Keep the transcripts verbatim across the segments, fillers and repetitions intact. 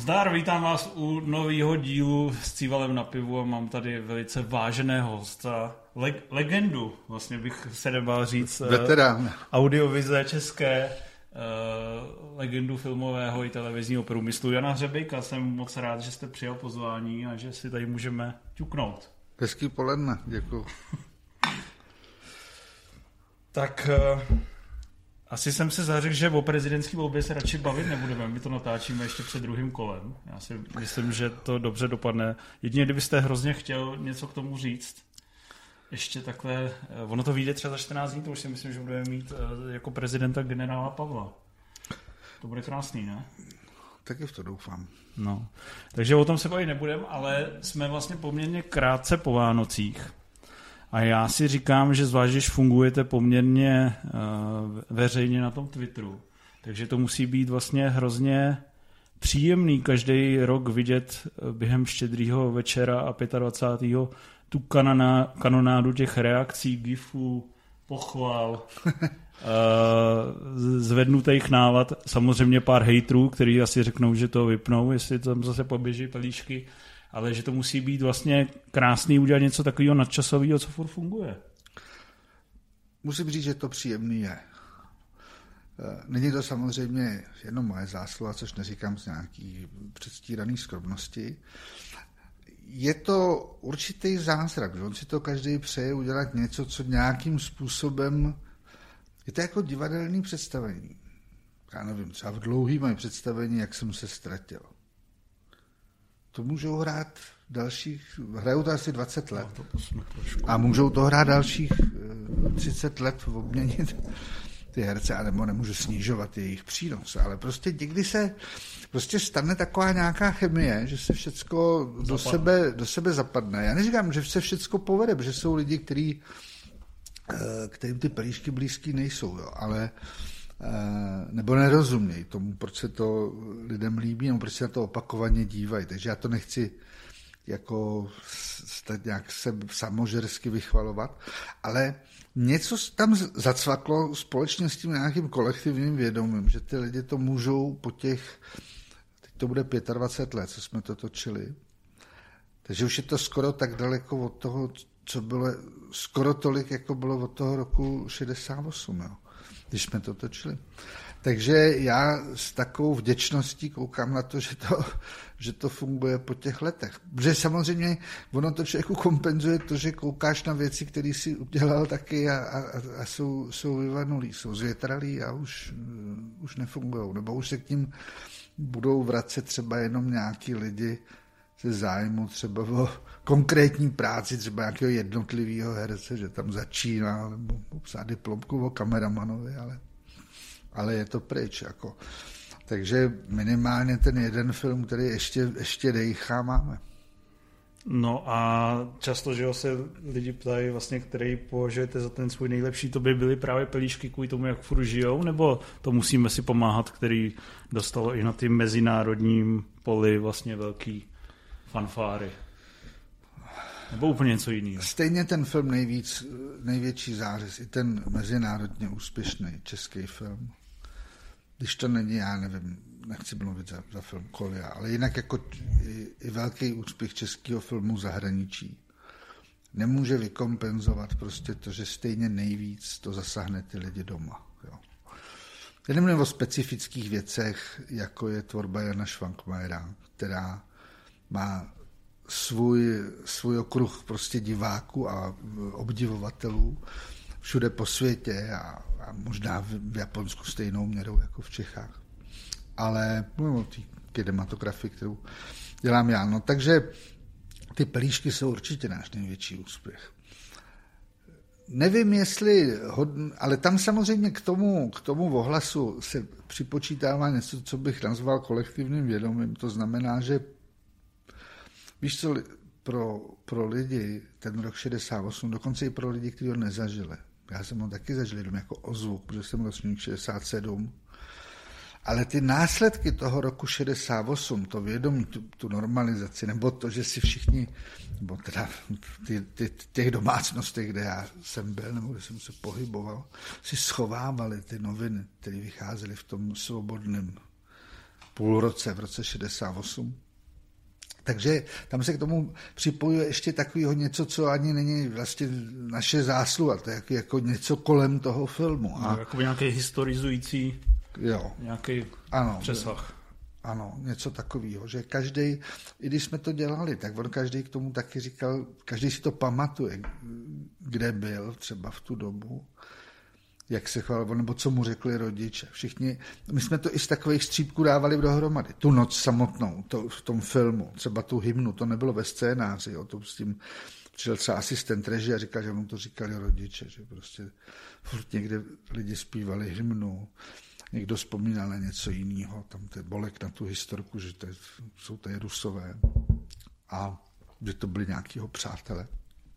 Zdar, vítám vás u nového dílu s Cívalem na pivu a mám tady velice váženého hosta, leg- legendu, vlastně bych se nebál říct. Veterán. Audiovize české, uh, legendu filmového i televizního průmyslu Jana Hřebejka. Jsem moc rád, že jste přijal pozvání a že si tady můžeme ťuknout. Hezký poledne, děkuji. Tak... Uh, Asi jsem se zařekl, že o prezidentské volbě se radši bavit nebudeme. My to natáčíme ještě před druhým kolem. Já si myslím, že to dobře dopadne. Jedině, kdybyste hrozně chtěl něco k tomu říct. Ještě takhle, ono to vyjde třeba za čtrnáct dní, to už si myslím, že budeme mít jako prezidenta generála Pavla. To bude krásný, ne? Taky v to doufám. No. Takže o tom se bavit nebudeme, ale jsme vlastně poměrně krátce po Vánocích. A já si říkám, že zvlášť, když fungujete poměrně uh, veřejně na tom Twitteru, takže to musí být vlastně hrozně příjemný každý rok vidět během štědrýho večera a dvacátého pátého tu kanona, kanonádu těch reakcí, gifů, pochval, uh, zvednutých nálad, samozřejmě pár hejtrů, kteří asi řeknou, že to vypnou, jestli tam zase poběží pelíšky, ale že to musí být vlastně krásný udělat něco takového nadčasového, co furt funguje. Musím říct, že to příjemný je. Není to samozřejmě jenom moje zásluha, což neříkám z nějaký předstíraný skromnosti. Je to určitý zázrak, že on si to každý přeje udělat něco, co nějakým způsobem... Je to jako divadelní představení. Já nevím, třeba v dlouhý moje představení, jak jsem se ztratil. To můžou hrát dalších, hrajou to asi dvacet let. A můžou to hrát dalších třicet let, obměnit ty herce, anebo nemůžu snižovat jejich přínos, ale prostě někdy se prostě stane taková nějaká chemie, že se všecko do sebe, do sebe zapadne. Já neříkám, že se všecko povede, protože jsou lidi, který, kterým ty pelíšky blízký nejsou, jo, ale nebo nerozumějí tomu, proč se to lidem líbí, nebo proč se na to opakovaně dívají. Takže já to nechci jako nějak se samožersky vychvalovat, ale něco tam zacvaklo společně s tím nějakým kolektivním vědomím, že ty lidi to můžou po těch, teď to bude dvacet pět let, co jsme to točili, takže už je to skoro tak daleko od toho, co bylo, skoro tolik, jako bylo od toho roku šedesát osm, jo, když jsme to točili. Takže já s takovou vděčností koukám na to, že to, že to funguje po těch letech. Protože samozřejmě ono to člověku kompenzuje to, že koukáš na věci, které si udělal taky a, a, a jsou, jsou vyvanulý, jsou zvětralý a už, už nefungujou. Nebo už se k ním budou vracet třeba jenom nějaký lidi ze zájmu třeba o konkrétní práci, třeba nějakého jednotlivého herce, že tam začíná, nebo psá diplomku o kameramanovi, ale ale je to pryč. Jako. Takže minimálně ten jeden film, který ještě, ještě dejchá, máme. No a často, že se lidi ptají, vlastně, který považujete za ten svůj nejlepší, to by byly právě pelíšky kvůli tomu, jak furt žijou, nebo to musíme si pomáhat, který dostalo i na ty mezinárodním poli vlastně velký fanfáry? Nebo úplně něco jiného? Stejně ten film nejvíc, největší zářez, i ten mezinárodně úspěšný český film. Když to není, já nevím, nechci mluvit za, za film Kolia, ale jinak jako i, i velký úspěch českého filmu v zahraničí nemůže vykompenzovat prostě to, že stejně nejvíc to zasáhne ty lidi doma. Jo. Já nemluvím o specifických věcech, jako je tvorba Jana Švankmajera, která má svůj, svůj okruh prostě diváků a obdivovatelů všude po světě a, a možná v, v Japonsku stejnou měrou jako v Čechách. Ale mluvím o té kinematografii, kterou dělám já. No, takže ty pelíšky jsou určitě náš největší úspěch. Nevím, jestli, hodn, ale tam samozřejmě k tomu, k tomu ohlasu se připočítává něco, co bych nazval kolektivním vědomím. To znamená, že víš co, pro, pro lidi ten rok šedesát osm, dokonce i pro lidi, kteří ho nezažili. Já jsem ho taky zažil jenom jako ozvuk, protože jsem ročník šedesát sedm. Ale ty následky toho roku šedesát osm, to vědomí, tu, tu normalizaci, nebo to, že si všichni, nebo teda ty, ty, těch domácnostech, kde já jsem byl, nebo kde jsem se pohyboval, si schovávali ty noviny, které vycházely v tom svobodném půlroce, v roce šedesát osm. Takže tam se k tomu připojuje ještě takového něco, co ani není vlastně naše zásluha, to je jako, jako něco kolem toho filmu. A no, jako nějaký historizující jo. nějaký ano, přesah. Ano, něco takového, že každý, i když jsme to dělali, tak on každý k tomu taky říkal, každý si to pamatuje, kde byl třeba v tu dobu, jak se choval, nebo co mu řekli rodiče. Všichni, my jsme to i z takových střípků dávali dohromady. Tu noc samotnou, to v tom filmu, třeba tu hymnu, to nebylo ve scénáři, jo, to s tím přišel třeba asistent režie a říkal, že mu to říkali rodiče, že prostě furt někde lidi zpívali hymnu, někdo vzpomínal na něco jiného, tam ten Bolek na tu historku, že to jsou tady Rusové a že to byli nějakýho přátelé,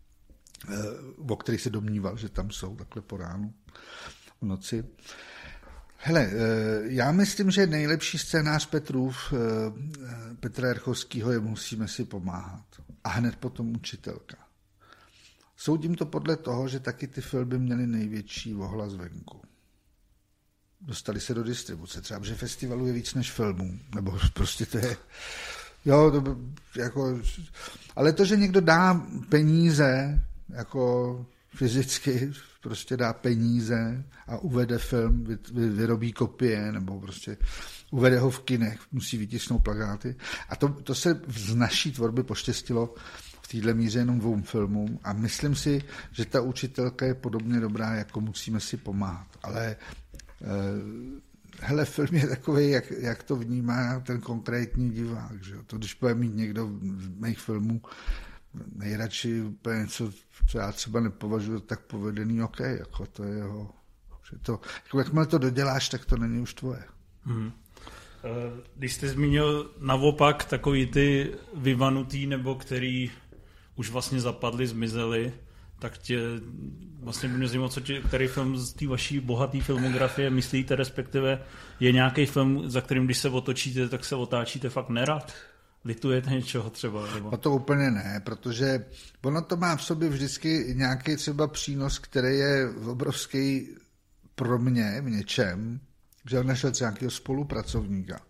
o kterých se domníval, že tam jsou takhle po ránu v noci. Hele, já myslím, že nejlepší scénář Petrův, Petra Jerchovského je Musíme si pomáhat. A hned potom Učitelka. Soudím to podle toho, že taky ty filmy měly největší ohlas venku. Dostali se do distribuce. Třeba, že festivalu je víc než filmů. Nebo prostě to je... Jo, to jako... Ale to, že někdo dá peníze, jako fyzicky prostě dá peníze a uvede film, vyrobí kopie, nebo prostě uvede ho v kinech, musí vytisknout plakáty. A to, to se z naší tvorby poštěstilo v téhle míře jenom dvou filmům a myslím si, že ta Učitelka je podobně dobrá, jako Musíme si pomáhat. Ale eh, hele, film je takový, jak, jak to vnímá ten konkrétní divák. Že? To, když bude mít někdo z mých filmů nejradši úplně něco, co já třeba nepovažuji tak povedený, ok, jako to je jeho, že to, jako jakmile to doděláš, tak to není už tvoje. Hmm. Když jste zmínil naopak takový ty vyvanutý, nebo který už vlastně zapadli, zmizeli, tak tě vlastně by mě zajímalo, co tě, který film z té vaší bohaté filmografie myslíte, respektive je nějaký film, za kterým, když se otočíte, tak se otáčíte fakt nerad? Litujete něčeho třeba? Nebo? No to úplně ne, protože ono to má v sobě vždycky nějaký třeba přínos, který je obrovský pro mě v něčem, že on našel třeba nějakého spolupracovníka.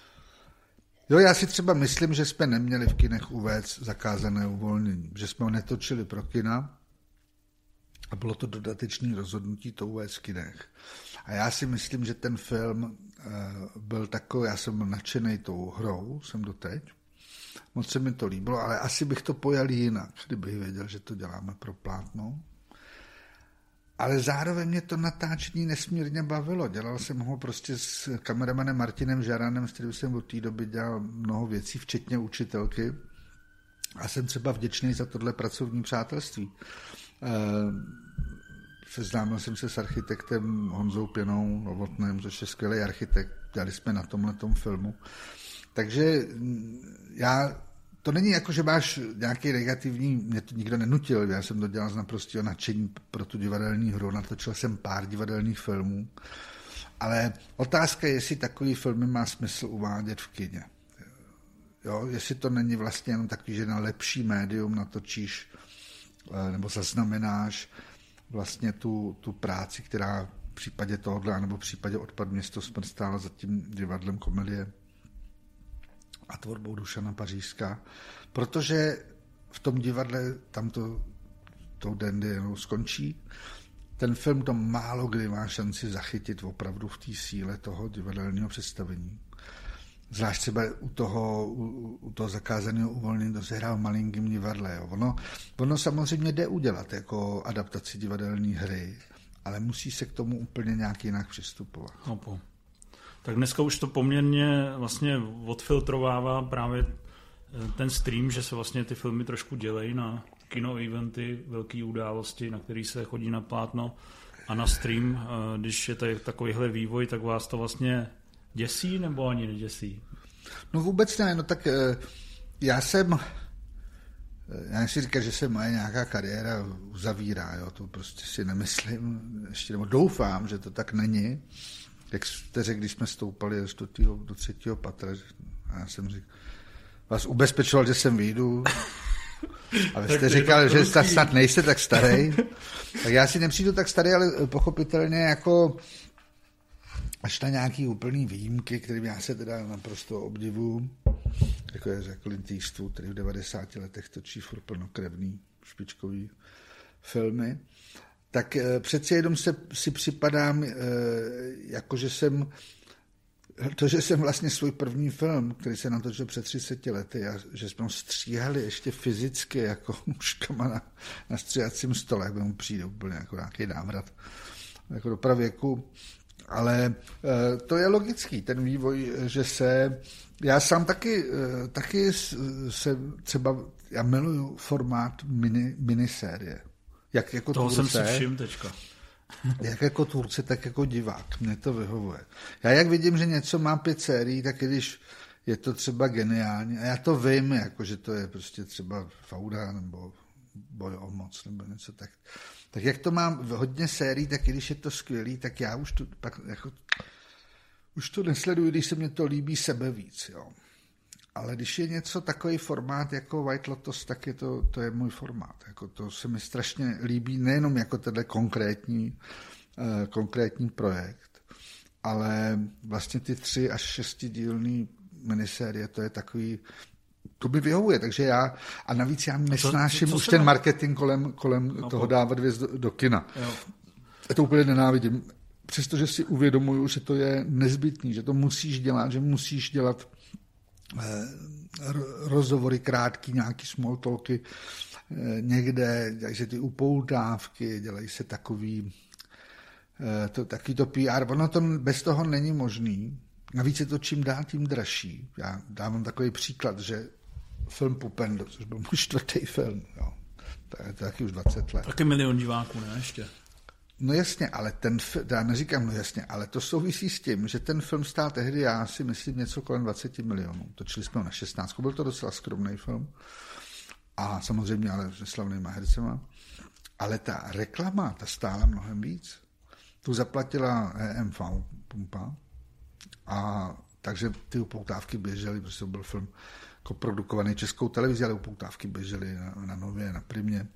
Jo, já si třeba myslím, že jsme neměli v kinech uvést Zakázané uvolnění, že jsme ho netočili pro kina a bylo to dodatečné rozhodnutí to uvést v kinech. A já si myslím, že ten film uh, byl takový, já jsem byl nadšenej tou hrou, jsem doteď, moc se mi to líbilo, ale asi bych to pojal jinak, kdybych věděl, že to děláme pro plátno. Ale zároveň mě to natáčení nesmírně bavilo. Dělal jsem ho prostě s kameramanem Martinem Žaranem, s kterým jsem od té doby dělal mnoho věcí, včetně Učitelky. A jsem třeba vděčný za tohle pracovní přátelství. E, seznámil jsem se s architektem Honzou Pěnou Novotným, což je skvělý architekt. Dělali jsme na tomhletom filmu. Takže já, to není jako, že máš nějaký negativní, mě to nikdo nenutil, já jsem to dělal z naprostého nadšení pro tu divadelní hru, natočil jsem pár divadelních filmů, ale otázka je, jestli takový filmy má smysl uvádět v kině. Jo, jestli to není vlastně jenom takový, že na lepší médium natočíš nebo zaznamenáš vlastně tu, tu práci, která v případě tohohle, nebo v případě Odpad město smrt stála za tím divadlem komedie a tvorbou Dušana Pařížská, protože v tom divadle tam to tou dandy jenom skončí. Ten film to málo kdy má šanci zachytit opravdu v té síle toho divadelního představení. Zvlášť třeba u toho, u, u toho Zakázaného uvolnění, to se hrál v malinkým divadle. Jo. Ono, ono samozřejmě jde udělat jako adaptaci divadelní hry, ale musí se k tomu úplně nějak jinak přistupovat. Opo. Tak dneska už to poměrně vlastně odfiltrovává právě ten stream, že se vlastně ty filmy trošku dělají na kino eventy, velké události, na který se chodí na plátno a na stream. Když je tady takovýhle vývoj, tak vás to vlastně děsí nebo ani neděsí? No vůbec ne, no tak já jsem, já si říkám, že se moje nějaká kariéra uzavírá, jo, to prostě si nemyslím, ještě nebo doufám, že to tak není. Jak jste řekl, když jsme stoupali do, týho, do třetího patra, a já jsem říkal, vás ubezpečoval, že jsem vyjdu, a vy jste říkal, že snad nejste tak starý, tak já si nepřijdu tak starý, ale pochopitelně jako až na nějaký úplný výjimky, kterým já se teda naprosto obdivuju, jako je řekl Clint Eastwood, který v devadesáti letech točí furt plnokrevný špičkový filmy, tak přeci jenom se, si připadám, jako že jsem, to, že jsem vlastně svůj první film, který se natočil před třiceti lety, a že jsme ho stříhali ještě fyzicky, jako mužkama na, na stříhacím stole, jak mu přijde úplně jako nějaký návrat jako do pravěku. Ale to je logický, ten vývoj, že se, já sám taky, taky se třeba, já miluju formát mini, minisérie. Jak jako toho tvůrce, jsem si všiml teďka. Jak jako tvůrce, tak jako divák. Mně to vyhovuje. Já jak vidím, že něco má pět sérií, tak když je to třeba geniální, a já to vím, jako že to je prostě třeba Fauda nebo Boj o moc nebo něco tak. Tak jak to mám hodně sérií, tak i když je to skvělý, tak já už to pak jako, už to nesleduju, když se mně to líbí sebe víc, jo. Ale když je něco takový formát jako White Lotus, tak je to, to je můj formát. Jako to se mi strašně líbí, nejenom jako tenhle konkrétní, eh, konkrétní projekt, ale vlastně ty tři až šestidílný minisérie, to je takový, to mi vyhovuje, takže já, a navíc já nesnáším už ten marketing kolem, kolem no, toho dávat věc do, do kina. Jo. Já to úplně nenávidím, přestože si uvědomuju, že to je nezbytný, že to musíš dělat, že musíš dělat rozhovory krátký, nějaký small talky někde, takže ty upoutávky, dělají se takový to, taky to P R, ono to bez toho není možný. Navíc je to čím dál tím dražší. Já dávám takový příklad, že film Pupendo, což byl můj čtvrtý film, jo. To je to taky už dvacet let. Taky milion diváků, ne ještě? No jasně, ale ten film, já neříkám no jasně, ale to souvisí s tím, že ten film stál tehdy, já si myslím, něco kolem dvacet milionů. Točili jsme ho na šestnáct, byl to docela skromný film. A samozřejmě, ale se slavnýma hercema. Ale ta reklama, ta stála mnohem víc. Tu zaplatila E M V pumpa. A takže ty upoutávky běžely, protože to byl film jako produkovaný Českou televizí, ale upoutávky běžely na, na Nově, na Primě.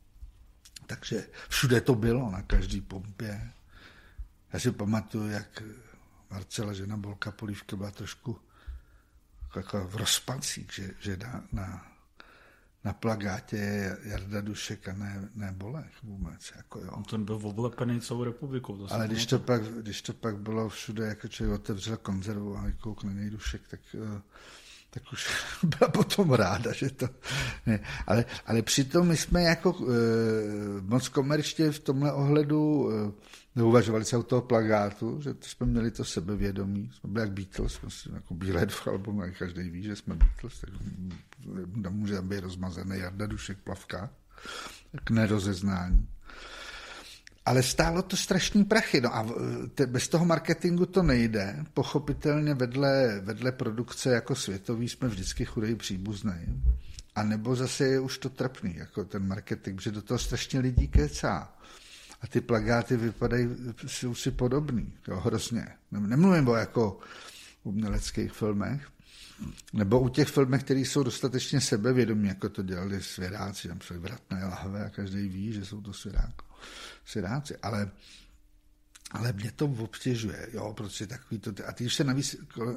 Takže všude to bylo, na každý pumpě. Já si pamatuju, jak Marcela, žena Bolka Polívka, byla trošku jako v rozpacích, že, že na, na, na plagátě je Jarda Dušek a ne, ne Bolek vůbec. Jako jo. Ten byl oblepený celou republikou. To ale když to, pak, když to pak bylo všude, jako člověk otevřel konzervu a koukne nej Dušek, tak... tak už byla potom ráda, že to... Ne. Ale, ale přitom my jsme jako e, moc komerčně v tomhle ohledu e, neuvažovali se o toho plagátu, že jsme měli to sebevědomí. Jsme byli jak Beatles, jsme si jako Bílé v albumu, jak každý ví, že jsme Beatles, tak může být rozmazaný Jarda Dušek Plavka k nerozeznání. Ale stálo to strašný prachy. No a te, bez toho marketingu to nejde. Pochopitelně vedle, vedle produkce jako světový jsme vždycky chudej příbuznej. A nebo zase je už to trapný, jako ten marketing, že do toho strašně lidí kecá. A ty plagáty vypadají, jsou si podobný, jo, hrozně. Nemluvím o jako uměleckých filmech, nebo u těch filmech, které jsou dostatečně sebevědomí, jako to dělali svědáci, tam jsou vratné lahve a každý ví, že jsou to svědáci. svědáci, ale, ale mě to obtěžuje, jo, protože takový to, a když se navíc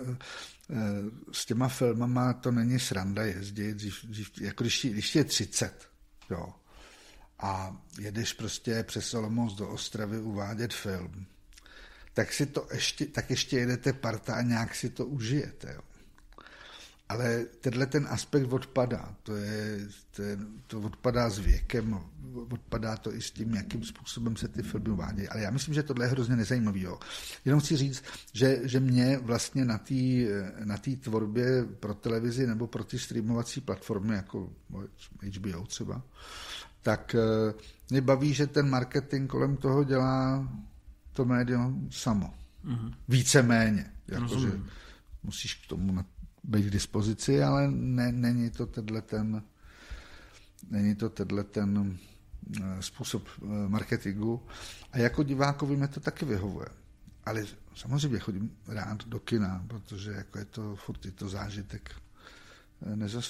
s těma filmama to není sranda jezdit, dřív, dřív, jako když, když je třicet, jo, a jedeš prostě přes Olomouc do Ostravy uvádět film, tak si to ještě, tak ještě jedete parta a nějak si to užijete, jo. Ale tenhle ten aspekt odpadá. To, je, to, je, to odpadá s věkem, odpadá to i s tím, jakým způsobem se ty filmy uvádějí. Ale já myslím, že tohle je hrozně nezajímavý. Jo. Jenom chci říct, že, že mě vlastně na té na té tvorbě pro televizi nebo pro ty streamovací platformy, jako H B O třeba, tak mě baví, že ten marketing kolem toho dělá to médium samo. Mm-hmm. Víceméně. Jako, že musíš k tomu na být k dispozici, ale ne, není to tenhle ten není to tenhle ten způsob marketingu. A jako divákovi mě to taky vyhovuje. Ale samozřejmě chodím rád do kina, protože jako je to furt je to zážitek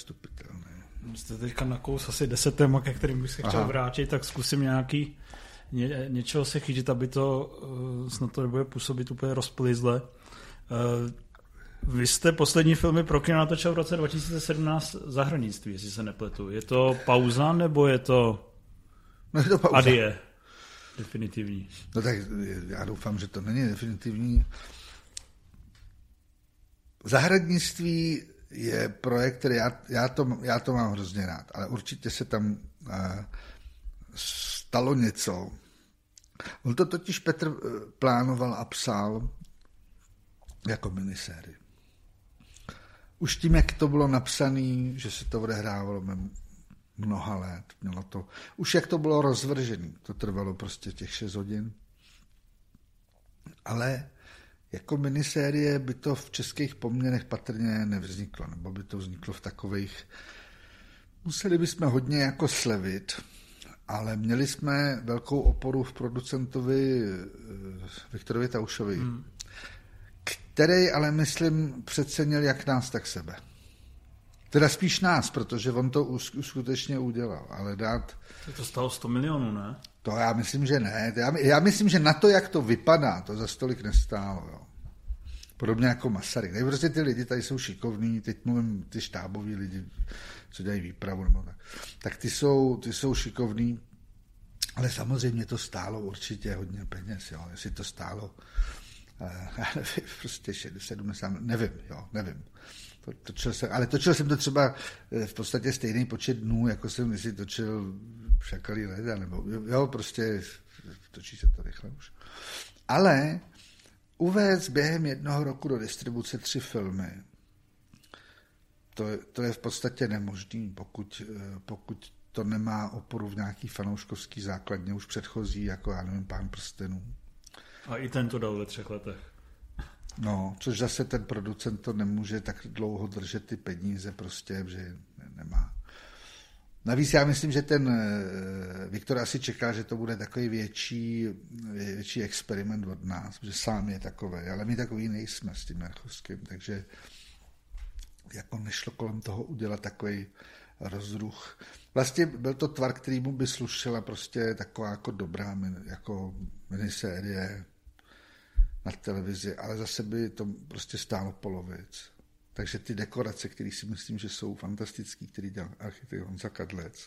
nezastupitelný. Jste teďka nakous asi deset témat, ke kterým bych se chtěl vrátit, tak zkusím nějaký, ně, něčeho se chytit, aby to snad to nebude působit úplně rozplizle. Vy jste poslední filmy pro kino natočil v roce dva tisíce sedmnáct Zahradnictví, jestli se nepletu. Je to pauza, nebo je to, no je to pauza. Adie? Definitivní. No tak já doufám, že to není definitivní. Zahradnictví je projekt, který já, já, to, já to mám hrozně rád, ale určitě se tam uh, stalo něco. On to totiž Petr plánoval a psal jako minisérii. Už tím, jak to bylo napsané, že se to odehrávalo mnoha let, mělo to, už jak to bylo rozvržené, to trvalo prostě těch šest hodin. Ale jako minisérie by to v českých poměrech patrně nevzniklo, nebo by to vzniklo v takových, museli bychom hodně jako slevit, ale měli jsme velkou oporu v producentovi Viktorovi Taušovi, hmm. který ale, myslím, přecenil jak nás, tak sebe. Teda spíš nás, protože on to skutečně udělal, ale dát... To stalo sto milionů, ne? To já myslím, že ne. Já, já myslím, že na to, jak to vypadá, to za stolik nestálo. Jo. Podobně jako Masaryk. Tady prostě ty lidi tady jsou šikovní, teď mluvím ty štáboví lidi, co dělají výpravu, nebo tak. Tak ty jsou, ty jsou šikovní, ale samozřejmě to stálo určitě hodně peněz, jo. Jestli to stálo, já nevím, prostě šedesát, sedmdesát, nevím, jo, nevím. To, točil jsem, ale točil jsem to třeba v podstatě stejný počet dnů, jako jsem si točil Šakalí leda, nebo jo, prostě točí se to rychle už. Ale uvést během jednoho roku do distribuce tři filmy, to, to je v podstatě nemožný, pokud, pokud to nemá oporu v nějaký fanouškovský základně, už předchozí, jako já nevím, Pán prstenů. A i ten to dal ve třech letech. No, což zase ten producent to nemůže tak dlouho držet ty peníze prostě, že nemá. Navíc já myslím, že ten Viktor asi čeká, že to bude takový větší, větší experiment od nás, že sám je takový, ale my takový nejsme s tím Jarchovským, takže jako nešlo kolem toho udělat takový rozruch. Vlastně byl to tvar, kterýmu by slušela prostě taková jako dobrá jako minisérie na televizi, ale zase by to prostě stálo polovic. Takže ty dekorace, které si myslím, že jsou fantastický, který dělal architekt Honza Kadlec,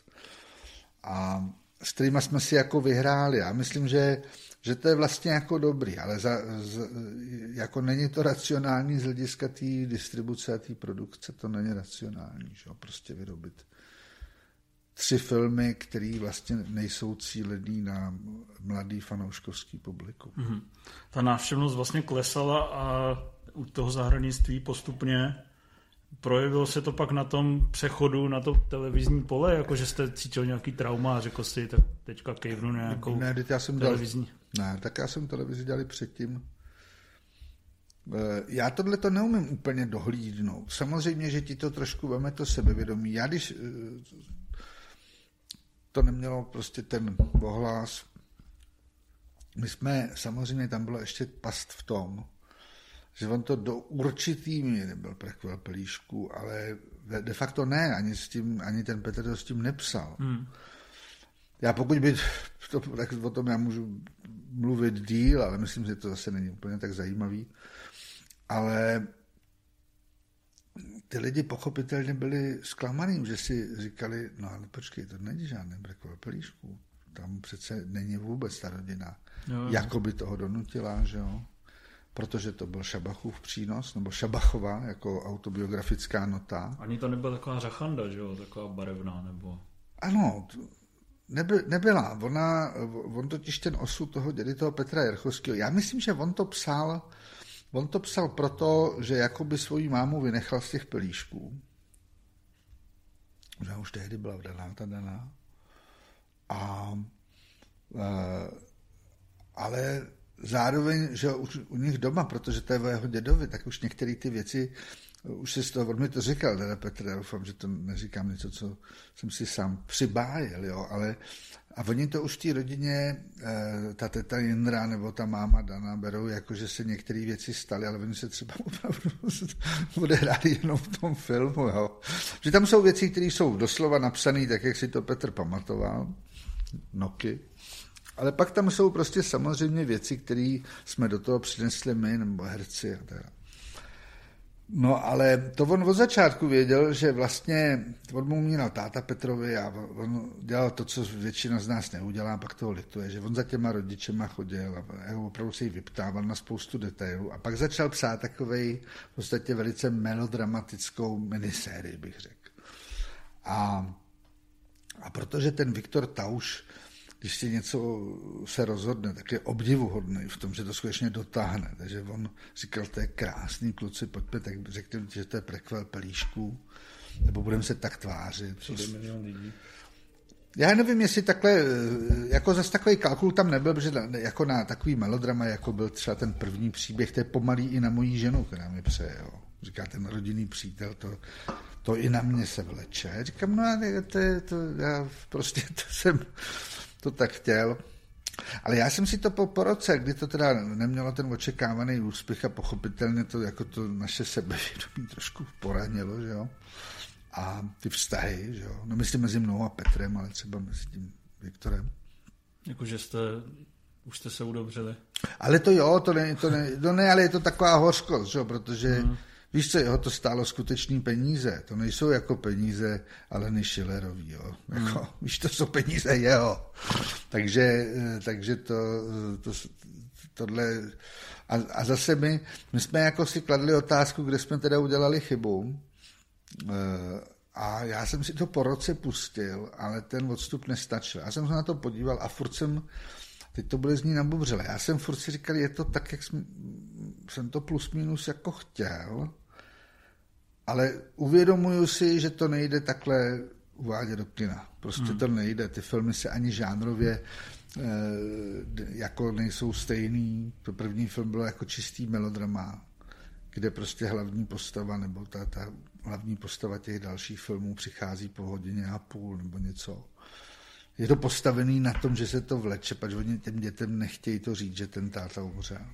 a s kterýma jsme si jako vyhráli. Já myslím, že, že to je vlastně jako dobrý, ale za, za, jako není to racionální z hlediska té distribuce a té produkce, to není racionální, že? Prostě vyrobit tři filmy, které vlastně nejsou cílený na mladý fanouškovský publikum. Mm-hmm. Ta návštěvnost vlastně klesala a u toho Zahradnictví postupně projevilo se to pak na tom přechodu na to televizní pole, jakože jste cítil nějaký trauma a řekl si, tak teďka kejvnu nějakou ne, já jsem televizní. Dělal, ne, tak já jsem televizi dělali předtím. Já tohle to neumím úplně dohlídnout. Samozřejmě, že ti to trošku veme to sebevědomí. Já když to nemělo prostě ten ohlas, my jsme, samozřejmě tam bylo ještě past v tom, že on to do určitý míry byl prequel Pelíšku, ale de facto ne, ani, s tím, ani ten Petr to s tím nepsal. Hmm. Já pokud by, to, tak o tom já můžu mluvit díl, ale myslím, že to zase není úplně tak zajímavý. Ale ty lidi pochopitelně byli zklamaný, že si říkali, no ale počkej, to není žádný prequel Pelíšku. Tam přece není vůbec ta rodina. Jo, jako by toho donutila, že jo. Protože to byl Šabachův přínos, nebo Šabachová jako autobiografická nota. Ani to nebyla taková řachanda, že jo, taková barevná, nebo... Ano, neby, nebyla. Ona, on totiž ten osud toho dědy, toho Petra Jarchovského, já myslím, že on to psal, on to psal proto, že jakoby svoji mámu vynechal z těch Pelíšků. Že už tehdy byla vdaná ta daná. A, e, ale zároveň, že u, u nich doma, protože to je o jeho dědovi, tak už některé ty věci, už si z toho, on mi to říkal, teda Petr, já doufám, že to neříkám něco, co jsem si sám přibájel, jo, ale a oni to už v té rodině, ta teta Jindra nebo ta máma Dana berou, jako že se některé věci staly, ale oni se třeba opravdu odehráli jenom v tom filmu, jo. Že tam jsou věci, které jsou doslova napsané tak, jak si to Petr pamatoval, Noky, Ale pak tam jsou prostě samozřejmě věci, které jsme do toho přinesli my, nebo herci a tak. No ale to on od začátku věděl, že vlastně on mu měl táta Petrovi a on dělal to, co většina z nás neudělá, pak toho lituje, že on za těma rodičema chodil a opravdu se jí vyptával na spoustu detailů a pak začal psát takovej v podstatě velice melodramatickou minisérii, bych řekl. A, a protože ten Viktor Tauš, když si něco se rozhodne, tak je obdivuhodný v tom, že to skutečně dotáhne. Takže on říkal, to je krásný, kluci, pojďme, tak řekněme, že to je prequel Pelíšků, nebo budeme se tak tvářit. milion lidí. Já nevím, jestli takhle, jako zase takový kalkul tam nebyl, protože jako na takový melodrama, jako byl třeba ten první příběh, to je pomalý i na mojí ženu, která mi přeje, jo. Říká ten rodinný přítel, to, to i na mě se vleče. Říkám, no to je, to, já prostě to jsem to tak chtěl. Ale já jsem si to po, po roce, kdy to teda nemělo ten očekávaný úspěch a pochopitelně to jako to naše sebevědomí trošku poranilo, že jo. A ty vztahy, že jo. No myslím mezi mnou a Petrem, ale třeba mezi tím Viktorem. Jakože jste, už jste se udobřili. Ale to jo, to ne, to ne, to ne ale je to taková hořkost, že jo, protože hmm. víš co, jeho to stálo skutečný peníze. To nejsou jako peníze Aleny Schillerový, jo. Jako, hmm. víš, to jsou peníze jeho. Takže, takže to, to, tohle... A, a zase my, my jsme jako si kladli otázku, kde jsme teda udělali chybu. A já jsem si to po roce pustil, ale ten odstup nestačil. Já jsem se na to podíval a furt jsem... Teď to bude zní nabubřele. Já jsem furt si říkal, je to tak, jak jsem, jsem to plus minus jako chtěl, ale uvědomuju si, že to nejde takhle uvádět do kina. Prostě hmm. to nejde. Ty filmy se ani žánrově eh, jako nejsou stejný. To první film bylo jako čistý melodrama, kde prostě hlavní postava nebo ta, ta hlavní postava těch dalších filmů přichází po hodině a půl nebo něco. Je to postavený na tom, že se to vleče, protože oni těm dětem nechtějí to říct, že ten táta umřel.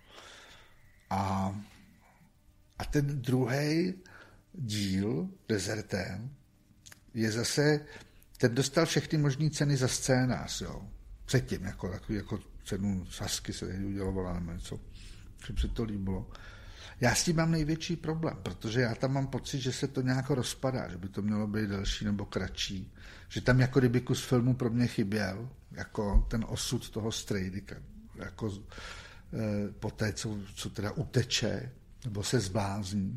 A, a ten druhý díl, Dezertem, je zase, ten dostal všechny možné ceny za scénář, jo. Předtím, jako, takový, jako cenu Sasky se udělovala, nebo něco, že se to líbilo. Já s tím mám největší problém, protože já tam mám pocit, že se to nějak rozpadá, že by to mělo být delší nebo kratší, že tam jako kdyby kus filmu pro mě chyběl, jako ten osud toho Strejdyka, jako e, po té, co, co teda uteče, nebo se zblázní.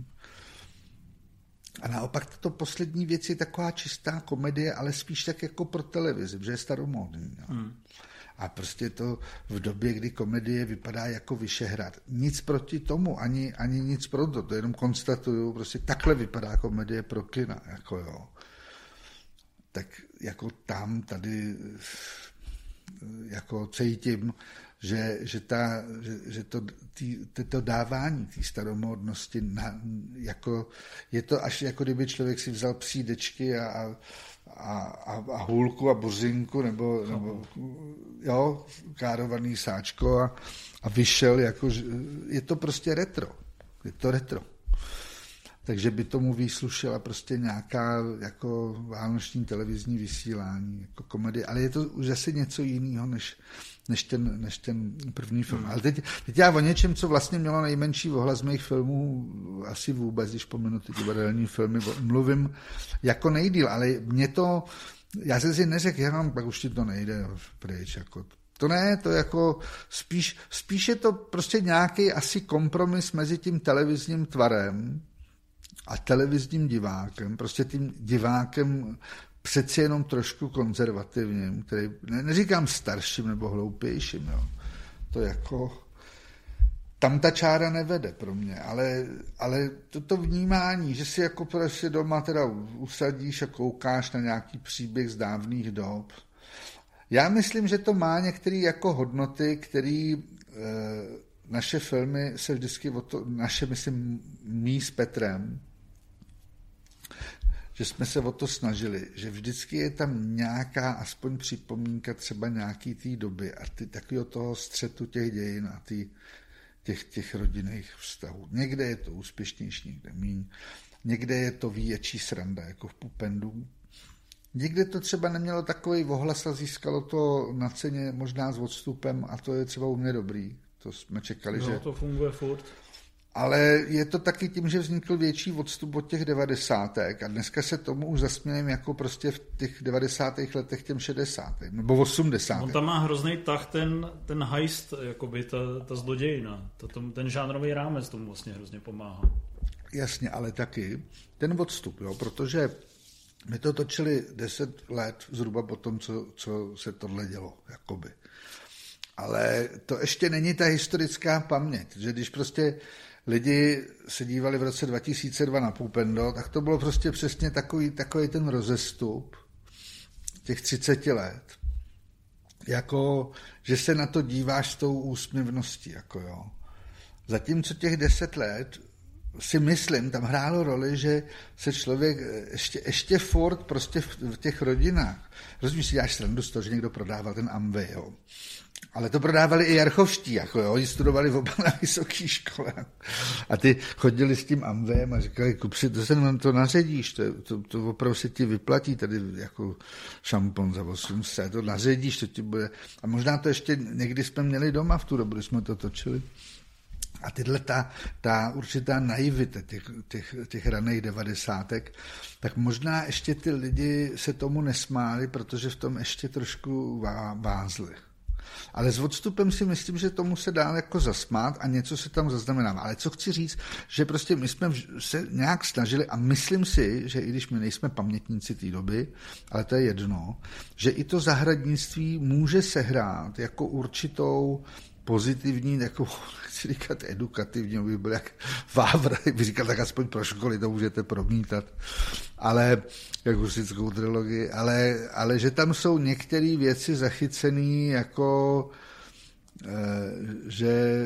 A naopak tato poslední věc je taková čistá komedie, ale spíš tak jako pro televizi, že je staromódní. Hmm. A prostě to v době, kdy komedie vypadá jako Vyšehrad. Nic proti tomu, ani, ani nic pro to, to jenom konstatuju, prostě takhle vypadá komedie pro kina, jako jo. Tak jako tam, tady jako cítím, že, že, ta, že, že to, tý, to dávání té staromódnosti, na, jako, je to až jako kdyby člověk si vzal přídečky a, a, a, a hůlku a buřinku, nebo, nebo jo, károvaný sáčko a, a vyšel, jako, je to prostě retro. Je to retro. Takže by tomu výslušela prostě nějaká jako vánoční televizní vysílání, jako komedie, ale je to už zase něco jiného, než, než, ten, než ten první film. Hmm. Ale teď, teď já o něčem, co vlastně mělo nejmenší ohlas mých filmů, asi vůbec, když pominu ty divadelní filmy, mluvím jako nejdýl, ale mě to, já jsem si neřekl, já mám, pak už ti to nejde pryč, jako to ne, to jako spíš, spíš je to prostě nějaký asi kompromis mezi tím televizním tvarem a televizním divákem, prostě tím divákem přeci jenom trošku konzervativním, který, ne, neříkám starším nebo hloupějším, jo. To jako, tam ta čára nevede pro mě, ale, ale toto vnímání, že si jako prostě doma teda usadíš a koukáš na nějaký příběh z dávných dob. Já myslím, že to má některé jako hodnoty, které e, naše filmy se vždycky o to, naše, myslím, mý s Petrem, že jsme se o to snažili, že vždycky je tam nějaká aspoň připomínka třeba nějaký té doby a ty, takového toho střetu těch dějin a ty, těch, těch rodinných vztahů. Někde je to úspěšnější, někde míň. Někde je to větší sranda, jako v Pupendu. Někde to třeba nemělo takový ohlas a získalo to na ceně možná s odstupem a to je třeba u mě dobrý. To jsme čekali, no, že... to funguje furt. Ale je to taky tím, že vznikl větší odstup od těch devadesátek a dneska se tomu už zasmějeme jako prostě v těch devadesátých letech těm šedesátým nebo osmdesátým. On tam má hrozný tah ten, ten heist, jakoby ta, ta zlodějina. To, tom, ten žánrový rámec tomu vlastně hrozně pomáhá. Jasně, ale taky ten odstup, jo, protože my to točili deset let zhruba po tom, co, co se tohle dělo, jakoby. Ale to ještě není ta historická paměť, že když prostě lidi se dívali v roce dva tisíce dva na Pupendo, tak to bylo prostě přesně takový, takový ten rozestup těch třiceti let. Jako, že se na to díváš s tou úsměvností, jako jo. Zatímco těch deset let si myslím, tam hrálo roli, že se člověk ještě, ještě furt prostě v, v těch rodinách, rozumíš si, děláš srandu z toho, že někdo prodával ten Amway, jo. Ale to prodávali i jarchovští, jako jo, oni studovali oba na vysoké škole. A ty chodili s tím Amwayem a říkali, kup si, to se nám to naředíš, to, to, to opravdu se ti vyplatí, tady jako šampon za osm set, to naředíš, to ti bude. A možná to ještě někdy jsme měli doma v tu dobu, když jsme to točili. A tyhle ta, ta určitá naivita těch, těch, těch raných devadesátek, tak možná ještě ty lidi se tomu nesmáli, protože v tom ještě trošku vázli. Ale s odstupem si myslím, že tomu se dá jako zasmát a něco se tam zaznamenává. Ale co chci říct, že prostě my jsme se nějak snažili a myslím si, že i když my nejsme pamětníci té doby, ale to je jedno, že i to zahradnictví může sehrát jako určitou pozitivní, jako chci říkat edukativní, by byl jak Vávra, bych říkal, tak aspoň pro školy to můžete promítat, ale jak husitskou trilogii, ale, ale že tam jsou některé věci zachycené jako, že...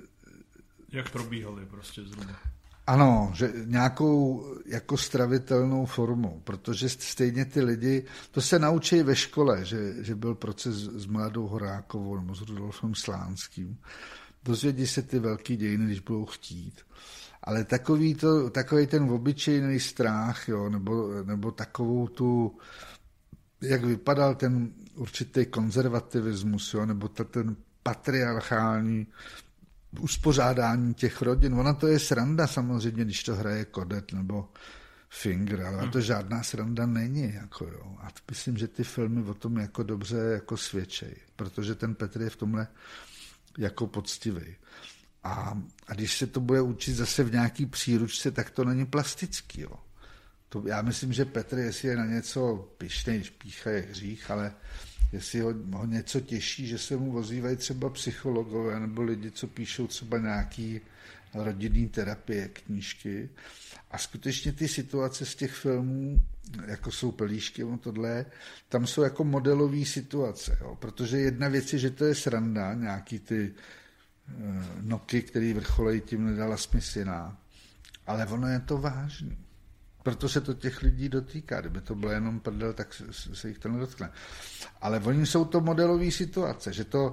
Jak probíhaly prostě zrovna. Ano, že nějakou jako stravitelnou formou, protože stejně ty lidi, to se naučí ve škole, že, že byl proces s Mladou Horákovou nebo s Rudolfem Slánským. Dozvědí se ty velký dějiny, když budou chtít. Ale takový, to, takový ten obyčejný strach, jo, nebo, nebo takovou tu, jak vypadal ten určitý konzervativismus, jo, nebo ta, ten patriarchální uspořádání těch rodin. Ona to je sranda samozřejmě, když to hraje Kodet nebo Finger, ale hmm. to žádná sranda není. Jako jo. A myslím, že ty filmy o tom jako dobře jako svědčejí, protože ten Petr je v tomhle jako poctivý. A, a když se to bude učit zase v nějaký příručce, tak to není plastický. Jo. To, já myslím, že Petr, jestli je na něco pyšnej, špícha je hřích, ale jestli ho, ho něco těší, že se mu ozývají třeba psychologové nebo lidi, co píšou třeba nějaký rodinný terapie, knížky. A skutečně ty situace z těch filmů, jako jsou Pelíšky, no tohle, tam jsou jako modelové situace. Jo? Protože jedna věc je, že to je sranda, nějaký ty uh, noky, který vrcholejí, tím nedala smysl jiná. Ale ono je to vážný. Proto se to těch lidí dotýká. Kdyby to bylo jenom prdel, tak se, se jich to nedotkne. Ale oni jsou to modelové situace, že to,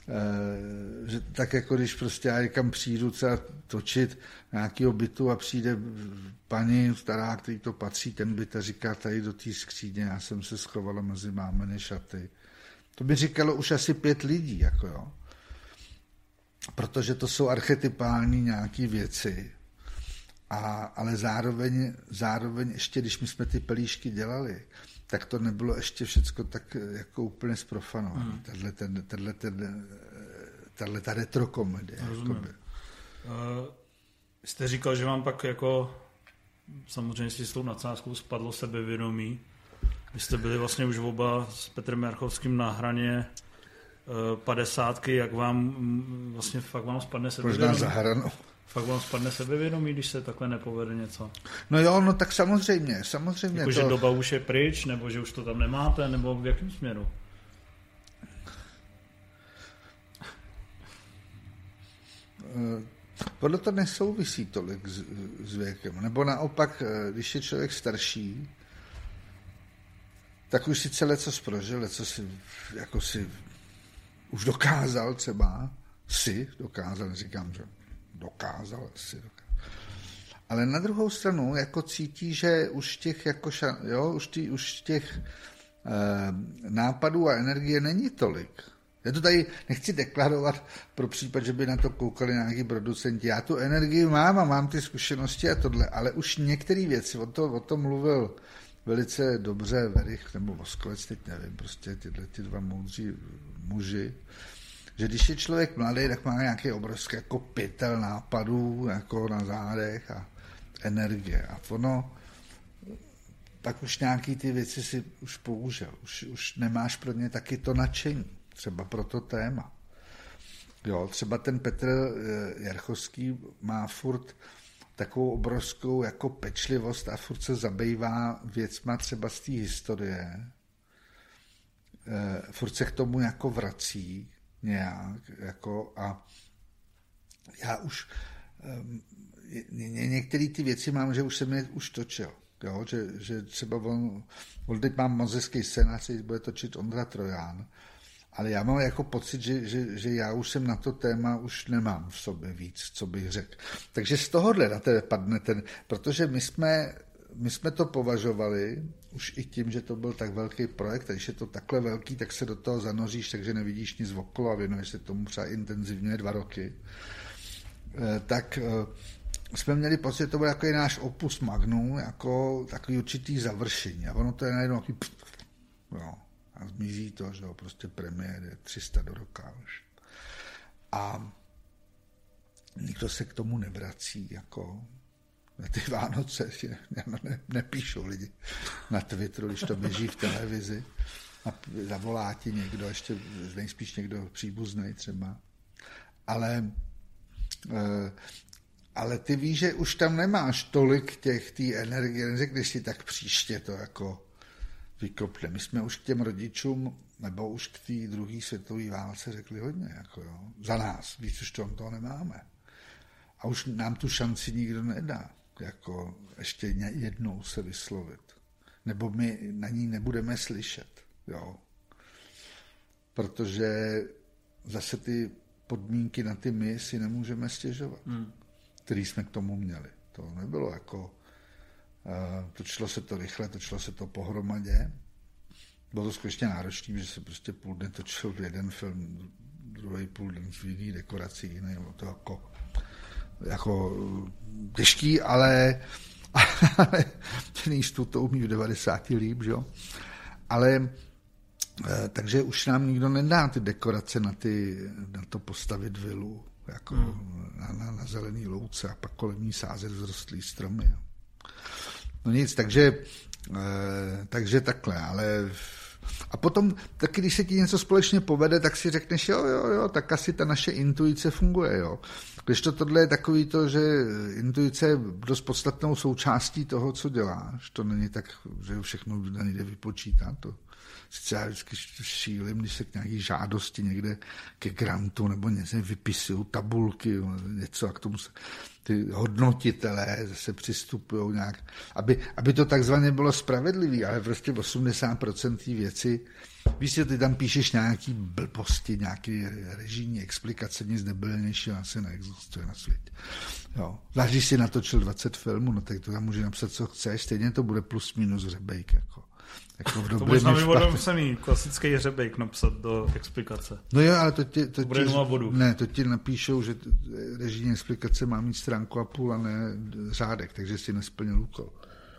e, že tak jako když prostě já někam přijdu třeba točit nějakýho bytu a přijde paní stará, který to patří, ten byt a říká tady do té skříně, já jsem se schovala mezi mámeny šaty. To by říkalo už asi pět lidí, jako jo. Protože to jsou archetypální nějaké věci. A, ale zároveň, zároveň ještě, když my jsme ty Pelíšky dělali, tak to nebylo ještě všecko tak jako úplně zprofanované. Hmm. Tahle, ten, tahle, ten, tahle ta retrokomedie. Uh, jste říkal, že vám pak jako samozřejmě si s tou nadsázkou spadlo sebevědomí. Vy jste byli vlastně už oba s Petrem Jarchovským na hraně uh, padesátky, jak vám vlastně fakt vám spadne sebevědomí? Možná za hranou. Fakt vám spadne sebevědomí, když se takhle nepovede něco? No jo, no tak samozřejmě, samozřejmě. Jako, to... že doba už je pryč, nebo že už to tam nemáte, nebo v jakém směru? Podle to nesouvisí tolik s, s věkem. Nebo naopak, když je člověk starší, tak už sice lecos prožil, lecos si, jako si už dokázal třeba, si dokázal, neříkám, že dokázal, si dokázal. Ale na druhou stranu jako cítí, že už těch, jako ša, jo, už, tý, už těch eh, nápadů a energie není tolik. Já to tady nechci deklarovat pro případ, že by na to koukali nějaký producenti. Já tu energii mám a mám ty zkušenosti a tohle, ale už některé věci, o, to, o tom mluvil velice dobře Verich nebo Voskovec, teď nevím, prostě tyhle ty dva moudří muži, že když je člověk mladý, tak má nějaký obrovský jako pytel nápadů jako na zádech a energie. A ono, tak už nějaký ty věci si už použil. Už, už nemáš pro ně taky to nadšení. Třeba pro to téma. Jo, třeba ten Petr Jarchovský má furt takovou obrovskou jako pečlivost a furt se zabývá věcma třeba z té historie. Furt se k tomu jako vrací nějak. Jako a já už některé ty věci mám, že už jsem je už točil. Jo, že, že třeba on, on teď mám moc hezký scénář, bude točit Ondra Troján, ale já mám jako pocit, že, že, že já už jsem na to téma, už nemám v sobě víc, co bych řekl. Takže z tohohle na tebe padne ten, protože my jsme, my jsme to považovali, už i tím, že to byl tak velký projekt, a když je to takhle velký, tak se do toho zanoříš, takže nevidíš nic okolo a věnuješ se tomu třeba intenzivně dva roky. Tak jsme měli pocit, že to byl jako náš opus magnum, jako takový určitý završení. A ono to je najednou takový jo. A zmizí to, že jo, prostě premiér je tři sta do roka už. A nikdo se k tomu nevrací, jako na ty Vánoce ne, nepíšou lidi na Twitteru, když to běží v televizi. A zavolá ti někdo, ještě nejspíš někdo příbuznej třeba. Ale, ale ty víš, že už tam nemáš tolik těch té energie, neřekneš si tak příště to jako vykopne. My jsme už k těm rodičům, nebo už k té druhé světové válce řekli hodně, jako jo, za nás, víc už to, toho nemáme. A už nám tu šanci nikdo nedá, jako ještě jednou se vyslovit. Nebo my na ní nebudeme slyšet, jo. Protože zase ty podmínky na ty my si nemůžeme stěžovat, hmm. který jsme k tomu měli. To nebylo jako točilo se to rychle, točilo se to pohromadě. Bylo to skutečně náročné, že se prostě půl dne točil v jeden film, druhý půl den v jiný dekorací, jiný, to jako, jako těžký, ale, ale ten jistu to umí v devadesáti líp, že jo. Ale takže už nám nikdo nedá ty dekorace na, ty, na to postavit vilu, jako hmm. na, na, na zelený louce a pak kolem ní sázet vzrostlý stromy. No nic, takže, e, takže takhle, ale a potom taky, když se ti něco společně povede, tak si řekneš, jo, jo, jo, tak asi ta naše intuice funguje, jo. Když to tohle je takový to, že intuice je dost podstatnou součástí toho, co děláš, to není tak, že všechno nejde vypočítat, to sice já vždycky šílim, když se k nějaký žádosti někde ke grantu nebo něco vypisují tabulky, něco a k tomu se ty hodnotitelé zase přistupují nějak, aby, aby to takzvaně bylo spravedlivý, ale prostě osmdesát procent té věci, víš, že ty tam píšeš nějaký blbosti, nějaký režijní explikace, nic debilnějšího asi neexistuje na světě. Jo. Zvlášť, když si natočil dvacet filmů, no tak to tam může napsat, co chceš, stejně to bude plus minus hřebejk, jako. Jako v to možná by bylo samý klasický hřebejk napsat do explikace. No jo, ale to ti, to ti, ne, to ti napíšou, že režijní explikace má mít stránku a půl a ne řádek, takže si nesplnil úkol.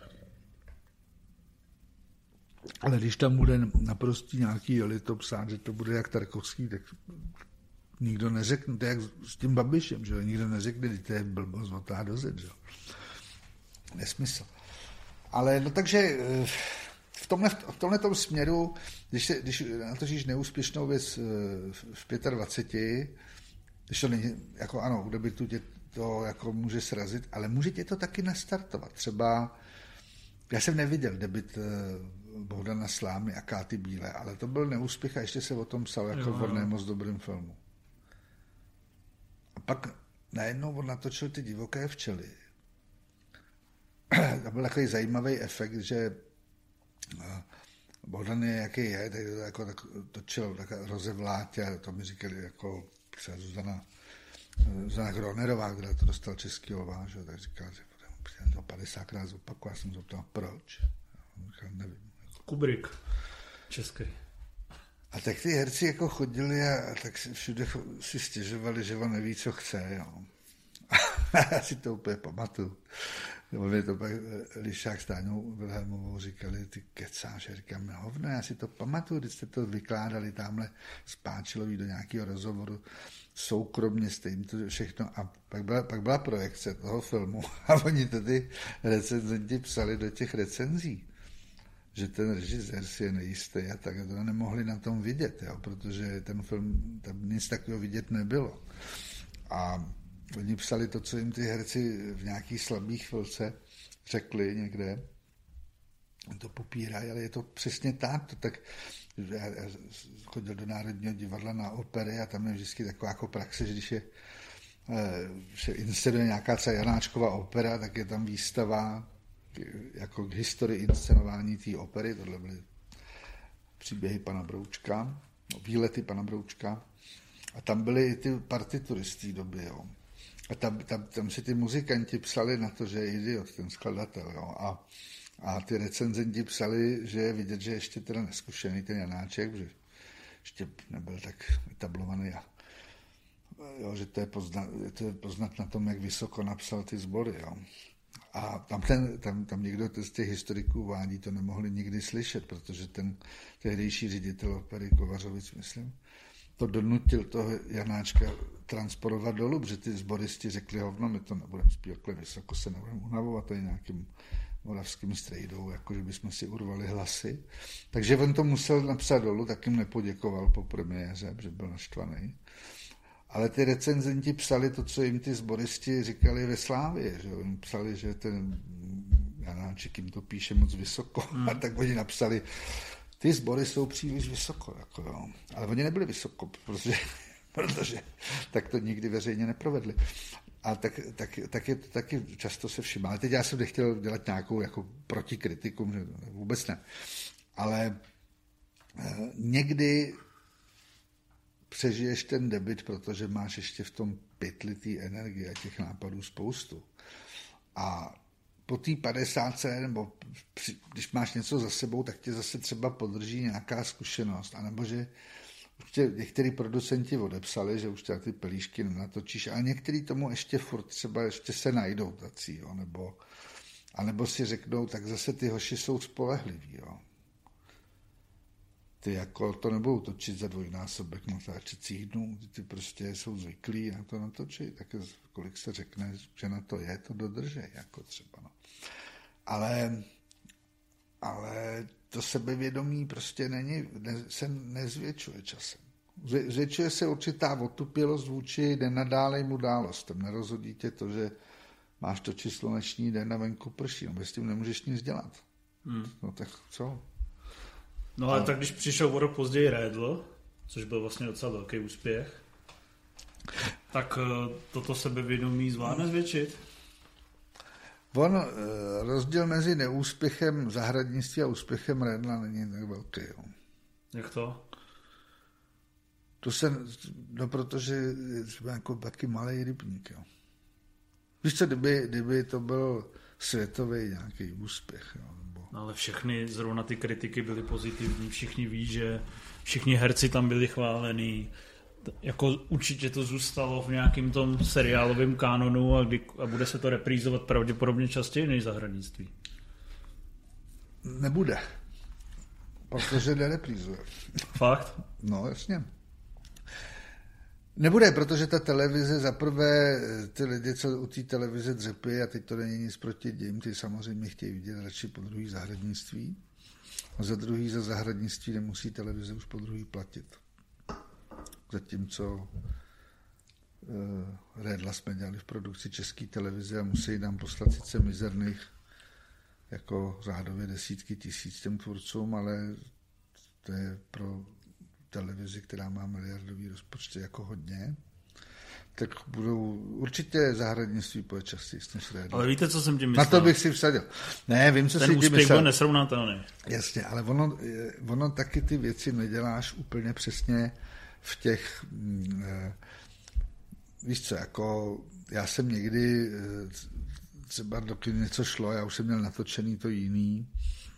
Ale když tam bude naprostý nějaký jelito psát, že to bude jak Tarkovský, tak nikdo neřekne, to je jak s tím Babišem, že jo, nikdo neřekne, že to je blbost od A do Z, že jo. Nesmysl. Ale no takže v tomhle, v tomhletom směru, když, se, když natočíš neúspěšnou věc v dvaceti pěti, když to není, jako ano, u debitu tě to jako může srazit, ale může tě to taky nastartovat. Třeba, já jsem neviděl debit Bohdana Slámy a Káty Bílé, ale to byl neúspěch a ještě se o tom psal jako v hodně moc dobrým filmu. A pak najednou on natočil Ty divoké včely. To byl takový zajímavý efekt, že Bohdan je, jaký je, tak to jako tak točil tak rozevlátě, a to mi říkali jako třeba Zuzana, Zuzana Gronerová, která to dostala český Lvář, tak říkala, že jsem to padesátkrát zopakoval, jsem se ptal, proč? Říkal, nevím. Kubrick, český. A tak ty herci jako chodili a, a tak si všude si stěžovali, že on neví, co chce. Jo. A já si to úplně pamatuju. Nebo mě to pak Lišák s Táňou Vilhelmovou říkali, ty kecáš. Já říkám, no hovno, já si to pamatuju, když jste to vykládali tamhle z Páčilový do nějakého rozhovoru soukromně, stejně to všechno. A pak byla, pak byla projekce toho filmu a oni to ty recenzenti psali do těch recenzí, že ten režisér si je nejistý a tak to nemohli na tom vidět, jo, protože ten film, tam nic takového vidět nebylo. A oni psali to, co jim ty herci v nějaký slabý chvilce řekli někde, to popírají, ale je to přesně tak. To tak já, já chodil do Národního divadla na opery a tam je vždycky taková jako praxe, že když je, že inscenuje nějaká třeba Janáčkova opera, tak je tam výstava jako k historii inscenování té opery, tohle byly příběhy pana Broučka, no, výlety pana Broučka, a tam byly i ty partitury z té doby, jo. A tam, tam, tam si ty muzikanti psali na to, že je idiot, ten skladatel, jo. A, a ty recenzenti psali, že je vidět, že ještě teda neskušený ten Janáček, že ještě nebyl tak etablovaný a jo, že to je, poznat, to je poznat na tom, jak vysoko napsal ty sbory, jo. A tam, ten, tam, tam někdo z těch historiků uvádí, to nemohli nikdy slyšet, protože ten tehdejší ředitel opery Kovařovic, myslím, to donutil toho Janáčka transporovat dolů, protože ty sboristi řekli, hovno, my to nebudeme zpívat vysoko, se nebudeme unavovat tady nějakým moravským strejdou, jakože bychom si urvali hlasy. Takže on to musel napsat dolů, tak jim nepoděkoval po premiéře, protože byl naštvaný. Ale ty recenzenti psali to, co jim ty sboristi říkali ve Slávě, že jim psali, že ten Janáček jim to píše moc vysoko. Hmm. A tak oni napsali, ty sbory jsou příliš vysoko, jako jo. Ale oni nebyli vysoko, protože, protože tak to nikdy veřejně neprovedli. A tak, tak, tak je to taky často se všimá. Ale teď já jsem nechtěl dělat nějakou jako protikritiku, že vůbec ne. Ale eh, někdy přežiješ ten debut, protože máš ještě v tom pytli té energie a těch nápadů spoustu. A po té padesátce, nebo při, když máš něco za sebou, tak tě zase třeba podrží nějaká zkušenost. A nebo že už tě některý producenti odepsali, že už tě ty pelíšky nenatočíš, ale některý tomu ještě furt třeba ještě se najdou tací, jo, nebo, a nebo si řeknou, tak zase ty hoši jsou spolehliví, jo. Ty jako to nebudou točit za dvojnásobek natáčecích dnů, ty, ty prostě jsou zvyklí na to natočit, tak kolik se řekne, že na to je, to dodržej, jako třeba, no. Ale, ale to sebevědomí prostě není, ne, se nezvětšuje časem. Zvětšuje se určitá otupělost vůči nenadálejm událostem. Nerozhodí tě to, že máš točit sluneční den a venku prší, no bez tím nemůžeš nic dělat. Hmm. No tak co? No ale tak když přišel o rok později Redl, což byl vlastně docela velký úspěch, tak toto sebevědomí zvládne zvětšit? On, rozdíl mezi neúspěchem zahradnictví a úspěchem Redla není tak velký. Jo. Jak to? To se, no protože je třeba jako taky malý rybník. Jo. Víš co, kdyby, kdyby to byl světový nějaký úspěch, jo. No, ale všechny, zrovna ty kritiky byly pozitivní, všichni ví, že všichni herci tam byli chválení, jako určitě to zůstalo v nějakém tom seriálovém kánonu a, kdy, a bude se to reprízovat pravděpodobně častěji než zahradnictví. Nebude, protože nereprízuje. Fakt? No, jasně. Nebude, protože ta televize, zaprvé ty lidi, co u té televize dřepí, a teď to není nic proti ním, ty samozřejmě chtějí vidět radši po druhý zahradnictví. A za druhý za zahradnictví nemusí televize už po druhý platit. Zatímco uh, Redla jsme dělali v produkci české televize a musí nám poslat sice mizerných jako řádově desítky tisíc těm tvůrcům, ale to je pro televizi, která má miliardový rozpočty jako hodně, tak budou určitě zahradnictví pojít častěji než Redla. Ale víte, co jsem tím myslel? Na to bych si vsadil. Ne, vím, co ten si tím myslel. Ten úspěch byl nesrovnatelný. Jasně, ale ono, ono taky ty věci neděláš úplně přesně v těch, víš co, jako já jsem někdy třeba dokud něco šlo, já už jsem měl natočený to jiný.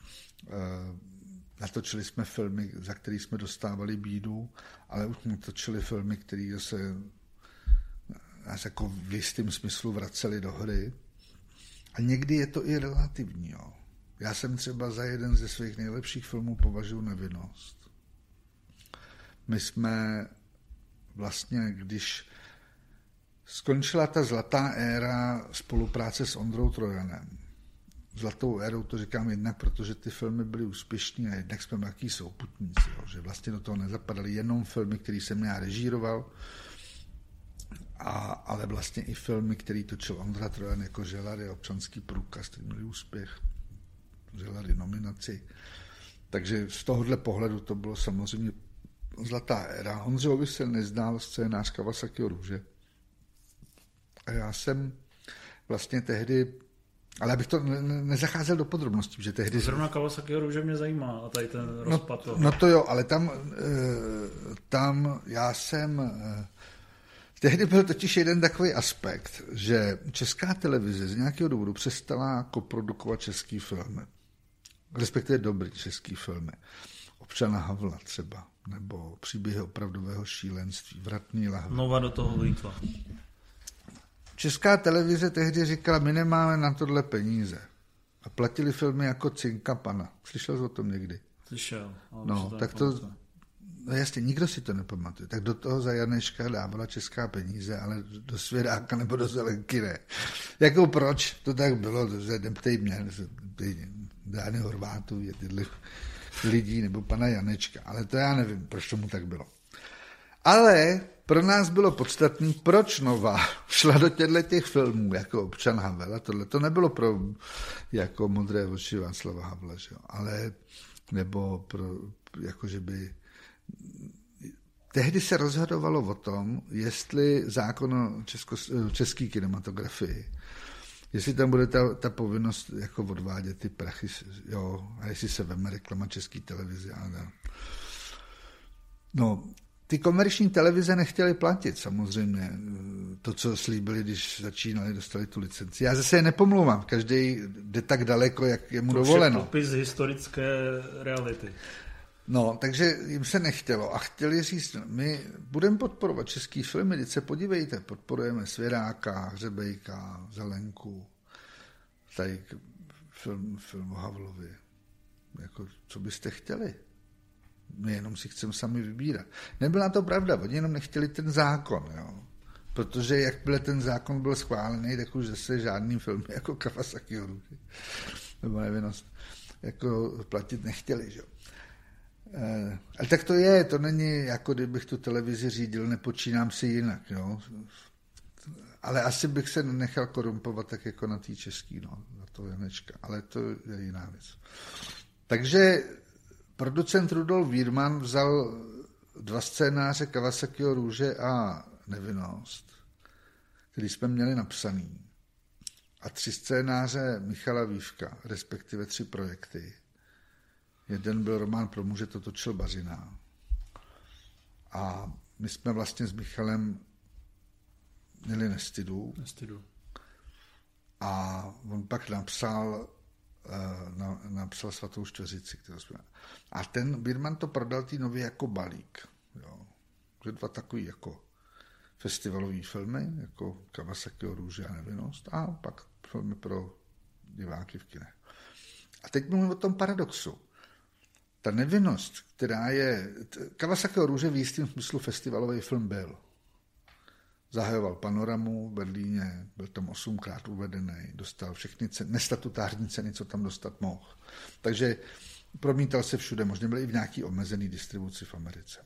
Natočili jsme filmy, za který jsme dostávali bídu, ale už natočili filmy, které se nás jako v jistém smyslu vraceli do hry. A někdy je to i relativní. Jo. Já jsem třeba za jeden ze svých nejlepších filmů považuji Nevinnost. My jsme vlastně, když skončila ta zlatá éra spolupráce s Ondrou Trojanem, zlatou érou to říkám jednak, protože ty filmy byly úspěšní a jednak jsme jaký souputníci, jo, že vlastně do toho nezapadaly jenom filmy, které jsem já režíroval, a, ale vlastně i filmy, který točil Ondra Trojan jako Želary, Občanský průkaz, který měli úspěch, Želary nominaci. Takže z tohohle pohledu to bylo samozřejmě zlatá éra. Ondřejovi se nezdál scénář Kawasakiho Růže. A já jsem vlastně tehdy, ale abych to ne- nezacházel do podrobností, že tehdy... Zrovna Kawasakiho Růže mě zajímá a tady ten rozpad. No, no to jo, ale tam, tam já jsem... Tehdy byl totiž jeden takový aspekt, že Česká televize z nějakého důvodu přestala koprodukovat český filmy. Respektive dobrý český filmy. Občana Havla třeba, nebo Příběhy opravdového šílenství, Vratný lahve. Nova do toho vlítla. Česká televize tehdy říkala, my nemáme na tohle peníze. A platili filmy jako Cinka pana. Slyšel jsi o tom někdy? Slyšel. No, tak to... No jasně, nikdo si to nepamatuje. Tak do toho za Janečka dávala česká peníze, ale do Svěráka nebo do Zelenky ne. Jako proč to tak bylo? Neptej mě, Dány Horvátů, je tyhle lidí, nebo pana Janečka. Ale to já nevím, proč tomu tak bylo. Ale pro nás bylo podstatný, proč Nova šla do těchto těch filmů, jako Občan Havel. A tohle to nebylo pro jako Modré oči Václava Havla, že jo? Ale nebo pro, jako že by... Tehdy se rozhodovalo o tom, jestli zákon o česko, české kinematografii, jestli tam bude ta, ta povinnost jako odvádět ty prachy, jo, a jestli se veme reklama české televize. Ale... No, ty komerční televize nechtěly platit samozřejmě to, co slíbili, když začínali, dostali tu licenci. Já zase je nepomlouvám, každý jde tak daleko, jak je mu to dovoleno. To je popis historické reality. No, takže jim se nechtělo a chtěli říct, my budeme podporovat český filmy, teď se podívejte, podporujeme Svěráka, Hřebejka, Zelenku, tady film, film o Havlovi. Jako, co byste chtěli? My jenom si chceme sami vybírat. Nebyla to pravda, oni jenom nechtěli ten zákon, jo. Protože jakmile ten zákon byl schválený, tak už zase žádný film jako Kawasakiho Růže nebo Nevinnost jako platit nechtěli, že jo. Eh, ale tak to je, to není jako kdybych tu televizi řídil, nepočínám si jinak, jo. Ale asi bych se nenechal korumpovat tak jako na té český, no, na to Janečka, ale to je jiná věc. Takže producent Rudolf Wierman vzal dva scénáře Kawasakiho Růže a Nevinnost, který jsme měli napsaný, a tři scénáře Michala Vívka, respektive tři projekty. Jeden byl román pro muže, to točil Bařina. A my jsme vlastně s Michalem měli Nestydu. Nestydu. A on pak napsal, na, napsal Svatou čtveřici. Kterou jsme... A ten Birman to prodal tý nově jako balík. Jo. Dva takový jako festivalový filmy, jako Kawasakiho Růže a Nevinnost, a pak filmy pro diváky v kinech. A teď mluvím o tom paradoxu. Ta Nevinnost, která je... Kawasakiho Růže v jistém smyslu festivalový film byl. Zahajoval Panoramu v Berlíně, byl tam osmkrát uvedený, dostal všechny ceny, nestatutární ceny, co tam dostat mohl. Takže promítal se všude, možná byl i v nějaký omezený distribuci v Americe.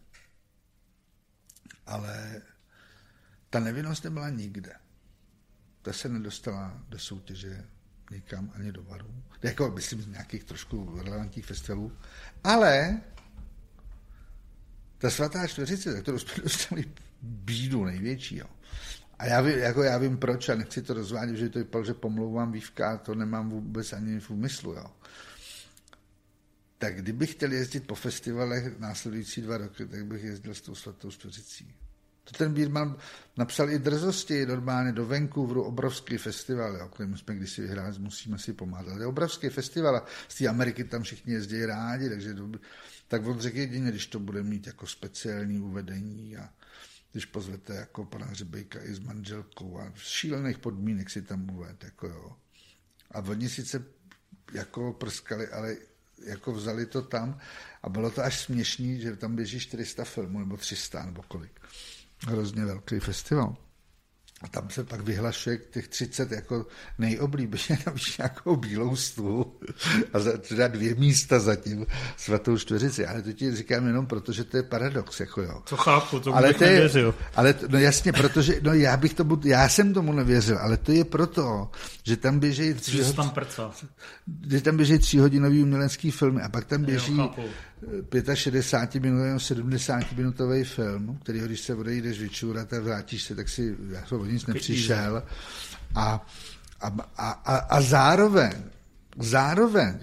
Ale ta Nevinnost nebyla nikde. Ta se nedostala do soutěže nikam ani do Varu. Jako, myslím, z nějakých trošku relevantních festivalů. Ale ta Svatá čtveřice, za kterou jsme dostali bídu největší. Jo. A já vím, jako já vím proč, a nechci to rozvádět, že to vypadalo, že pomlouvám Vívka, to nemám vůbec ani v úmyslu. Jo. Tak kdybych chtěl jezdit po festivalech následující dva roky, tak bych jezdil s tou Svatou čtveřicí. To ten Biermann napsal i Drzosti, normálně do Vancouveru, obrovský festival, o kterém jsme kdysi vyhráli, musíme si pomáhat. Je obrovský festival a z té Ameriky tam všichni jezdí rádi, takže to, tak on řekl jedině, když to bude mít jako speciální uvedení a když pozvete jako pana Hřebejka i s manželkou a v šílených podmínek si tam uved, jako jo. A oni sice jako prskali, ale jako vzali to tam a bylo to až směšný, že tam běží čtyři sta filmů, nebo tři sta, nebo kolik. Hrozně velký festival. A tam se pak vyhlašuje těch třicet jako nejoblíbeně na nějakou bílou stůl a za, teda dvě místa zatím svatou čtveřici. Ale to ti říkám jenom proto, že to je paradox. Jako jo. To chápu, tomu ale bych to je, nevěřil. Ale to, no jasně, protože no já bych tomu, já jsem tomu nevěřil, ale to je proto, že tam běží tři, tam že tam běží tříhodinový umělecký filmy a pak tam běží šedesát pět minutový, sedmdesát minutový film, který když se odejdeš vyčůrat a vrátíš se, tak si jako o nic nepřišel. A, a, a, a, a zároveň, zároveň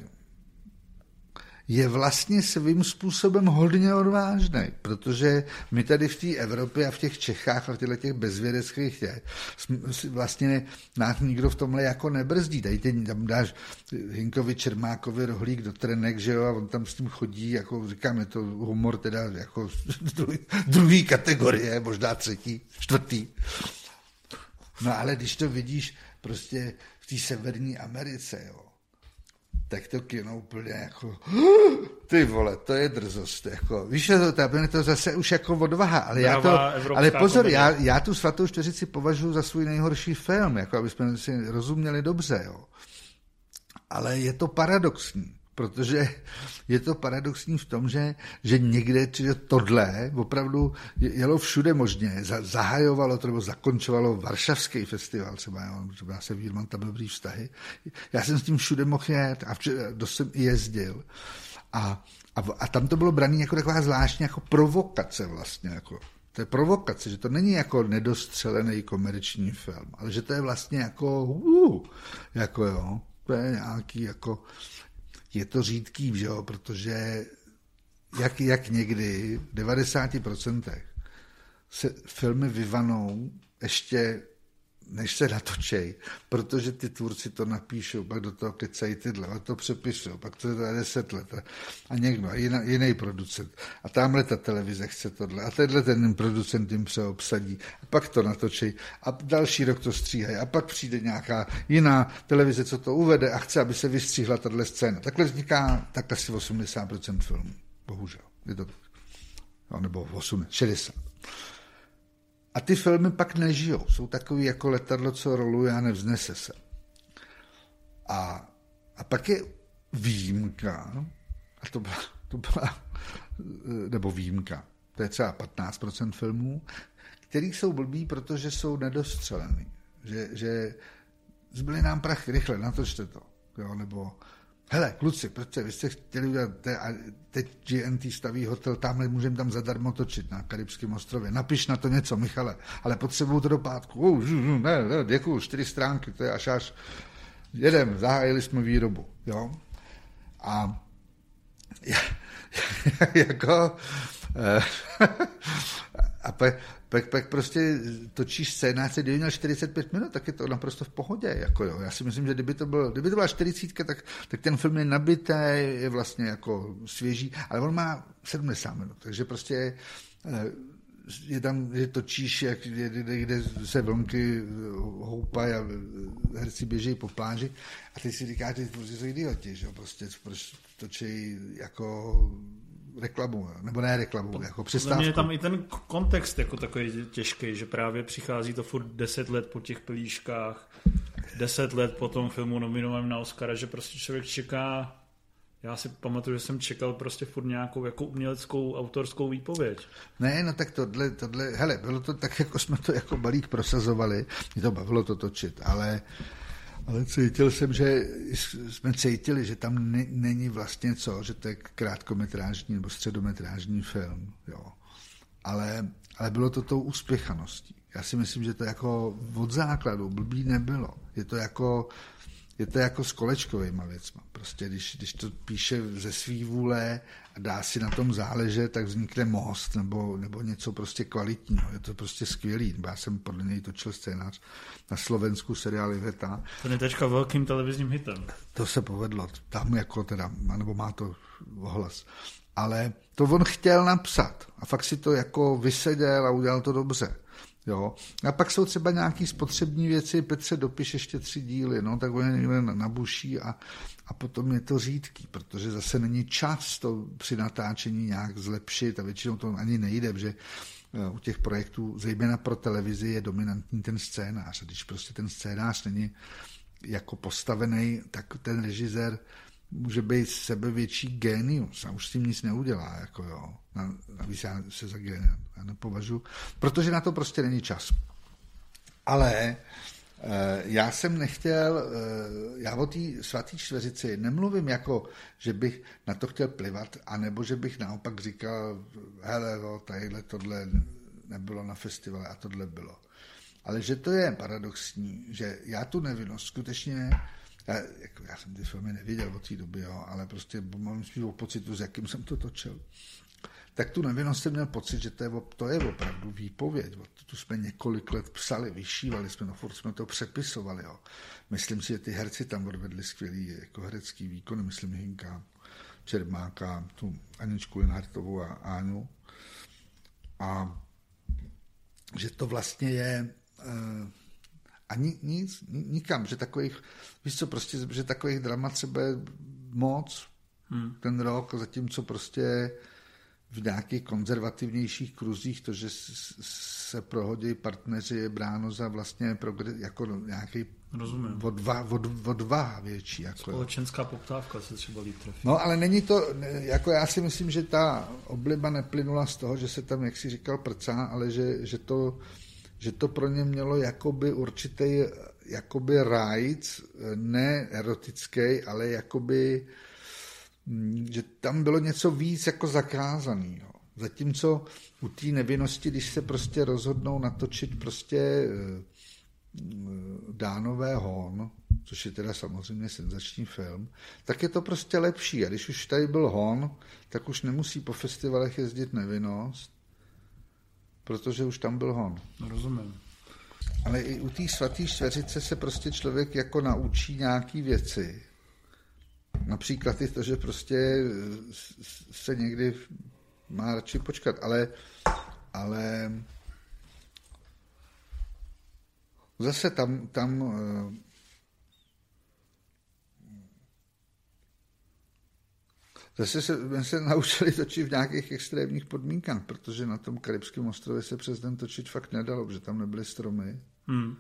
je vlastně svým způsobem hodně odvážný, protože my tady v té Evropě a v těch Čechách a v těchto těch bezvědeckých těch, vlastně nás nikdo v tomhle jako nebrzdí. Tady ty, tam dáš Hinkovi Čermákovi rohlík do trenek, že jo, a on tam s tím chodí, jako říkám, je to humor teda jako druhý, druhý kategorie, možná třetí, čtvrtý. No ale když to vidíš prostě v té Severní Americe, jo, tak to kino úplně jako ty vole, to je drzost. Jako. Víš, že to, to, to zase už jako odvaha, ale, já to, ale pozor, já, já tu svatou čtveřici považuji za svůj nejhorší film, jako aby jsme si rozuměli dobře, jo. Ale je to paradoxní, protože je to paradoxní v tom, že, že někde že tohle opravdu jelo všude možně, zahajovalo to, nebo zakončovalo Varšavský festival, třeba, jo, třeba se Biermann tam dobrý vztahy. Já jsem s tím všude mohl jet a dost jsem i jezdil. A, a, a tam to bylo brané jako taková zvláštní jako provokace vlastně, jako to je provokace, že to není jako nedostřelený komerční film, ale že to je vlastně jako uh, jako jo, to je nějaký jako je to řídký, že jo, protože jak, jak někdy v devadesáti procentech se filmy vyvanou ještě než se natočej, protože ty tvůrci to napíšou, pak do toho kecají tyhle, a to přepíšou, pak to je deset let a někdo, a jiný, jiný producent. A tamhle ta televize chce tohle, a tenhle ten producent jim přeobsadí, a pak to natočí, a další rok to stříhají, a pak přijde nějaká jiná televize, co to uvede a chce, aby se vystříhla tahle scéna. Takhle vzniká tak asi osmdesát procent filmů, bohužel. Je to tak. No, nebo osmdesát, šedesát. A ty filmy pak nežijou. Jsou takový jako letadlo, co roluje a nevznese se. A, a pak je výjimka, a to byla, to byla, nebo výjimka, to je třeba patnáct procent filmů, který jsou blbý, protože jsou nedostřelený. Že, že zbyli nám prach rychle, natočte to. Jo, nebo hele, kluci, protože vy jste chtěli udělat, teď G N T staví hotel, tamhle můžeme tam zadarmo točit na Karibském ostrově. Napiš na to něco, Michale, ale potřebuju to do pátku. Uh, ne, ne, děkuju, čtyři stránky, to je až až. Jedem, zahájili jsme výrobu, jo. A jako a pak, pak, pak prostě točíš scénář, kdyby měl čtyřicet pět minut, tak je to naprosto v pohodě. Jako jo. Já si myslím, že kdyby to, bylo, kdyby to byla čtyřicítka, tak, tak ten film je nabitý, je vlastně jako svěží, ale on má sedmdesát minut, takže prostě je tam, že točíš, jak, kde se vlnky houpají a herci běžejí po pláži a ty si říkáš, že to jsou idioti, že prostě proč točí jako reklamu, nebo ne reklamu, jako přestávku. Je tam i ten kontext jako takový těžký, že právě přichází to furt deset let po těch pelíškách, deset let po tom filmu nominovaném na Oscara, že prostě člověk čeká, já si pamatuju, že jsem čekal prostě furt nějakou jako uměleckou autorskou výpověď. Ne, no tak tohle, tohle, hele, bylo to tak, jako jsme to jako balík prosazovali, mě to bavilo to točit, ale Ale cítil jsem, že jsme cítili, že tam ne, není vlastně co, že to je krátkometrážní nebo středometrážní film. Jo. Ale, ale bylo to tou uspěchaností. Já si myslím, že to jako od základu blbý nebylo. Je to jako, je to jako s kolečkovýma věcma. Prostě když, když to píše ze svý vůle a dá si na tom záležet, tak vznikne Most nebo, nebo něco prostě kvalitního. Je to prostě skvělý. Já jsem podle něj točil scénář na Slovensku seriál Iveta. To je teďka velkým televizním hitem. To se povedlo. Tam jako teda, nebo má to ohlas. Ale to on chtěl napsat a fakt si to jako vyseděl a udělal to dobře. Jo. A pak jsou třeba nějaký spotřební věci, Petře, dopiš ještě tři díly, no, tak oni někde nabuší a, a potom je to řídký, protože zase není čas to při natáčení nějak zlepšit a většinou to ani nejde, protože u těch projektů, zejména pro televizi, je dominantní ten scénář. A když prostě ten scénář není jako postavený, tak ten režisér může být sebevětší génius a už s tím nic neudělá. Jako jo. Navíc já se za génia nepovažuji, protože na to prostě není čas. Ale e, já jsem nechtěl, e, já o té svatý čtveřici nemluvím jako, že bych na to chtěl plivat, anebo že bych naopak říkal, hele, no, tadyhle tohle nebylo na festivale a tohle bylo. Ale že to je paradoxní, že já tu nevinnost skutečně, já, jako já jsem ty filmy neviděl od té doby, jo, ale prostě mám spíš o pocitu, s jakým jsem to točil. Tak tu nevinnost jsem měl pocit, že to je, to je opravdu výpověď. Tu jsme několik let psali, vyšívali jsme, no furt jsme to přepisovali. Jo. Myslím si, že ty herci tam odvedli skvělý jako herecký výkon, myslím Hinka, Čermáka, tu Aničku Linhartovou a Áňu. A že to vlastně je a nic, nikam, že takových, víš co, prostě, že takových dramat třeba je moc hmm. ten rok, zatímco prostě v nějakých konzervativnějších kruzích to, že se prohodí partneři, je bráno za vlastně progres, jako nějaký odvaha, od, odvaha větší. Jako společenská poptávka se třeba líp trefí. No, ale není to, jako já si myslím, že ta obliba neplynula z toho, že se tam, jak jsi říkal, prcá, ale že, že to že to pro ně mělo jakoby určitý jakoby rájc, ne erotický, ale jakoby, že tam bylo něco víc jako zakázanýho. Zatímco u té nevinnosti, když se prostě rozhodnou natočit prostě Dánové hon, což je teda samozřejmě senzační film, tak je to prostě lepší. A když už tady byl hon, tak už nemusí po festivalech jezdit nevinnost, protože už tam byl hon. No, rozumím. Ale i u té svatý čtveřice se prostě člověk jako naučí nějaký věci. Například i to, že prostě se někdy má radši počkat, ale, ale zase tam, tam Zase se, jsme se naučili točit v nějakých extrémních podmínkách, protože na tom Karibském ostrově se přes den točit fakt nedalo, protože tam nebyly stromy. Hmm.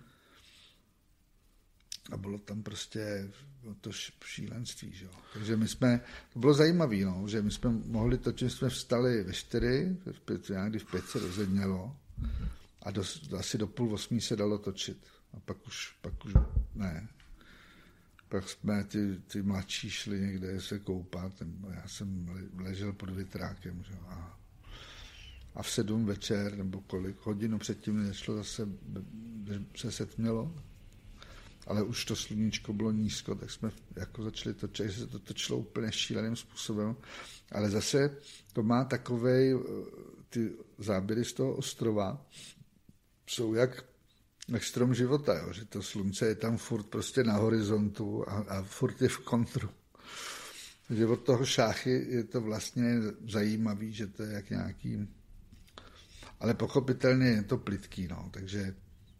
A bylo tam prostě to šílenství. Že? Takže my jsme, to bylo zajímavé, no, že my jsme mohli točit, jsme vstali ve čtyři, v pět, někdy v pět se rozednělo a do, asi do půl osmí se dalo točit. A pak už, pak už ne. Pak jsme ty, ty mladší šli někde se koupat, já jsem ležel pod větrákem. Že? A, a v sedm večer, nebo kolik, hodinu předtím nešlo zase, se setmělo, ale už to sluníčko bylo nízko, tak jsme jako začali točit, že se to točilo úplně šíleným způsobem, ale zase to má takovej, ty záběry z toho ostrova jsou jak jak strom života, jo, že to slunce je tam furt prostě na horizontu a, a furt je v kontru. Takže od toho šáchy je to vlastně zajímavý, že to je jak nějaký, ale pochopitelně je to plytký, no, takže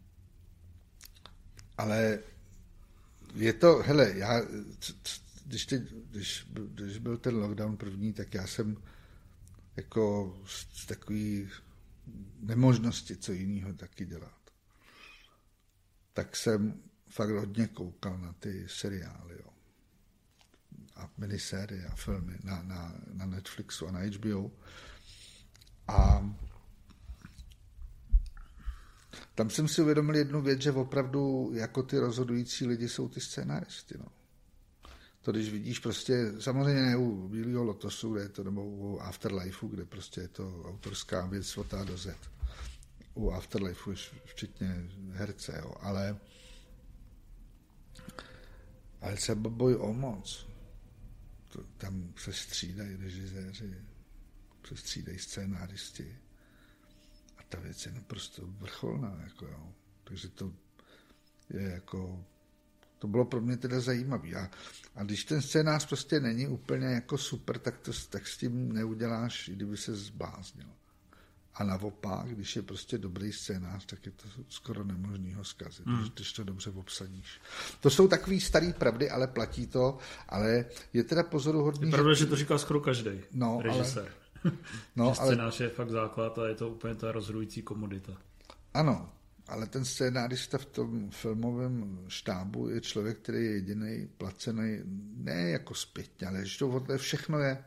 ale je to, hele, já, když, ty, když, když byl ten lockdown první, tak já jsem jako z takový nemožnosti co jiného taky dělat. Tak jsem fakt hodně koukal na ty seriály, jo. A minisérie a filmy na, na, na Netflixu a na H B O. A tam jsem si uvědomil jednu věc, že opravdu jako ty rozhodující lidi jsou ty scénáristy, no. To když vidíš prostě, samozřejmě ne u Bílého lotosu, kde je to, nebo u Afterlifeu, kde prostě je to autorská věc od A do Z. U Afterlifeu včetně herce, jo, ale ale třeba Boj o moc, to, tam se střídají režiséři se střídají scénáristi. A ta věc je naprosto vrcholná. Jako, jo. Takže to je jako... To bylo pro mě teda zajímavé. A, a když ten scénář prostě není úplně jako super, tak, to, tak s tím neuděláš, i kdyby se zbláznil. A naopak, když je prostě dobrý scénář, tak je to skoro nemožný ho zkazit, hmm. když to dobře obsadíš. To jsou takový starý pravdy, ale platí to, ale je teda pozoruhodný... Je pravda, že, že to říká skoro každý no, režisér. Ale, no, že scénář ale, je fakt základ a je to úplně ta rozhodující komodita. Ano, ale ten scénárista v tom filmovém štábu je člověk, který je jediný, placený, ne jako zpětně, ale že to všechno je.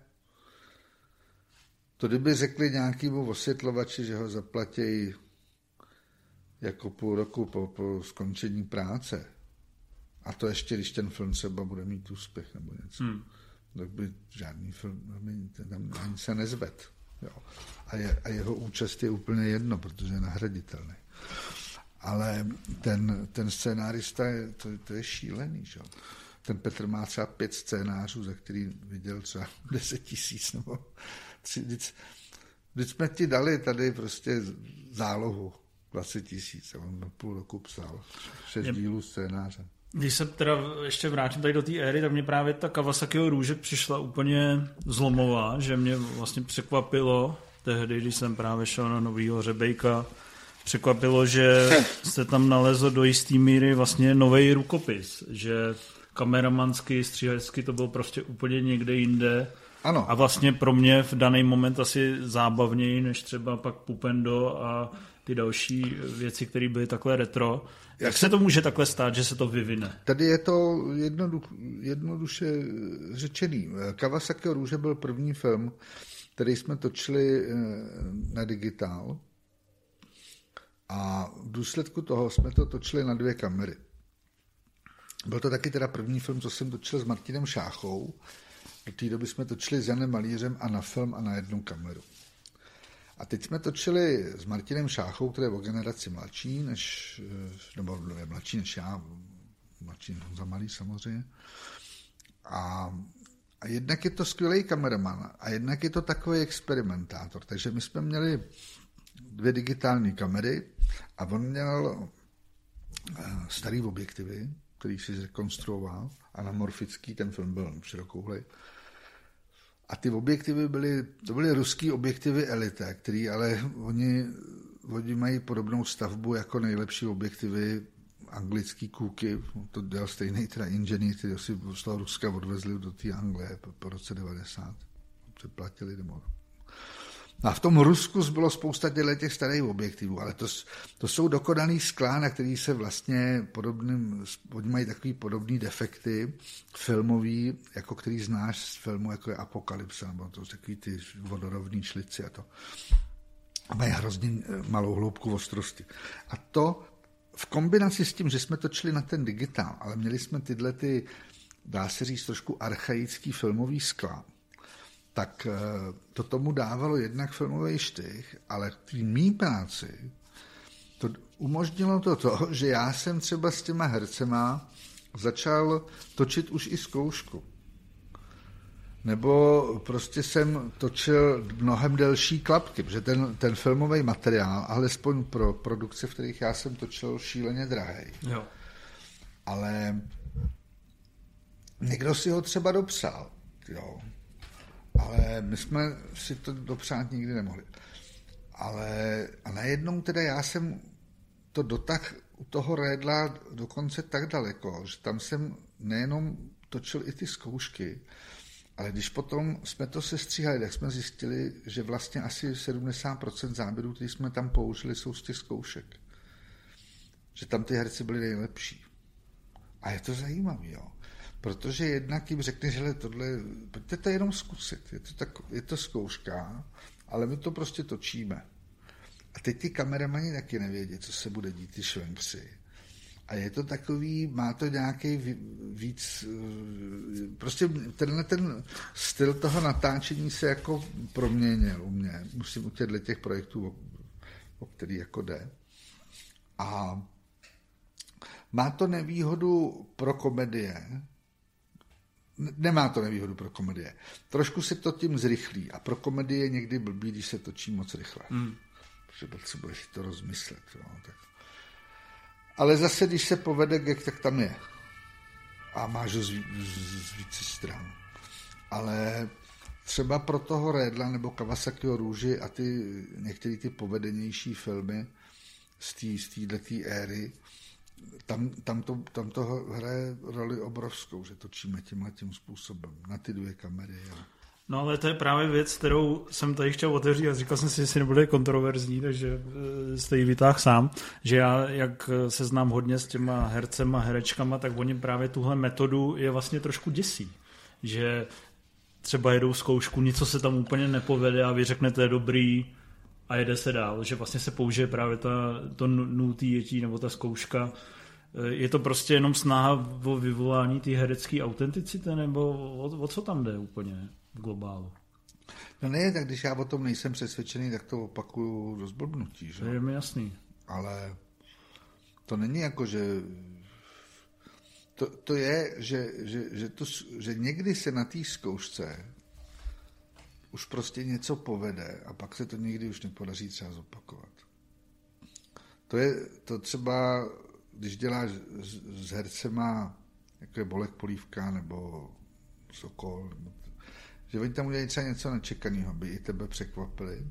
To kdyby řekli nějakému osvětlovači, že ho zaplatí jako půl roku po, po skončení práce, a to ještě, když ten film třeba bude mít úspěch nebo něco, hmm. tak by žádný film tam ani se nezved. Jo. A, je, a jeho účast je úplně jedno, protože je nahraditelný. Ale ten, ten scénárista, je, to, to je šílený. Že? Ten Petr má třeba pět scénářů, za který viděl třeba deset tisíc nebo Vždyť, vždyť jsme ti dali tady prostě zálohu dvacet tisíc a on na půl roku psal šest dílů scénáře. Když se teda ještě vrátím tady do té éry, tak mě právě ta Kawasakiho růže přišla úplně zlomová, že mě vlastně překvapilo tehdy, když jsem právě šel na novýho Řebejka, překvapilo, že se tam nalezl do jistý míry vlastně novej rukopis, že kameramanský, stříhačsky to bylo prostě úplně někde jinde. Ano. A vlastně pro mě v daný moment asi zábavněji, než třeba pak Pupendo a ty další věci, které byly takhle retro. Jak, Jak se to může takhle stát, že se to vyvine? Tady je to jednoduch, jednoduše řečený. Kawasakiho růže byl první film, který jsme točili na digitál a v důsledku toho jsme to točili na dvě kamery. Byl to taky teda první film, co jsem točil s Martinem Šáchou. Do té doby jsme točili s Janem Malířem a na film a na jednu kameru. A teď jsme točili s Martinem Šáchou, který je o generaci mladší, než, nebo je mladší než já, mladší než Honza Malíř samozřejmě. A, a jednak je to skvělý kameraman a jednak je to takový experimentátor. Takže my jsme měli dvě digitální kamery a on měl starý objektivy, který si zrekonstruoval, anamorfický, ten film byl širokouhlej. A ty objektivy byly, to byly ruský objektivy Elite, který ale oni, oni mají podobnou stavbu jako nejlepší objektivy anglický Kůky, to dělal stejný teda inženýr, který si z toho Ruska odvezli do té Anglie po, po roce devadesát. Přeplatili nebo... A v tom Rusku bylo spousta těch starých objektivů, ale to, to jsou dokonaný skla, na který se vlastně podobným, oni mají takový podobný defekty filmový, jako který znáš z filmu, jako je Apokalypsa, nebo to takový ty vodorovný šlici a to. A mají hrozně malou hloubku ostrosti. A to v kombinaci s tím, že jsme točili na ten digitál, ale měli jsme tyhle ty, dá se říct, trošku archaický filmový skla, tak to tomu dávalo jednak filmový štych, ale v té mý práci to umožnilo to to, že já jsem třeba s těma hercema začal točit už i zkoušku. Nebo prostě jsem točil mnohem delší klapky, protože ten, ten filmový materiál, alespoň pro produkce, v kterých já jsem točil, šíleně drahý. Jo. Ale někdo si ho třeba dopsal, jo. Ale my jsme si to dopřát nikdy nemohli. Ale a najednou teda já jsem to dotah u toho Rédla dokonce tak daleko, že tam jsem nejenom točil i ty zkoušky, ale když potom jsme to sestříhali, tak jsme zjistili, že vlastně asi sedmdesát procent záběrů, které jsme tam použili, jsou z těch zkoušek. Že tam ty herci byli nejlepší. A je to zajímavé, jo. Protože jednak jim řekneš, že tohle, pojďte to jenom zkusit, je to, tak, je to zkouška, ale my to prostě točíme. A teď ty kameramani taky nevědí, co se bude dít, ty švenkři. A je to takový, má to nějaký víc, prostě tenhle ten styl toho natáčení se jako proměnil u mě, musím u těchto těch projektů, o, o který jako jde. A má to nevýhodu pro komedie, nemá to nevýhodu pro komedie. Trošku se to tím zrychlí a pro komedie je někdy blbý, když se točí moc rychle. Mm. Protože potřebuješ to rozmyslet. Jo, tak. Ale zase, když se povede gag, tak tam je. A máš ho z, z, z více stran. Ale třeba pro toho Redla nebo Kawasakiho Růži a ty některé ty povedenější filmy z této éry, tam, tam, to, tam to hraje roli obrovskou, že točíme tímhle tím způsobem na ty dvě kamery. Jo. No ale to je právě věc, kterou jsem tady chtěl otevřít a říkal jsem si, jestli nebude kontroverzní, takže jste ji vytáhl sám, že já, jak se znám hodně s těma hercema, herečkama, tak oni právě tuhle metodu je vlastně trošku děsí, že třeba jedou zkoušku, něco se tam úplně nepovede a vy řeknete je dobrý a jede se dál, že vlastně se použije právě ta, to nutý jetí nebo ta zkouška. Je to prostě jenom snaha o vyvolání té herecké autenticity nebo o, o co tam jde úplně v globálu? No ne, tak když já o tom nejsem přesvědčený, tak to opakuju do zblbnutí. Že? To je mi jasný. Ale to není jako, že to, to je, že, že, že, to, že někdy se na té zkoušce už prostě něco povede a pak se to nikdy už nepodaří třeba zopakovat. To je to třeba, když děláš s, s hercema, jako je Bolek Polívka nebo Sokol, nebo to, že oni tam udělají třeba něco nečekaného, aby i tebe překvapili.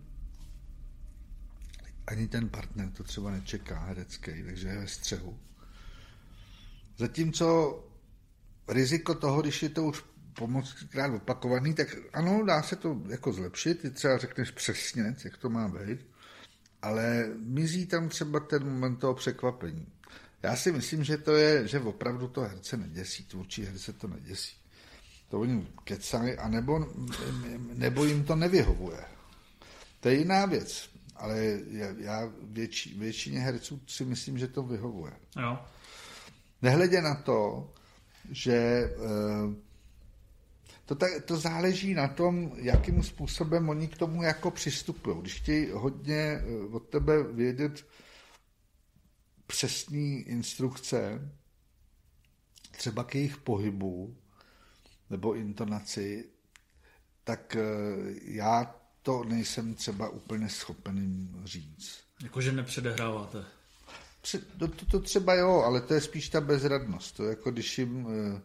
Ani ten partner to třeba nečeká herecký, takže je ve střehu. Zatímco riziko toho, když je to už pomockrát opakovaný, tak ano, dá se to jako zlepšit, ty třeba řekneš přesně, jak to má být, ale mizí tam třeba ten moment toho překvapení. Já si myslím, že to je, že opravdu to herce neděsí, tvůrčí herce to neděsí. To oni kecají, anebo, nebo jim to nevyhovuje. To je jiná věc, ale já větši, většině herců si myslím, že to vyhovuje. Jo. Nehledě na to, že to, tak, to záleží na tom, jakým způsobem oni k tomu jako přistupují. Když chtějí hodně od tebe vědět přesné instrukce, třeba k jejich pohybu nebo intonaci, tak já to nejsem třeba úplně schopen říct. Jakože nepředehráváte. To, to, to třeba jo, ale to je spíš ta bezradnost. To je jako když jim... Uh, uh,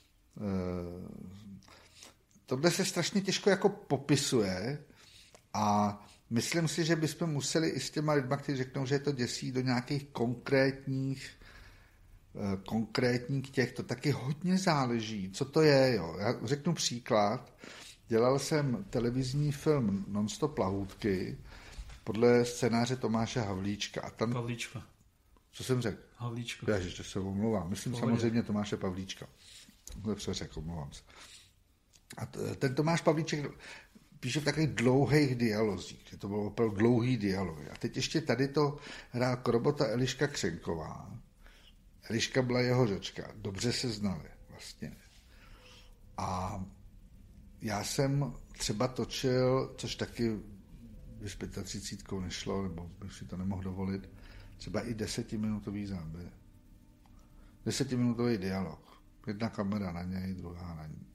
tohle se strašně těžko jako popisuje a myslím si, že bychom museli i s těma lidma, kteří řeknou, že je to děsí do nějakých konkrétních uh, konkrétních těch, to taky hodně záleží. Co to je, jo? Já řeknu příklad. Dělal jsem televizní film Non-stop lahůdky podle scénáře Tomáše Havlíčka. A tam... Pavlíčka. Co jsem řekl? Havlíčka. Já ještě se omlouvám. Myslím Pohodě. Samozřejmě Tomáše Pavlíčka. Lepře řekl, omlouvám se. A t- ten Tomáš Pavlíček píše v takových dlouhých dialozích. To bylo opravdu dlouhý dialogy. A teď ještě tady to hrál Krobota Eliška Křenková. Eliška byla jeho řečka. Dobře se znali vlastně. A já jsem třeba točil, což taky s třicítkou nešlo, nebo bych si to nemohl dovolit, třeba i desetiminutový záběr. Desetiminutový dialog. Jedna kamera na něj, druhá na ní.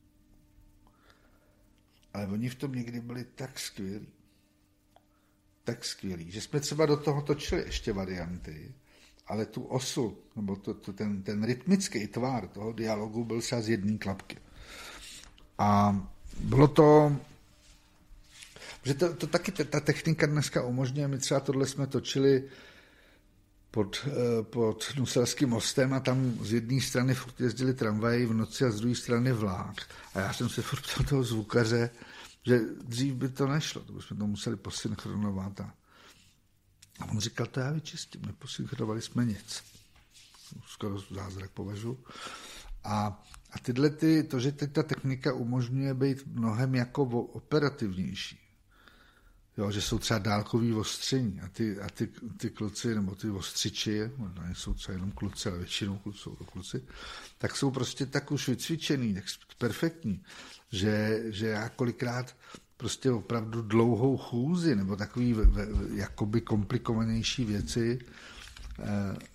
Ale oni v tom někdy byli tak skvělí. Tak skvělí, že jsme třeba do toho točili ještě varianty, ale tu osu, nebo to, to, ten, ten rytmický tvar toho dialogu byl třeba z jedné klapky. A bylo to, že to, to taky ta technika dneska umožňuje, my třeba tohle jsme točili pod, pod Nuselským mostem a tam z jedné strany furt jezdili tramvaji v noci a z druhé strany vlák. A já jsem se furt ptal toho zvukaře, že dřív by to nešlo, to bychom to museli posynchronovat. A, a on říkal, to já vyčistím, neposynchronovali jsme nic. Skoro zázrak považuji. A A tyhle ty, to, že teď ta technika umožňuje být mnohem jako operativnější. Jo, že jsou třeba dálkový ostření a ty, a ty, ty kluci, nebo ty ostřiči, možná nejsou třeba jenom kluci, ale většinou jsou to kluci, tak jsou prostě tak už vycvičený, tak perfektní, že, že já kolikrát prostě opravdu dlouhou chůzi nebo takový jakoby komplikovanější věci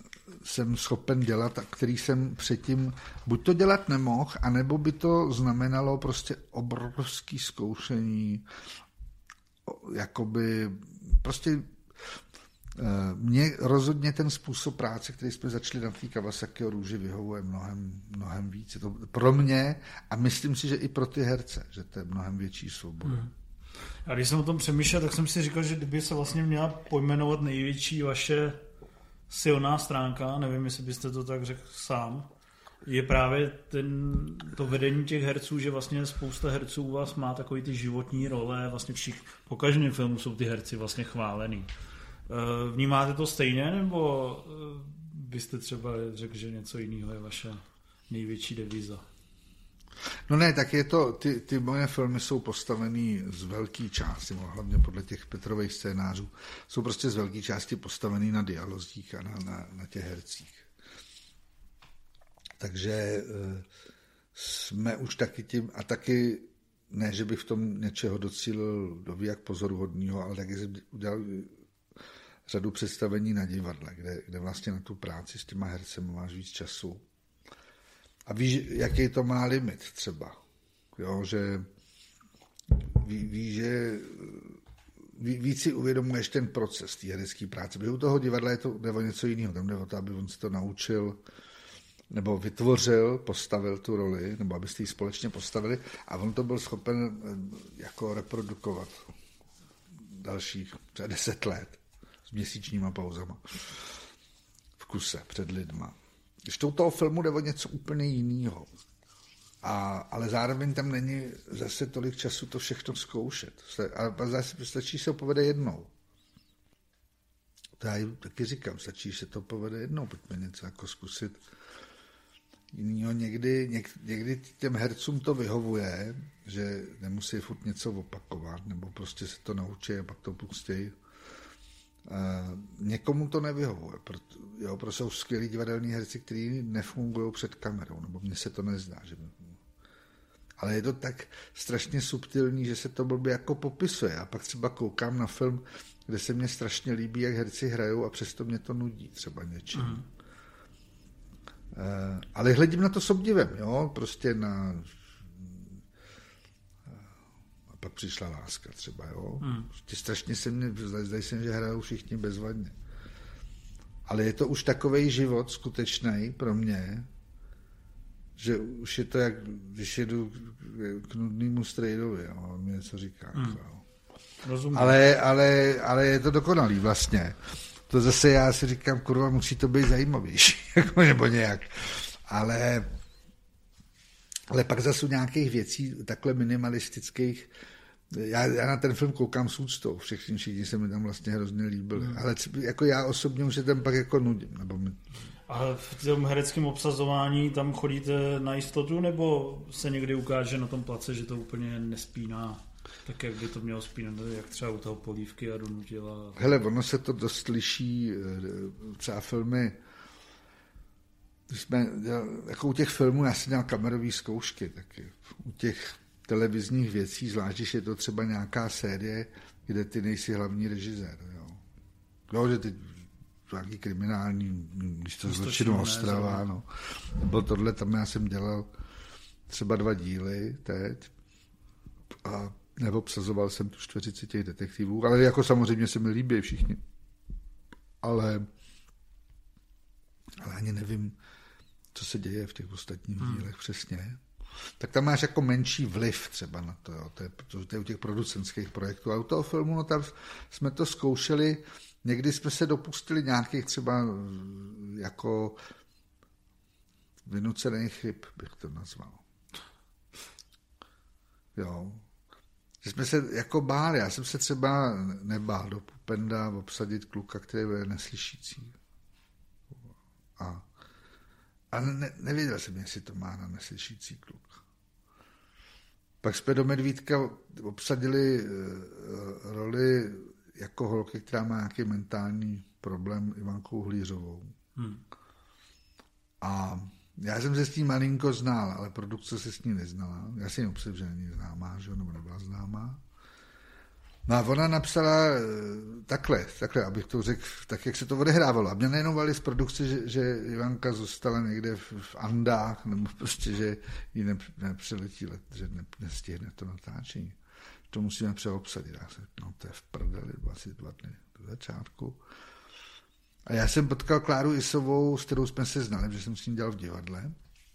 jsem schopen dělat a který jsem předtím buď to dělat nemohl, anebo by to znamenalo prostě obrovský zkoušení, jakoby prostě mně rozhodně ten způsob práce, který jsme začali na té Kawasakiho růži, vyhovuje mnohem, mnohem víc. Je to pro mě a myslím si, že i pro ty herce, že to je mnohem větší svoboda. Hmm. A když jsem o tom přemýšlel, tak jsem si říkal, že kdyby se vlastně měla pojmenovat největší vaše silná stránka, nevím, jestli byste to tak řekl sám, je právě ten, to vedení těch herců, že vlastně spousta herců u vás má takový ty životní role, vlastně všich, po každém filmu jsou ty herci vlastně chválený. Vnímáte to stejně, nebo byste třeba řekl, že něco jiného je vaše největší devíza? No ne, tak je to, ty, ty moje filmy jsou postavený z velké části, hlavně podle těch Petrových scénářů, jsou prostě z velké části postavený na dialozích a na, na, na těch hercích. Takže jsme už taky tím, a taky ne, že bych v tom něčeho docílil do jak pozoruhodného, ale taky jsem udělal řadu představení na divadle, kde, kde vlastně na tu práci s těma hercemi máš víc času. A víš, jaký to má limit třeba. Jo, že ví, ví, že ví, víc si uvědomuješ ten proces té herecké práce. Protože u toho divadla je to jde o něco jiného. Tam jde o to, aby on si to naučil nebo vytvořil, postavil tu roli, nebo abyste ji společně postavili a on to byl schopen jako reprodukovat dalších třeba deset let s měsíčníma pauzama v kuse před lidma. Když to u toho filmu jde o něco úplně jiného. A, ale zároveň tam není zase tolik času to všechno zkoušet. A zase stačí se to povede jednou. To já taky říkám, stačí se to povede jednou, pojďme něco jako zkusit jinýho. Někdy, něk, někdy těm hercům to vyhovuje, že nemusí furt něco opakovat, nebo prostě se to naučí a pak to pustějí. Uh, někomu to nevyhovuje, proto, jo, protože jsou skvělí divadelní herci, kteří nefungují před kamerou, nebo mně se to nezdá. Že... Ale je to tak strašně subtilní, že se to blbě jako popisuje. A pak třeba koukám na film, kde se mně strašně líbí, jak herci hrajou a přesto mě to nudí třeba něčím. Mm. Uh, ale hledím na to s obdivem, jo, prostě na... Pak přišla láska třeba, jo. Hmm. Strašně se mně, zdají se, že hrajou všichni bezvadně. Ale je to už takovej život skutečný pro mě, že už je to jak, když jedu k nudnému strejdovi, jo, on mi něco říká. Hmm. Rozumím. Ale, ale, ale je to dokonalý vlastně. To zase já si říkám, kurva, musí to být zajímavější, jako nebo nějak. Ale Ale pak zase u nějakých věcí takhle minimalistických, já, já na ten film koukám s úctou, všichni, všichni se mi tam vlastně hrozně líbili, hmm. ale jako já osobně už se tam pak jako nudím. Nebo mi... A v tom hereckém obsazování tam chodíte na jistotu, nebo se někdy ukáže na tom place, že to úplně nespíná, tak jak by to mělo spínat, jak třeba u toho Polívky a Donutila? Hele, ono se to dost liší, třeba filmy, když jsme, jako u těch filmů, já jsem dělal kamerové zkoušky, taky u těch televizních věcí, zvlášť, když je to třeba nějaká série, kde ty nejsi hlavní režisér. Jo, jo že ty nějaký kriminální, když to zločinu Ostrava, no. Bylo tohle, tam já jsem dělal třeba dva díly teď a nebo obsazoval jsem tu čtveřici těch detektivů, ale jako samozřejmě se mi líbí všichni. Ale ale ani nevím, co se děje v těch ostatních hmm. dílech přesně. Tak tam máš jako menší vliv třeba na to, jo. To, je, to je u těch producentských projektů. A u toho filmu, no tam jsme to zkoušeli, někdy jsme se dopustili nějakých třeba jako vynucených chyb, bych to nazval. Jo. Že jsme se jako báli. Já jsem se třeba nebál do Pupenda obsadit kluka, který je neslyšící. A, a ne, nevěděl jsem, jestli to má na neslyšící kluk. Pak jsme do Medvídka obsadili uh, roli jako holky, která má nějaký mentální problém, Ivankou Hlířovou. Hmm. A já jsem se s ní malinko znal, ale produkce se s ní neznala. Já si ji obsah, že není známá, že nebo nebyla známá. No a ona napsala takhle, takhle, abych to řekl, tak jak se to odehrávalo. A mě nejnovali z produkce, že, že Ivanka zůstala někde v, v Andách, nebo prostě, že ji ne, nepřeletí let, že ne, nestihne to natáčení. To musíme přeobsadit. Já jsem, no to je v prdeli, asi dva dny do začátku. A já jsem potkal Kláru Isovou, s kterou jsme se znali, že jsem s ní dělal v divadle.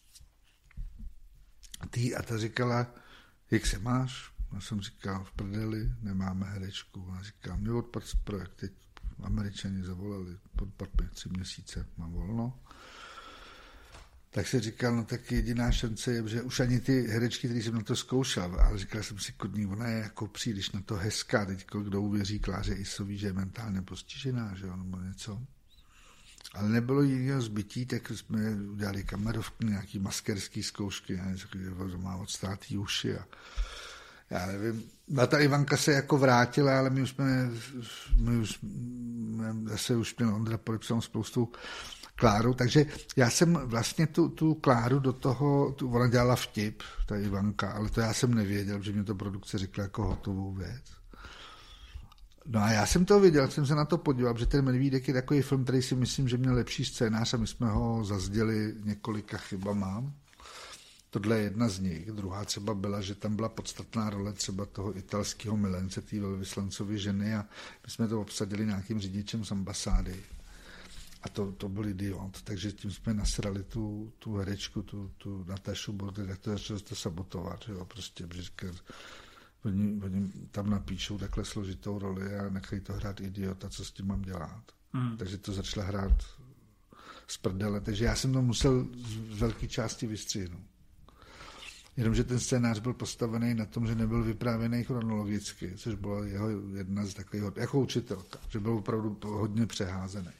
A, tý, a ta říkala, jak se máš? Já jsem říkal, v prdeli, nemáme herečku. Ona říkala, mě odpad projekt, teď Američani zavolali, odpad mě tři měsíce, mám volno. Tak se říkal, no tak jediná šance je, že už ani ty herečky, které jsem na to zkoušel, ale říkal jsem si, kudný, ona je jako příliš na to hezká, teď kdo uvěří Kláře Isový, že je mentálně postižená, že jo, nebo něco. Ale nebylo jiného zbytí, tak jsme udělali kamerovky, nějaký maskerský zkoušky, že má odstátý uši a já nevím. A ta Ivanka se jako vrátila, ale my už jsme, my už, zase už měl Ondra podepsanou spoustu Kláru, takže já jsem vlastně tu, tu Kláru do toho, tu, ona dělala vtip, ta Ivanka, ale to já jsem nevěděl, že mě to produkce řekla jako hotovou věc. No a já jsem to viděl, jsem se na to podíval, že ten Medvídek je takový film, který si myslím, že měl lepší scénář a my jsme ho zazděli několika chybama. Tohle je jedna z nich. Druhá třeba byla, že tam byla podstatná role třeba toho italského milence, té velvyslancovy ženy a my jsme to obsadili nějakým řidičem z ambasády. A to, to byl idiot, takže tím jsme nasrali tu, tu herečku, tu, tu Natašu Bordel, jak to začalo to sabotovat, jo, prostě, protože oni, oni tam napíšou takhle složitou roli a nechají to hrát idiota, co s tím mám dělat. Mm. Takže to začala hrát z prdele, takže já jsem to musel z velké části vystřihnout. Jenomže ten scénář byl postavený na tom, že nebyl vyprávěný chronologicky, což byla jeho jedna z takových, jako učitelka, že byl opravdu hodně přeházený.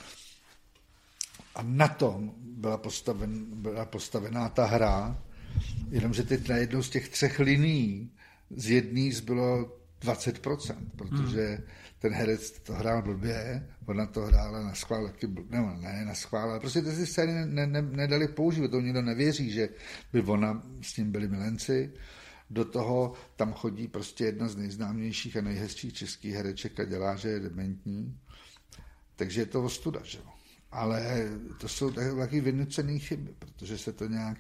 A na tom byla, postaven, byla postavená ta hra, jenomže teď na jednou z těch třech linií z jedné zbylo dvacet procent, protože hmm. ten herec to hrál blbě, ona to hrála na schvál, taky blbě, ne, ne na schvál, ale prostě ty scény ne, ne, nedali použít, to nikdo nevěří, že by ona s ním byli milenci. Do toho tam chodí prostě jedna z nejznámějších a nejhezčích českých hereček a dělá, že je dementní. Takže je to ostuda, že jo. Ale to jsou taky vynucené chyby, protože se to nějak...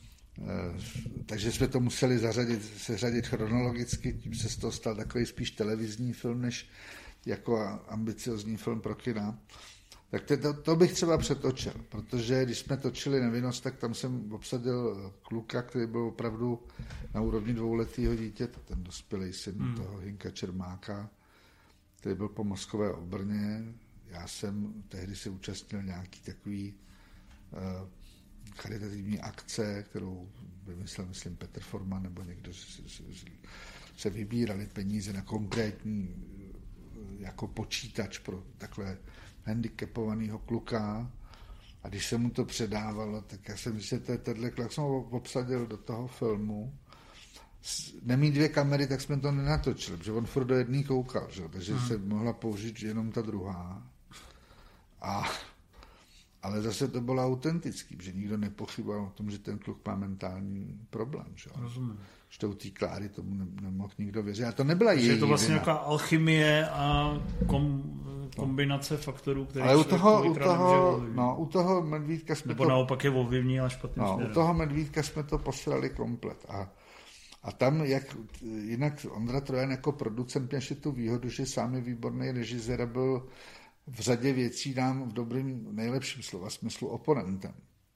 Takže jsme to museli zařadit, seřadit chronologicky, tím se z toho stal takový spíš televizní film, než jako ambiciozní film pro kina. Tak to, to bych třeba přetočil, protože když jsme točili Nevinnost, tak tam jsem obsadil kluka, který byl opravdu na úrovni dvouletého dítěte, ten dospělý syn hmm. toho Hinka Čermáka, který byl po mozkové obrně. Já jsem tehdy se účastnil nějaký takový uh, charitativní akce, kterou vymyslel, myslím, Petr Forman, nebo někdo se, se, se vybírali peníze na konkrétní jako počítač pro takhle handicapovaného kluka. A když se mu to předávalo, tak já jsem myslel, že tenhle kluk jsem ho obsadil do toho filmu. Nemít dvě kamery, tak jsme to nenatočili, protože on furt do jedné koukal, že? Takže hmm. se mohla použít jenom ta druhá. A, ale zase to bylo autentický, že nikdo nepochyboval o tom, že ten kluk má mentální problém. Že? Rozumím. Že u té Kláry tomu ne, nemohl nikdo věřit. A to nebyla její je to vlastně vina. nějaká alchymie a kom, kombinace no. faktorů, které ale u toho, u toho, no, u toho Medvídka jsme nebo to... Nebo naopak je ovlivní, ale špatným no, směrem. U toho Medvídka jsme to posrali komplet. A, a tam, jak jinak Ondra Trojan jako producent měl tu výhodu, že sám je výborný režisér, byl v řadě věcí nám v dobrým, nejlepším slova smyslu oponentem.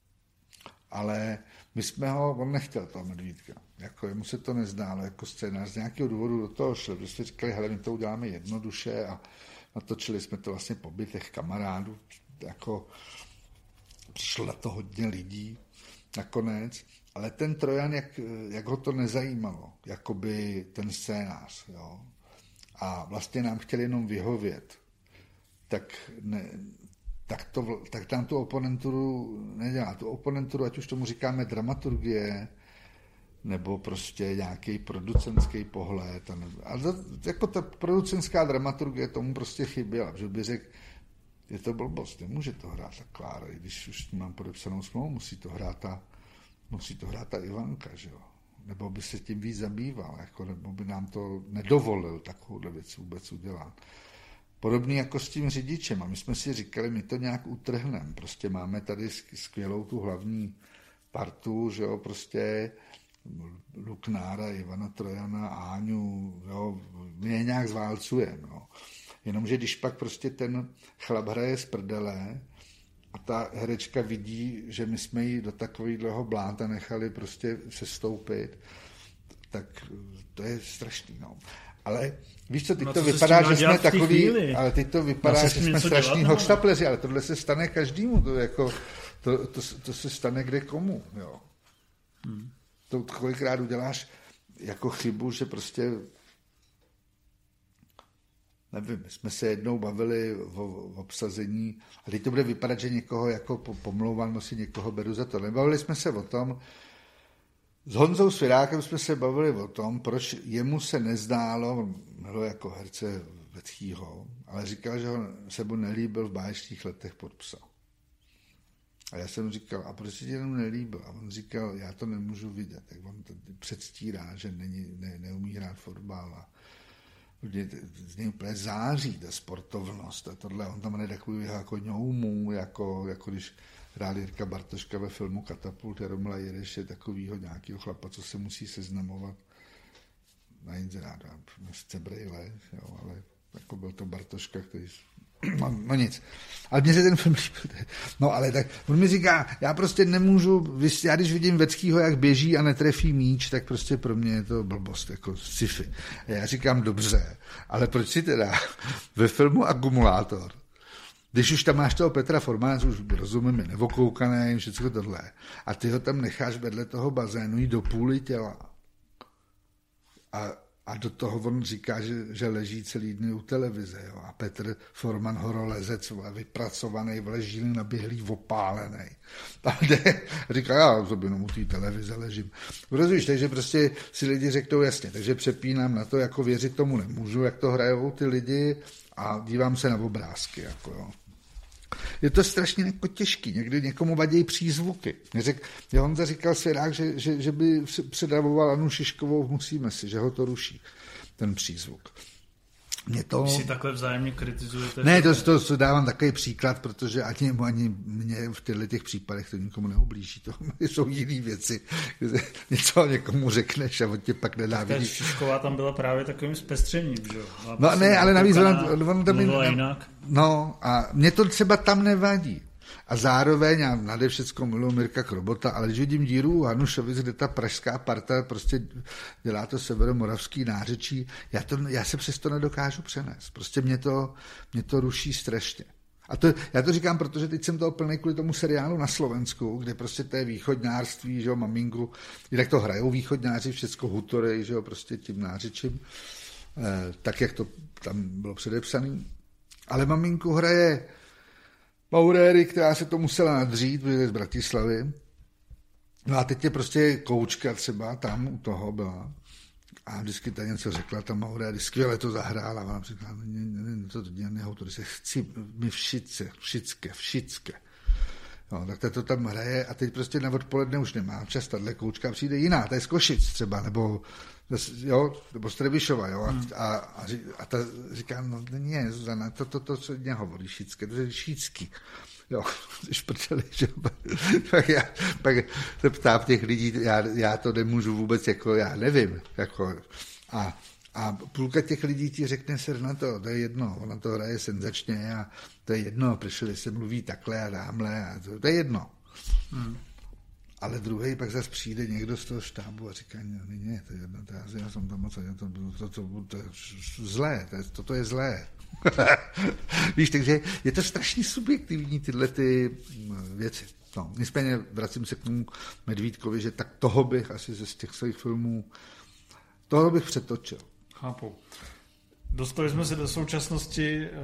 Ale my jsme ho, on nechtěl toho Medvídka. Jako jemu se to nezdálo jako scénář. Z nějakého důvodu do toho šel. Prostě říkali, hele, my to uděláme jednoduše a natočili jsme to vlastně po bytech kamarádů. Jako přišlo na to hodně lidí nakonec. Ale ten Trojan, jak, jak ho to nezajímalo, jakoby ten scénář. Jo? A vlastně nám chtěli jenom vyhovět. Tak, ne, tak, to, tak tam tu oponenturu nedělá. Tu oponenturu, ať už tomu říkáme dramaturgie, nebo prostě nějaký producentský pohled. A ne, ale to, jako ta producentská dramaturgie tomu prostě chyběla, že by řekl, je to blbost, nemůže to hrát ta Klára, když už mám podepsanou smlouvu, musí to hrát ta, musí to hrát ta Ivanka, že jo. nebo by se tím víc zabýval, jako, nebo by nám to nedovolil takovouhle věc vůbec udělat. Podobně jako s tím řidičem. A my jsme si říkali, my to nějak utrhneme. Prostě máme tady skvělou tu hlavní partu, že jo, prostě Luknára, Ivana Trojana, Áňu, jo, my je nějak zválcujeme, jo. Jenomže když pak prostě ten chlap hraje z prdele a ta herečka vidí, že my jsme ji do takového bláta nechali prostě sestoupit, tak to je strašný, no. Ale víš co, teď no, to vypadá, že jsme takový, ale teď to vypadá, že jsme strašný hochštapleři, ale tohle se stane každému, to, jako, to, to, to se stane kde komu, jo. Hmm. To kolikrát uděláš jako chybu, že prostě nevím, jsme se jednou bavili o, o obsazení a teď to bude vypadat, že někoho jako pomlouval, no si někoho beru za to. Nebavili jsme se o tom, s Honzou Svirákem jsme se bavili o tom, proč jemu se nezdálo, bylo jako herce Vetkýho, ale říkal, že ho se mu nelíbil v báječných letech pod psa. A já jsem říkal, a proč se ti jenom nelíbil? A on říkal, já to nemůžu vidět. Tak on to předstírá, že není, ne, neumí hrát fotbal a z něj úplně září ta sportovnost a tohle. On tam jde takový jako ňoumů, jako, jako když hrál Jirka Bartoška ve filmu Katapult, Jaromila Jireše, takovýho nějakého chlapa, co se musí seznamovat na inzerádu. Nechce brejle, jo, ale jako byl to Bartoška, který... No, no nic. Ale mně se ten film líbil. No ale tak, on mi říká, já prostě nemůžu, já když vidím Veckýho, jak běží a netrefí míč, tak prostě pro mě je to blbost, jako sci-fi. A já říkám, dobře, ale proč si teda ve filmu Akumulátor, když už tam máš toho Petra Formána, už rozumím, je nevokoukaný, všechno tohle, a ty ho tam necháš vedle toho bazénu jít do půly těla. A A do toho on říká, že, že leží celý dny u televize. Jo? A Petr Forman horolezec, vypracovaný, vležílý, naběhlý, opálený. Tam jde, říká, já to jenom u té televize ležím. Rozumíš, takže prostě si lidi řeknou jasně, takže přepínám na to, jako věřit tomu nemůžu, jak to hrajou ty lidi a dívám se na obrázky. Jako, jo. Je to strašně jako těžký, někdy někomu vadí přízvuky. Řek, Honza říkal Svěrák, že, že, že by předavoval Anu Šiškovou v Musíme si, že ho to ruší, ten přízvuk. Mě to... Když si takhle vzájemně kritizujete... Ne, to, to, to dávám takový příklad, protože ani, ani mě v těchto těch případech to nikomu neublíží. To jsou jiné věci. Něco někomu řekneš a on tě pak nenávidí. Ta Šišková tam byla právě takovým zpestřením, že jo? No ne, ale navíc on tam... jinak. No a mě to třeba tam nevadí. A zároveň, já nade všecko miluji Mirka Krobota, ale když vidím díru u Hanušovic, kde ta pražská parta prostě dělá to severomoravský nářečí, já, to, já se přesto nedokážu přenést. Prostě mě to, mě to ruší strašně. A to, já to říkám, protože teď jsem toho plný kvůli tomu seriálu na Slovensku, kde prostě to je východňářství, že jo, maminku, jinak to hrajou východňáři, všecko hutory, že jo, prostě tím nářečím, eh, tak, jak to tam bylo předepsaný. Ale maminku hraje Mauréry, která se to musela nadřít, protože je z Bratislavy. No a teď je prostě koučka třeba tam u toho byla. A vždycky ta něco řekla, ta Mauréry, skvěle to zahrála. A ona říkala, ne, ne, ne, to dělá to se chci, my všice, všické, všické. No, tak to, to tam hraje a teď prostě na odpoledne už nemá čas, tahle koučka přijde jiná, ta je z Košic třeba, nebo, jo, nebo z Trebišova, jo, a, a, a, a ta říká, no ne, Zuzana, to, to, to, co nehovorí šícké, to je šícký, jo, když prdeli, že pak já, pak se ptám těch lidí, já, já to nemůžu vůbec, jako, já nevím, jako, a A půlka těch lidí ti řekne se na to, to je jedno, ona to hraje senzačně a to je jedno, protože se mluví takhle a dámhle a to, to je jedno. Hmm. Ale druhý pak zase přijde někdo z toho štábu a říká, ne, ne, to je jedno, to já, já jsem tam moc, to, to, to, to, to je zlé, to, to, to je zlé. Víš, takže je to strašně subjektivní tyhle ty věci. No, nicméně vracím se k tomu Medvídkovi, že tak toho bych asi ze z těch svých filmů, toho bych přetočil. Chápu. Dostali jsme se do současnosti uh,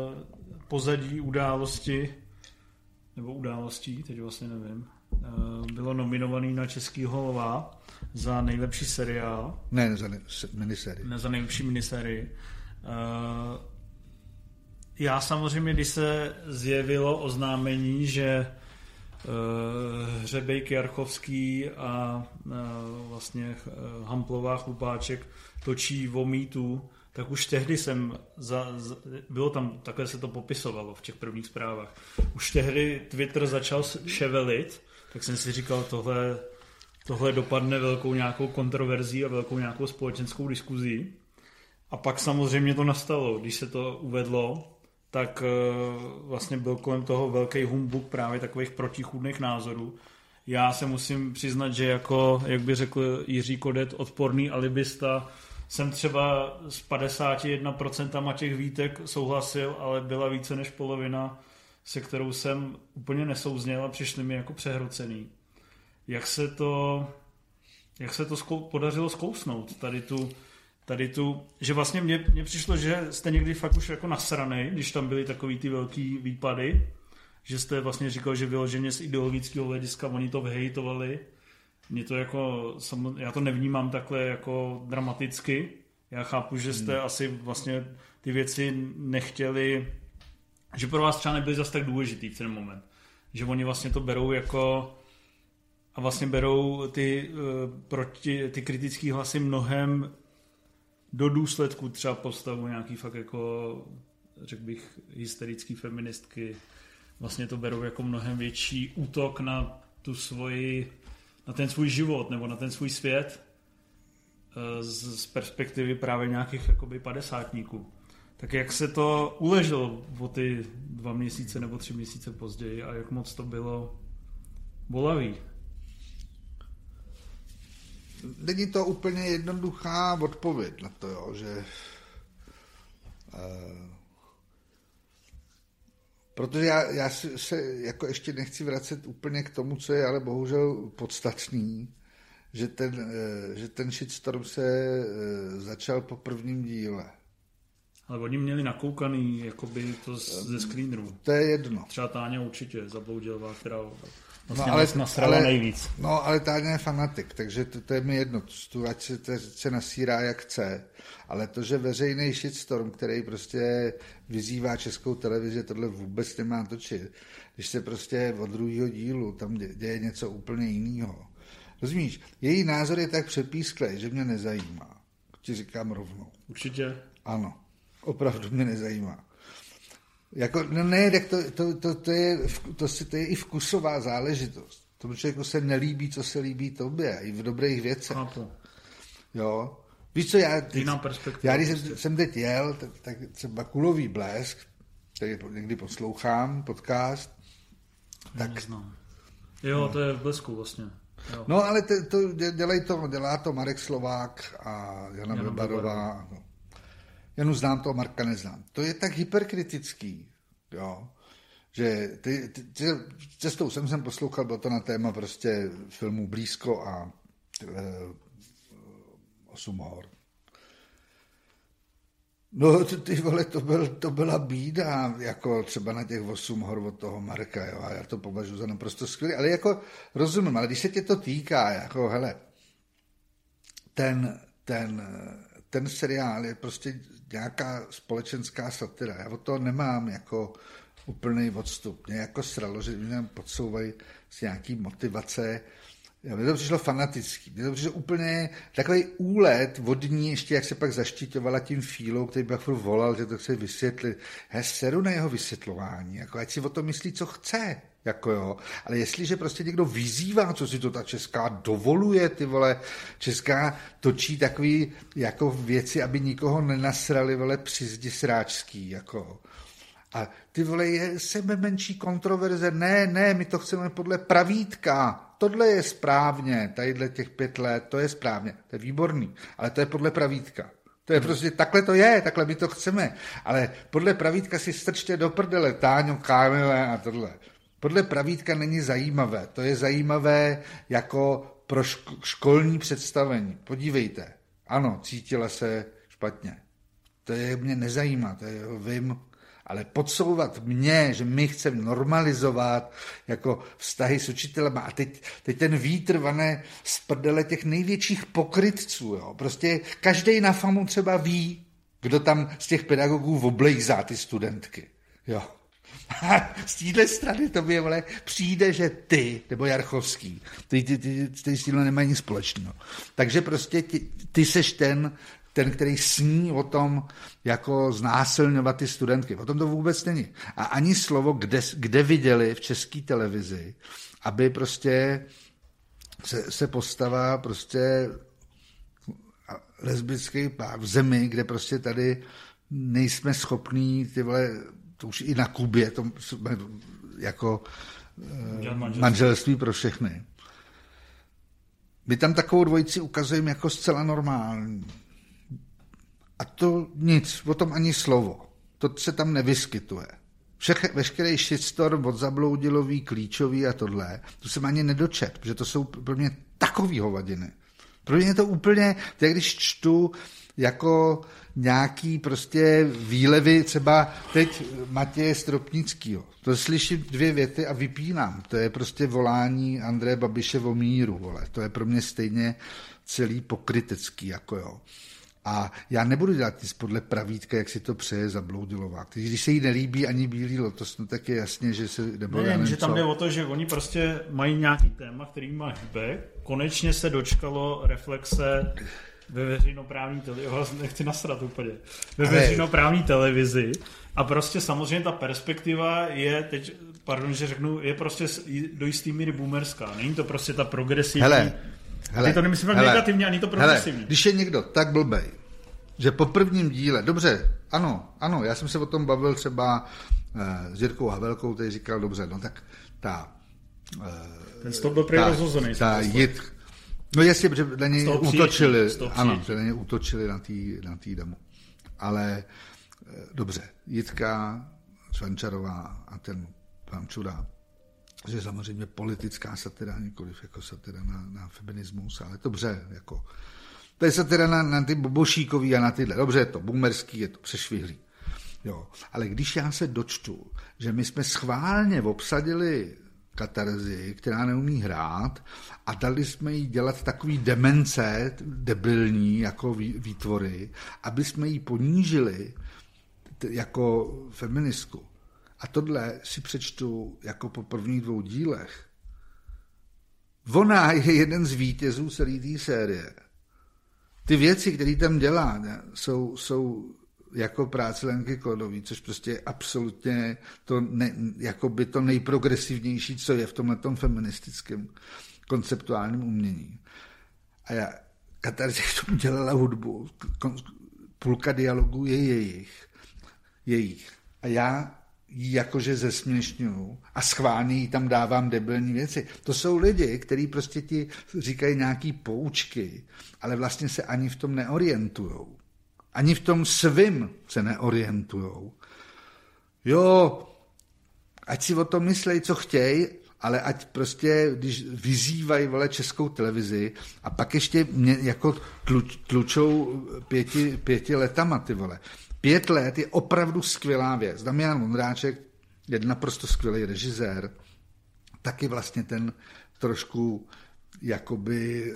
pozadí události, nebo událostí, teď vlastně nevím. Uh, bylo nominovaný na Českýho lva za nejlepší seriál. Ne, za ne, minisérii. Ne, za nejlepší minisérii. Uh, já samozřejmě, když se zjevilo oznámení, že Hřebejk Jarchovský a vlastně Hamplová Chlupáček točí o mýtu, tak už tehdy jsem, za, za, bylo tam, takhle se to popisovalo v těch prvních zprávách, už tehdy Twitter začal ševelit, tak jsem si říkal, tohle, tohle dopadne velkou nějakou kontroverzí a velkou nějakou společenskou diskuzí. A pak samozřejmě to nastalo, když se to uvedlo, tak vlastně byl kolem toho velký humbuk právě takových protichůdných názorů. Já se musím přiznat, že jako, jak by řekl Jiří Kodet, odporný alibista, jsem třeba s padesát jedna procent těch výtek souhlasil, ale byla více než polovina, se kterou jsem úplně nesouzněl a přišli mi jako přehrocený. Jak se to, jak se to zkou, podařilo zkousnout? Tady tu, tady tu, že vlastně mně, mně přišlo, že jste někdy fakt už jako nasranej, když tam byly takový ty velký výpady, že jste vlastně říkal, že vyloženě z ideologického hlediska oni to vyhejtovali. Mě to jako, já to nevnímám takhle jako dramaticky. Já chápu, že jste hmm. asi vlastně ty věci nechtěli, že pro vás třeba nebyly zase tak důležitý v ten moment. Že oni vlastně to berou jako a vlastně berou ty, proti, ty kritické hlasy mnohem do důsledku třeba postavu nějaký fakt jako, řekl bych, hysterický feministky. Vlastně to berou jako mnohem větší útok na tu svoji, na ten svůj život nebo na ten svůj svět z, z perspektivy právě nějakých jakoby padesátníků. Tak jak se to uleželo o ty dva měsíce nebo tři měsíce později a jak moc to bylo bolavý? Není to úplně jednoduchá odpověď na to, jo, že uh, protože já, já se jako ještě nechci vracet úplně k tomu, co je ale bohužel podstatný, že ten, uh, že ten shitstorm se uh, začal po prvním díle. Ale oni měli nakoukaný jakoby to ze screenru. To je jedno. Třeba Táňa určitě Zabloudělová, která vlastně no, ale, nasrala ale, nejvíc. No, ale Táňa je fanatik, takže to, to je mi jedno. Tu ať se, to, se nasírá jak chce. Ale to, že veřejný shitstorm, který prostě vyzývá Českou televizi, tohle vůbec nemá točit. Když se prostě od druhého dílu tam děje něco úplně jiného. Rozumíš? Její názor je tak přepísklý, že mě nezajímá. Ti říkám rovnou. Určitě? Ano. Opravdu mě nezajímá. Jako, no ne, tak to, to, to, to, je, to, si, to je i vkusová záležitost. Tomu člověku se nelíbí, co se líbí tobě, i v dobrých věcech. Chápu. Jo. Víš co, já, teď, já když prostě. jsem, jsem teď jel, tak, tak třeba Kulový blesk, který někdy poslouchám, podcast, tak... Neznám. Jo, to je v Blesku vlastně. Jo. No, ale to, to, dělej to, dělá to Marek Slovák a Jana Brbarová. No. Janu znám to, Marka neznám. To je tak hyperkritický, jo, že ty, ty, ty, cestou jsem jsem poslouchal, bylo to na téma prostě filmu Blízko a e, Osm hor. No ty, ty vole, to, byl, to byla bída, jako třeba na těch Osm hor od toho Marka, jo, a já to považuji za naprosto skvělý, ale jako rozumím, ale když se tě to týká, jako hele, ten, ten, ten seriál je prostě nějaká společenská satira. Já od toho nemám jako úplný odstup. Mě jako sralo, že mě podsouvají z nějaký motivace. Mně to přišlo fanatický. Mně to přišlo úplně takový úlet vodní, ještě jak se pak zaštiťovala tím Fílou, který bych furt volal, že to chce vysvětlit. Já seru na jeho vysvětlování. Jako ať si o to myslí, co chce. Jako jo. Ale jestliže prostě někdo vyzývá, co si to ta česká dovoluje, ty vole, česká točí takový jako věci, aby nikoho nenasrali, vole, přizdi sráčský, jako. A ty vole, je sebe menší kontroverze, ne, ne, my to chceme podle pravítka, tohle je správně, tadyhle těch pět let, to je správně, to je výborný, ale to je podle pravítka. To je prostě, takhle to je, takhle my to chceme, ale podle pravítka si strčte do prdele, Táňo, Kámile a tohle. Podle pravítka není zajímavé. To je zajímavé jako pro školní představení. Podívejte. Ano, cítila se špatně. To je mě nezajímá, to je vím. Ale podsouvat mě, že my chceme normalizovat jako vztahy s učitelema a teď, teď ten vítr vane z prdele těch největších pokrytců. Jo. Prostě každej na famu třeba ví, kdo tam z těch pedagogů oblejzá ty studentky. Jo. A z téhle strany tobě, vole, přijde, že ty, nebo Jarchovský, ty, ty, ty, ty s tímhle nemají nic společného. Takže prostě ty, ty seš ten, ten, který sní o tom, jako znásilňovat ty studentky. O tom to vůbec není. A ani slovo, kde, kde viděli v české televizi, aby prostě se, se postava prostě lesbický pár v zemi, kde prostě tady nejsme schopní, ty vole, to už i na Kubě, to jako manželství. manželství pro všechny. My tam takovou dvojici ukazujeme jako zcela normální. A to nic, o tom ani slovo. To se tam nevyskytuje. Všech, veškerý shitstorm od Zabloudilový, Klíčový a tohle, to jsem ani nedočet, protože to jsou pro mě takový hovadiny. Pro mě je to úplně, to je, když čtu jako nějaký prostě výlevy, třeba teď Matěje Stropnickýho. To slyším dvě věty a vypínám. To je prostě volání Andreje Babiše o míru, vole. To je pro mě stejně celý pokrytecký, jako jo. A já nebudu dělat nic podle pravítka, jak si to přeje Zabloudilová. Když se jí nelíbí ani Bílý lotos, no tak je jasně, že se... Nebo ne, že tam jde o to, že oni prostě mají nějaký téma, který má hýbe. Konečně se dočkalo reflexe ve veřejnoprávní televizi. Nechci nasrat úplně. Ve Ale... veřejnoprávní televizi. A prostě samozřejmě ta perspektiva je teď, pardon, že řeknu, je prostě do jistý míry boomerská. Není to prostě ta progresivní... Hele. Hele, ty to nemyslím hele, negativně, ani to progresivní. Hele, když je někdo tak blbej, že po prvním díle, dobře, ano, ano, já jsem se o tom bavil třeba uh, s Jirkou Havelkou, který říkal, dobře, no tak ta... Uh, Ten stop byl prý rozhozený. Ta jit, no jestli, protože na něj útočili, ano, že na něj útočili na té na tý damu. Ale uh, dobře, Jitka Švančarová a ten pan Čura, že je samozřejmě politická satira, nikoliv jako satira na, na feminismus, ale dobře, jako, to je satira na, na ty bobošíkový a na tyhle. Dobře, je to boomerský, je to přešvihlý. Jo. Ale když já se dočtu, že my jsme schválně obsadili Katarzy, která neumí hrát, a dali jsme jí dělat takový demence debilní, jako výtvory, aby jsme jí ponížili jako feministku. A tohle si přečtu jako po prvních dvou dílech. Ona je jeden z vítězů celé té série. Ty věci, které tam dělá, ne, jsou, jsou jako práce Lenky Klodový, což prostě je absolutně to, ne, jako by to nejprogresivnější, co je v tomhletom feministickém konceptuálním umění. A já, Katarzyna k tomu dělala hudbu, půlka dialogů je jejich. jejich. A já jí jakože zesměšňuju a schválně jí tam dávám debilní věci. To jsou lidi, kteří prostě ti říkají nějaký poučky, ale vlastně se ani v tom neorientujou. Ani v tom svým se neorientujou. Jo, ať si o tom myslej, co chtějí, ale ať prostě, když vyzývají, vole, Českou televizi a pak ještě mě jako tluč, tlučou pěti, pěti letama, ty vole. Pět let je opravdu skvělá věc. Damian Vondráček je naprosto skvělý režisér, taky vlastně ten trošku jakoby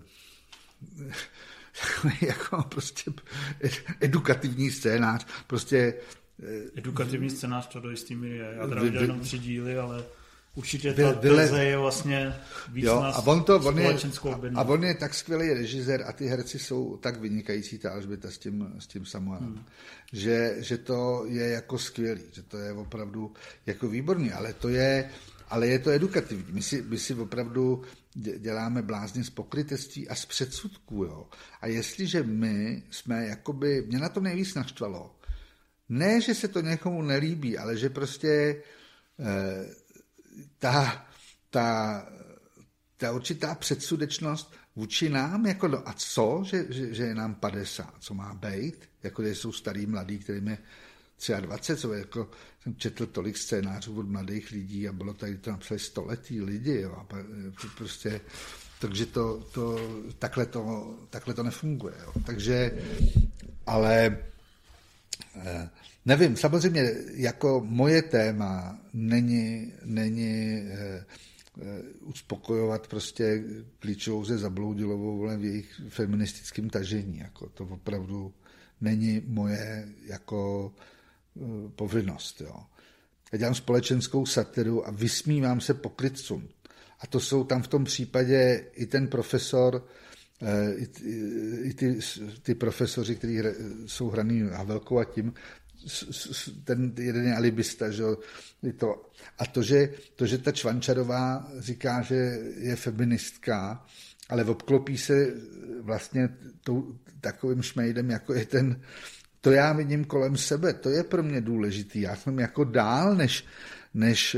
jako prostě edukativní scénář, prostě edukativní scénář to do jistý míry je. Já teda viděl jenom tři díly, ale určitě ta teze je vlastně víc jo, na a on to, on je, a, a on je tak skvělý režisér a ty herci jsou tak vynikající, ta Alžběta s tím, s tím Samuelem, hmm. že, že to je jako skvělý, že to je opravdu jako výborný, ale to je, ale je to edukativní. My si, my si opravdu děláme blázně z pokrytectví a z předsudků. Jo? A jestliže my jsme, jakoby, mě na to nejvíc naštvalo, ne, že se to někomu nelíbí, ale že prostě eh, ta, ta, ta určitá předsudečnost vůči nám, jako no, a co, že, že, že je nám padesát, co má být, jako že jsou starý mladí, kterým je dvacet tři, co je, jako jsem četl tolik scénářů od mladých lidí a bylo tady to napsali století lidi, jo, a prostě, takže to, to, takhle, to, takhle to nefunguje, jo. Takže, ale nevím, samozřejmě jako moje téma není, není eh, uspokojovat prostě Klíčovou se Zabloudilovou, vole, v jejich feministickém tažení, jako to opravdu není moje jako povinnost, jo. já dělám společenskou satiru a vysmívám se pokrytcům. A to jsou tam v tom případě i ten profesor, i, i ty, ty profesoři, kteří jsou hraný Havelkou a tím, ten jeden je alibista, že to. A to že, to, že ta Čvančarová říká, že je feministka, ale obklopí se vlastně tou, takovým šmejdem, jako je ten, to já vidím kolem sebe, to je pro mě důležitý. Já jsem jako dál, než, než,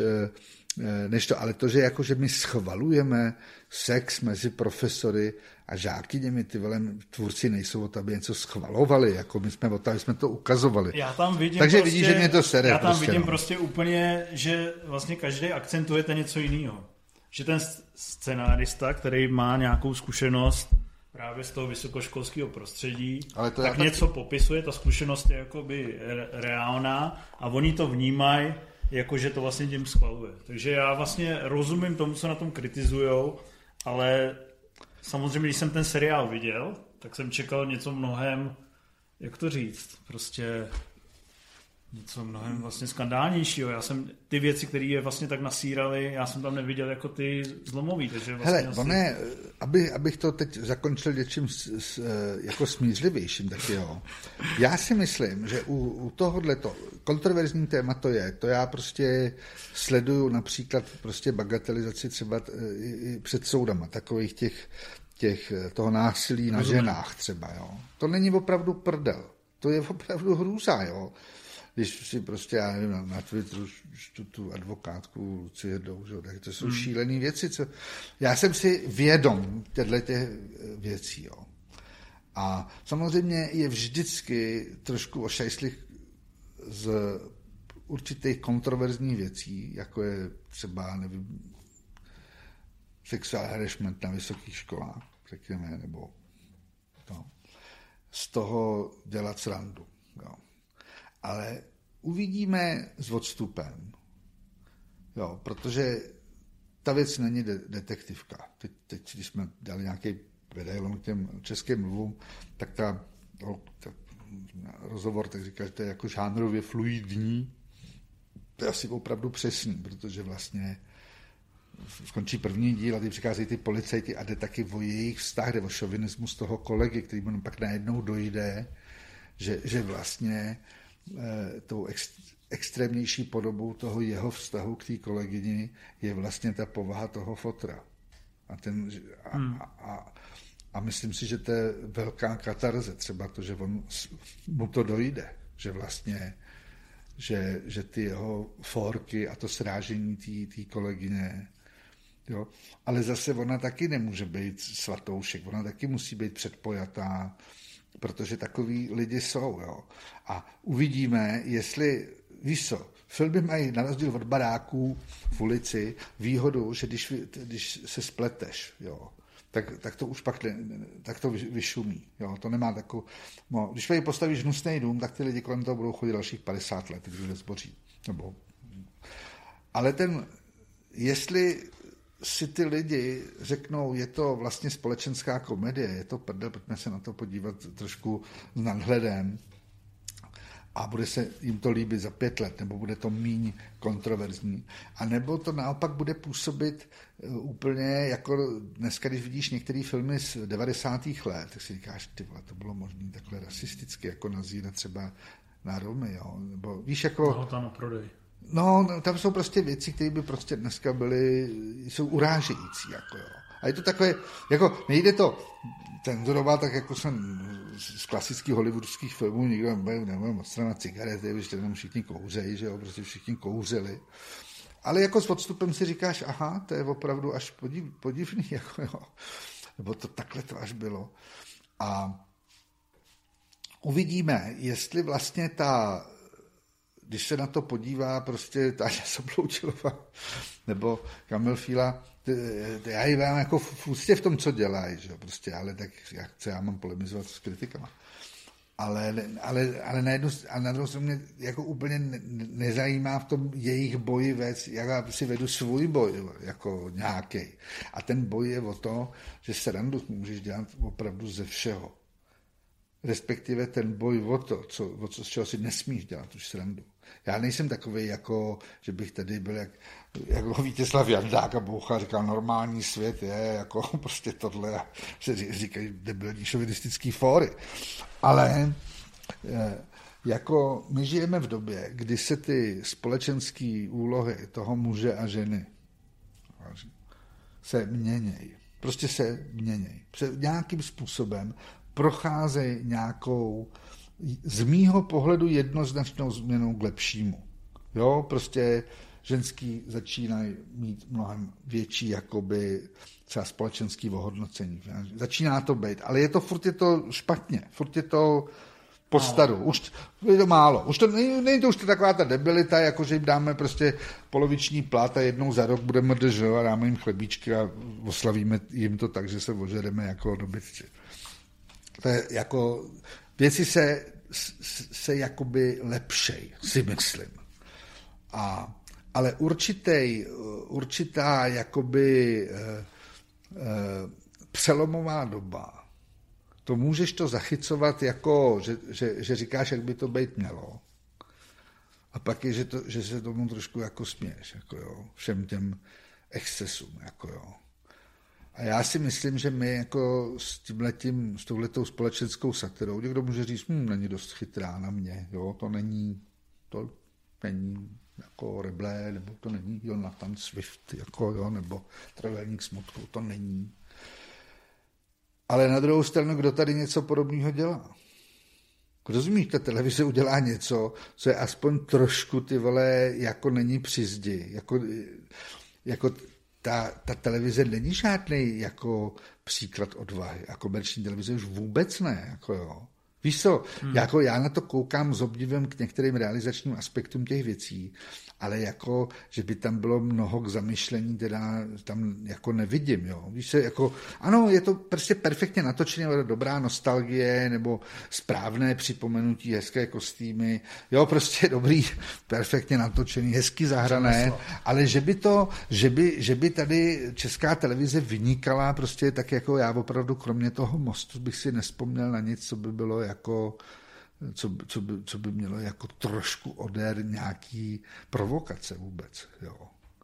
než to, ale to, že, jako, že my schvalujeme sex mezi profesory a žákyněmi, ty vole, tvůrci nejsou o to, aby něco schvalovali, jako my jsme o to, aby jsme to ukazovali. Já tam vidím Takže prostě, vidíš, že mě to sere. Já tam prostě, vidím no. prostě úplně, že vlastně každý akcentujete něco jiného. Že ten scenárista, který má nějakou zkušenost právě z toho vysokoškolského prostředí, ale to tak něco taky popisuje, ta zkušenost je jakoby reálná a oni to vnímají, jako že to vlastně tím schvaluje. Takže já vlastně rozumím tomu, co na tom kritizujou, ale samozřejmě, když jsem ten seriál viděl, tak jsem čekal něco mnohem, jak to říct, prostě něco mnohem vlastně skandálnějšího. Já jsem ty věci, které je vlastně tak nasírali, já jsem tam neviděl jako ty zlomový. Takže vlastně hele, asi... ne, aby, abych to teď zakončil něčím s, s, jako smířlivějším, tak jo. Já si myslím, že u, u tohohleto kontroverzní téma to je, to já prostě sleduju například prostě bagatelizaci třeba i, i před soudama, takových těch, těch toho násilí na Rozumím. ženách třeba, jo. To není opravdu prdel, to je opravdu hrůza, jo. Když si prostě, já nevím, na, na Twitteru tu, tu advokátku Luci Hrdou, že? Tak to jsou hmm. šílené věci. Co... Já jsem si vědom těchto věcí. Jo. A samozřejmě je vždycky trošku ošajslich z určitých kontroverzních věcí, jako je třeba, nevím, sexual harassment na vysokých školách, řekněme, nebo to, z toho dělat srandu. Jo. Ale uvidíme s odstupem, jo, protože ta věc není de- detektivka. Teď, teď, když jsme dali nějaký medailon k těm českým mluvům, tak ta, no, ta rozhovor tak říká, že to je jako žánrově fluidní. To je asi opravdu přesný, protože vlastně skončí první díl a ty přicházejí ty policajti a jde taky o jejich vztah, jde o šovinismus toho kolegy, který mu pak najednou dojde, že, že vlastně tou ex, extrémnější podobou toho jeho vztahu k té kolegyni je vlastně ta povaha toho fotra. A, ten, a, hmm. a, a, a myslím si, že to je velká katarze, třeba to, že on, mu to dojde, že vlastně, že, že ty jeho forky a to srážení té kolegyně, jo. Ale zase ona taky nemůže být svatoušek, ona taky musí být předpojatá, protože takový lidi jsou. Jo. A uvidíme, jestli, víš co, filmy mají na rozdíl od baráků v ulici výhodu, že když, když se spleteš, jo, tak, tak to už pak ne, tak to vyšumí. Jo. To nemá takovou, no, když tady postavíš hnusný dům, tak ty lidi kolem toho budou chodit dalších padesát let, když to zboří. Nebo... Ale ten, jestli si ty lidi řeknou, je to vlastně společenská komedie, je to prdel, pojďme se na to podívat trošku s nadhledem a bude se jim to líbit za pět let, nebo bude to míň kontroverzní. A nebo to naopak bude působit úplně jako dneska, když vidíš některé filmy z devadesátých let, tak si říkáš, ty vole, to bylo možný takhle rasisticky, jako nazírat třeba na Romy, jo? Nebo víš, jako... No, tam prodej. No, tam jsou prostě věci, které by prostě dneska byly, jsou urážející, jako jo. A je to takové, jako nejde to cenzurovat, tak jako jsem z klasických hollywoodských filmů, nikdo nevím, odstrana cigarety, když tam všichni kouřejí, že jo, prostě všichni kouřili. Ale jako s odstupem si říkáš, aha, to je opravdu až podiv, podivný, jako jo. Nebo to takhle to až bylo. A uvidíme, jestli vlastně ta, když se na to podívá prostě Táňa Sabloučilová nebo Kamil Fíla, já ji vám jako v ústě v tom, co dělají, že prostě, ale tak jak co já mám polemizovat s kritikama. Ale, ale, ale na jednu, a na druhou mě jako úplně ne, nezajímá v tom jejich boji věc, jak já si vedu svůj boj, jako nějaký. A ten boj je o to, že srandu můžeš dělat opravdu ze všeho. respektive ten boj o to, co, o co, z čeho si nesmíš dělat už srandu. Já nejsem takový, jako, že bych tady byl jak, jako Vítězslav Jandák a Boucha říkal, normální svět je jako prostě tohle, se říkají debilní šovinistický fóry. Ale jako my žijeme v době, kdy se ty společenské úlohy toho muže a ženy se měnějí. Prostě se měnějí. Nějakým způsobem procházejí nějakou, z mýho pohledu jednoznačnou změnou k lepšímu. Jo, prostě ženský začínají mít mnohem větší jakoby třeba společenský ohodnocení. Začíná to být, ale je to furt je to špatně, furt je to po staru. Už je to málo. Už to není, není to už to taková ta debilita, jako že jim dáme prostě poloviční plat a jednou za rok budeme držet a dáme jim chlebíčky a oslavíme jim to tak, že se ožereme jako dobytci. To je jako, věci se, se jakoby lepšej, si myslím. A, ale určitej, určitá jakoby eh, eh, přelomová doba, to můžeš to zachycovat jako, že, že, že říkáš, jak by to být mělo. A pak je, že, to, že se tomu trošku jako směješ, jako jo, všem těm excesům, jako jo. A já si myslím, že my jako s tímhletím, s touhletou společenskou satirou, někdo může říct, hm, není dost chytrá na mě, jo, to není, to není jako Reblé, nebo to není Jonathan Swift, jako jo, nebo Trojúhelník smutku, to není. Ale na druhou stranu, kdo tady něco podobného dělá? Rozumíš, ta televize udělá něco, co je aspoň trošku, ty vole, jako není při zdi. Jako, jako ta, ta televize není žádný jako příklad odvahy. A komerční televize už vůbec ne. Jako jo. Víš co, hmm. jako já na to koukám s obdivem k některým realizačním aspektům těch věcí, ale jako, že by tam bylo mnoho k zamyšlení, teda tam jako nevidím, jo. Víš se, jako, ano, je to prostě perfektně natočené, dobrá nostalgie, nebo správné připomenutí, hezké kostýmy, jo, prostě dobrý, perfektně natočený, hezky zahrané, ale že by to, že by, že by tady česká televize vynikala, prostě tak jako já opravdu, kromě toho Mostu, bych si nespomněl na nic, co by bylo jako Co, co, by, co by mělo jako trošku odér nějaký provokace vůbec, jo.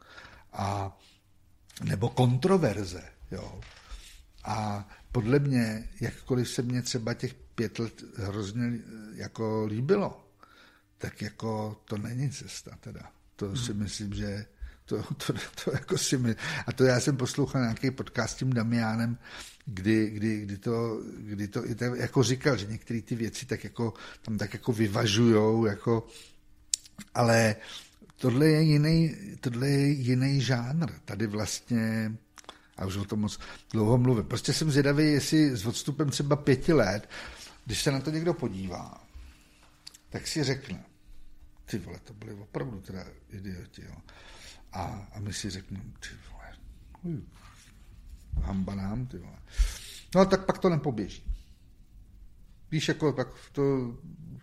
A nebo kontroverze, jo. A podle mě, jakkoliv se mně třeba těch pět let hrozně jako líbilo, tak jako to není cesta teda. To hmm. si myslím, že to, to, to jako si my... A to já jsem poslouchal nějaký podcast s tím Damiánem, kdy, kdy, kdy to, kdy to jako říkal, že některé ty věci tak jako, tam tak jako vyvažujou, jako, ale tohle je jiný, tohle je jiný žánr. Tady vlastně, a už o tom moc dlouho mluvím, prostě jsem zvědavý, jestli s odstupem třeba pěti let, když se na to někdo podívá, tak si řekne, ty vole, to byly opravdu teda idioti, jo. A, a my si řekneme, ty vole, uj, hamba nám, ty vole. No tak pak to nepoběží. Víš, jako pak to...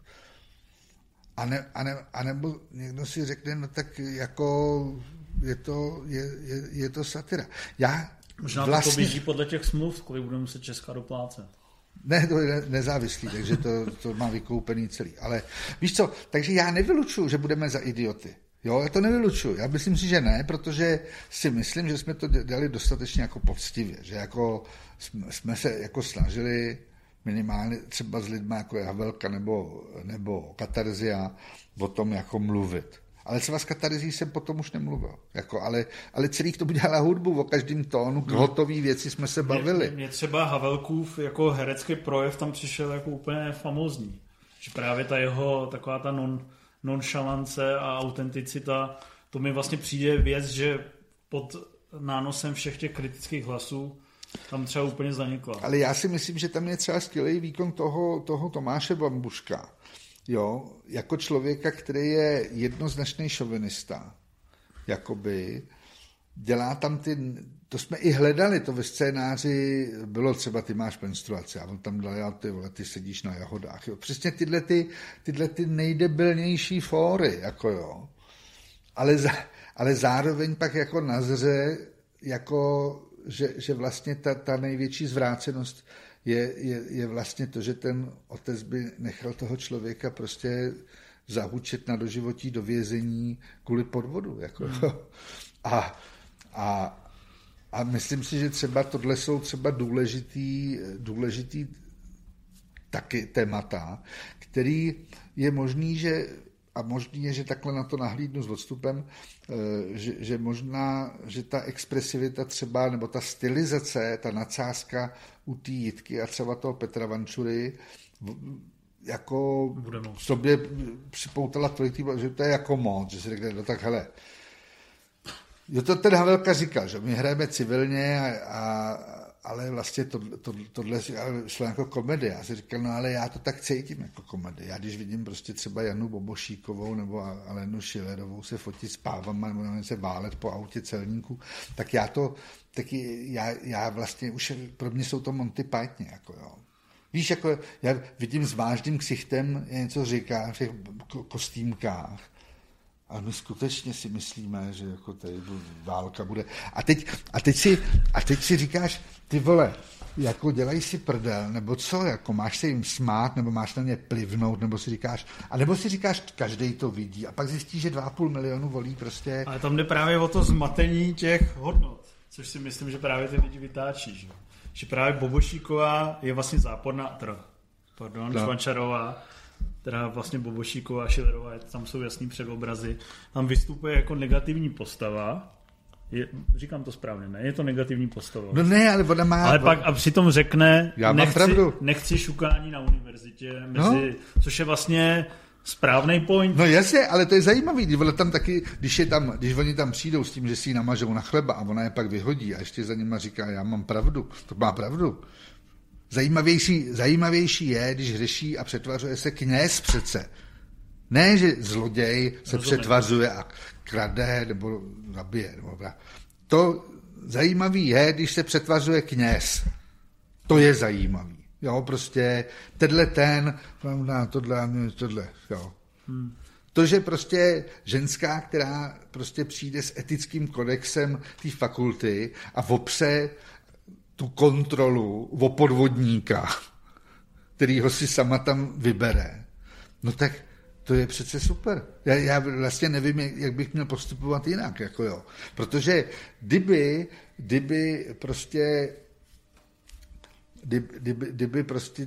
A, ne, a, ne, a nebo někdo si řekne, no tak jako je to, je, je, je to satira. Já Možná vlastně... to poběží podle těch smluv, kolik bude muset Česká doplácet. Ne, to je nezávislý, takže to, to má vykoupený celý. Ale víš co, takže já nevylučuju, že budeme za idioty. Jo, já to nevylučuju. Já myslím si, že ne, protože si myslím, že jsme to dělali dostatečně jako poctivě, že jako jsme, jsme se jako snažili minimálně třeba s lidmi jako je Havelka nebo, nebo Katarzia o tom jako mluvit. Ale třeba s Katarzí jsem potom už nemluvil. Jako, ale, ale celý to dělala hudbu, o každém tónu, k hotový věci jsme se bavili. Mně třeba Havelkův jako herecký projev tam přišel jako úplně famózní. Že právě ta jeho taková ta non, nonšalance a autenticita, to mi vlastně přijde věc, že pod nánosem všech těch kritických hlasů tam třeba úplně zanikla. Ale já si myslím, že tam je třeba skvělý výkon toho, toho Tomáše Bambuška. Jo, jako člověka, který je jednoznačný šovinista, jakoby, dělá tam ty, to jsme i hledali, to ve scénáři bylo třeba, ty máš menstruaci a on tam dal, ty vole, ty sedíš na jahodách, jo. Přesně tyhle ty, tyhle ty nejdebilnější fóry, jako jo. Ale, za, ale zároveň pak jako nazře, jako že, že vlastně ta, ta největší zvrácenost je, je, je vlastně to, že ten otec by nechal toho člověka prostě zahučet na doživotí do vězení kvůli podvodu. Jako. Hmm. A, a, a myslím si, že třeba tohle jsou třeba důležitý, důležitý taky témata, který je možný, že a možný je, že takhle na to nahlídnu s odstupem, že, že možná, že ta expresivita třeba, nebo ta stylizace, ta nadsázka u té Jitky a třeba toho Petra Vančury jako sobě připoutala tolik, že to je jako moc, že si řekne, no tak hele, jo, to ten Havelka říkal, že my hrajeme civilně, a, a, ale vlastně to, to, tohle šlo jako komedie. Já si říkal, no ale já to tak cítím jako komedie. Já když vidím prostě třeba Janu Bobošíkovou nebo Alenu Schillerovou se fotit s pávama nebo se válet po autě celníků, tak já to, taky já, já vlastně už, pro mě jsou to Monty Python, jako jo. Víš, jako já vidím s vážným ksichtem, něco říká v těch kostýmkách. A my skutečně si myslíme, že jako tady válka bude. A teď, a teď, si, a teď si říkáš, ty vole, jako dělají si prdel, nebo co, jako máš se jim smát, nebo máš na ně plivnout, nebo si říkáš, a nebo si říkáš, každej to vidí. A pak zjistíš, že dva a půl milionu volí prostě. Ale tam jde právě o to zmatení těch hodnot, což si myslím, že právě ty lidi vytáčí. Že, že právě Bobošíková je vlastně záporná, teda, pardon, no. Švančarová, teda vlastně Bobošíková a Schillerová, tam jsou jasný předobrazy, tam vystupuje jako negativní postava, je, říkám to správně, ne? Je to negativní postava. No ne, ale ona má... Ale pak a přitom řekne, já nechci, nechci šukání na univerzitě, mezi, no. Což je vlastně správnej point. No jasně, ale to je zajímavý, když tam taky, když, je tam, když oni tam přijdou s tím, že si ji namažou na chleba a ona je pak vyhodí a ještě za nima říká, já mám pravdu, to má pravdu. Zajímavější, zajímavější je, když řeší a přetvařuje se kněz přece. Ne, že zloděj se Rozumím. přetvařuje a krade nebo zabije. Nebo to zajímavý je, když se přetvařuje kněz. To je zajímavý. Jo, prostě tenhle ten, tohle, tohle, jo. Hmm. To, že prostě ženská, která prostě přijde s etickým kodexem té fakulty a opře tu kontrolu o podvodníka, kterýho si sama tam vybere, no tak to je přece super. Já, já vlastně nevím, jak bych měl postupovat jinak, jako jo. Protože kdyby, kdyby prostě kdyby, kdyby, kdyby prostě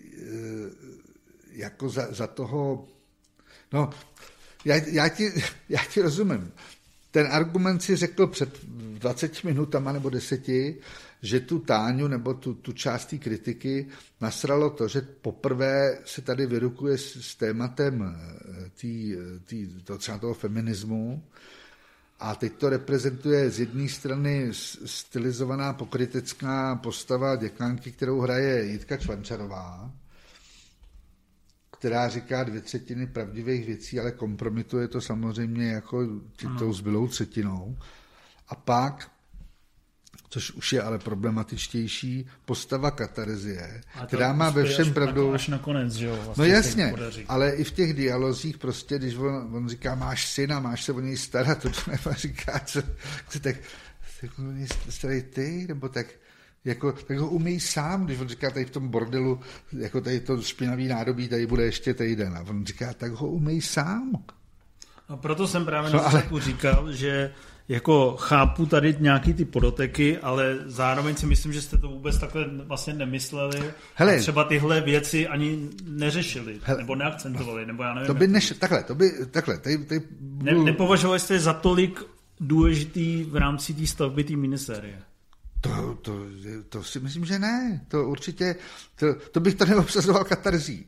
jako za, za toho no, já, já, ti, já ti rozumím. Ten argument si řekl před dvaceti minutama nebo deseti, že tu Táňu nebo tu, tu část té kritiky nasralo to, že poprvé se tady vyrukuje s, s tématem tý, tý, to, třeba toho feminismu a teď to reprezentuje z jedné strany stylizovaná pokrytecká postava děkanky, kterou hraje Jitka Švančarová, která říká dvě třetiny pravdivých věcí, ale kompromituje to samozřejmě jako tou zbylou třetinou. A pak, což už je ale problematičtější, postava Katarzie, která má ve všem pravdu. Až nakonec, že jo? Vlastně no jasně, ale i v těch dialozích prostě, když on, on říká, máš syna, máš se o něj starat, to neba říká, co, co tak, tak o něj starej ty, nebo tak, jako, tak ho umí sám, když on říká tady v tom bordelu, jako tady to špinavý nádobí, tady bude ještě týden. A on říká, tak ho umí sám. A proto jsem právě no, na začátku ale... říkal, že jako chápu tady nějaký ty podoteky, ale zároveň si myslím, že jste to vůbec takhle vlastně nemysleli. Hele, a třeba tyhle věci ani neřešili, hele, nebo neakcentovali, nebo já nevím. To by neš... Takhle, to by, takhle. Tady, tady budu... ne, nepovažovali jste za tolik důležitý v rámci té stavby té minisérie? To, to, to si myslím, že ne. To určitě, to, to bych to neobsazoval Katarzí.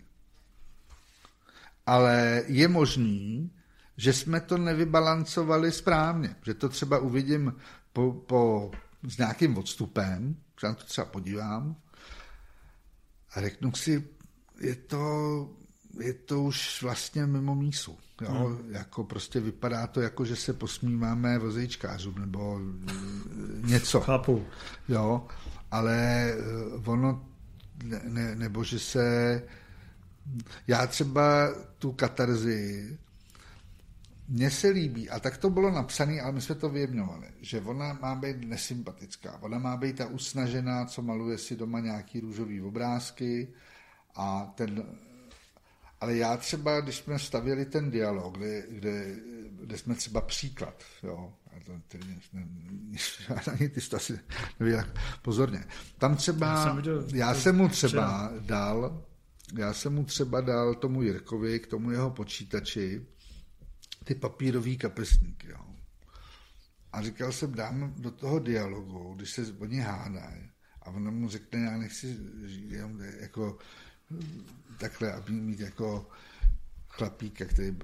Ale je možný, že jsme to nevybalancovali správně. Že to třeba uvidím po, po, s nějakým odstupem, že na to třeba podívám a řeknu si, je to, je to už vlastně mimo mísu. Jo? Hmm. Jako prostě vypadá to, jako že se posmíváme vozejčkářům nebo něco. Chápu. Jo, ale ono, ne, ne, nebo že se, já třeba tu Katarzi mně se líbí, a tak to bylo napsané, ale my jsme to vyjemňovali, že ona má být nesympatická, ona má být ta usnažená, co maluje si doma nějaký růžový obrázky a ten... Ale já třeba, když jsme stavěli ten dialog, kde, kde, kde jsme třeba příklad, jo, a to, tedy, ne, ani ty to asi neví, pozorně, tam třeba, já jsem, viděl, já jsem mu třeba včera. dal, já jsem mu třeba dal tomu Jirkovi, k tomu jeho počítači, ty papírový kapesníky, jo. A říkal jsem, dám do toho dialogu, když se oni hádají, a on mu řekne, já nechci jenom jako takhle, aby mít jako chlapíka, který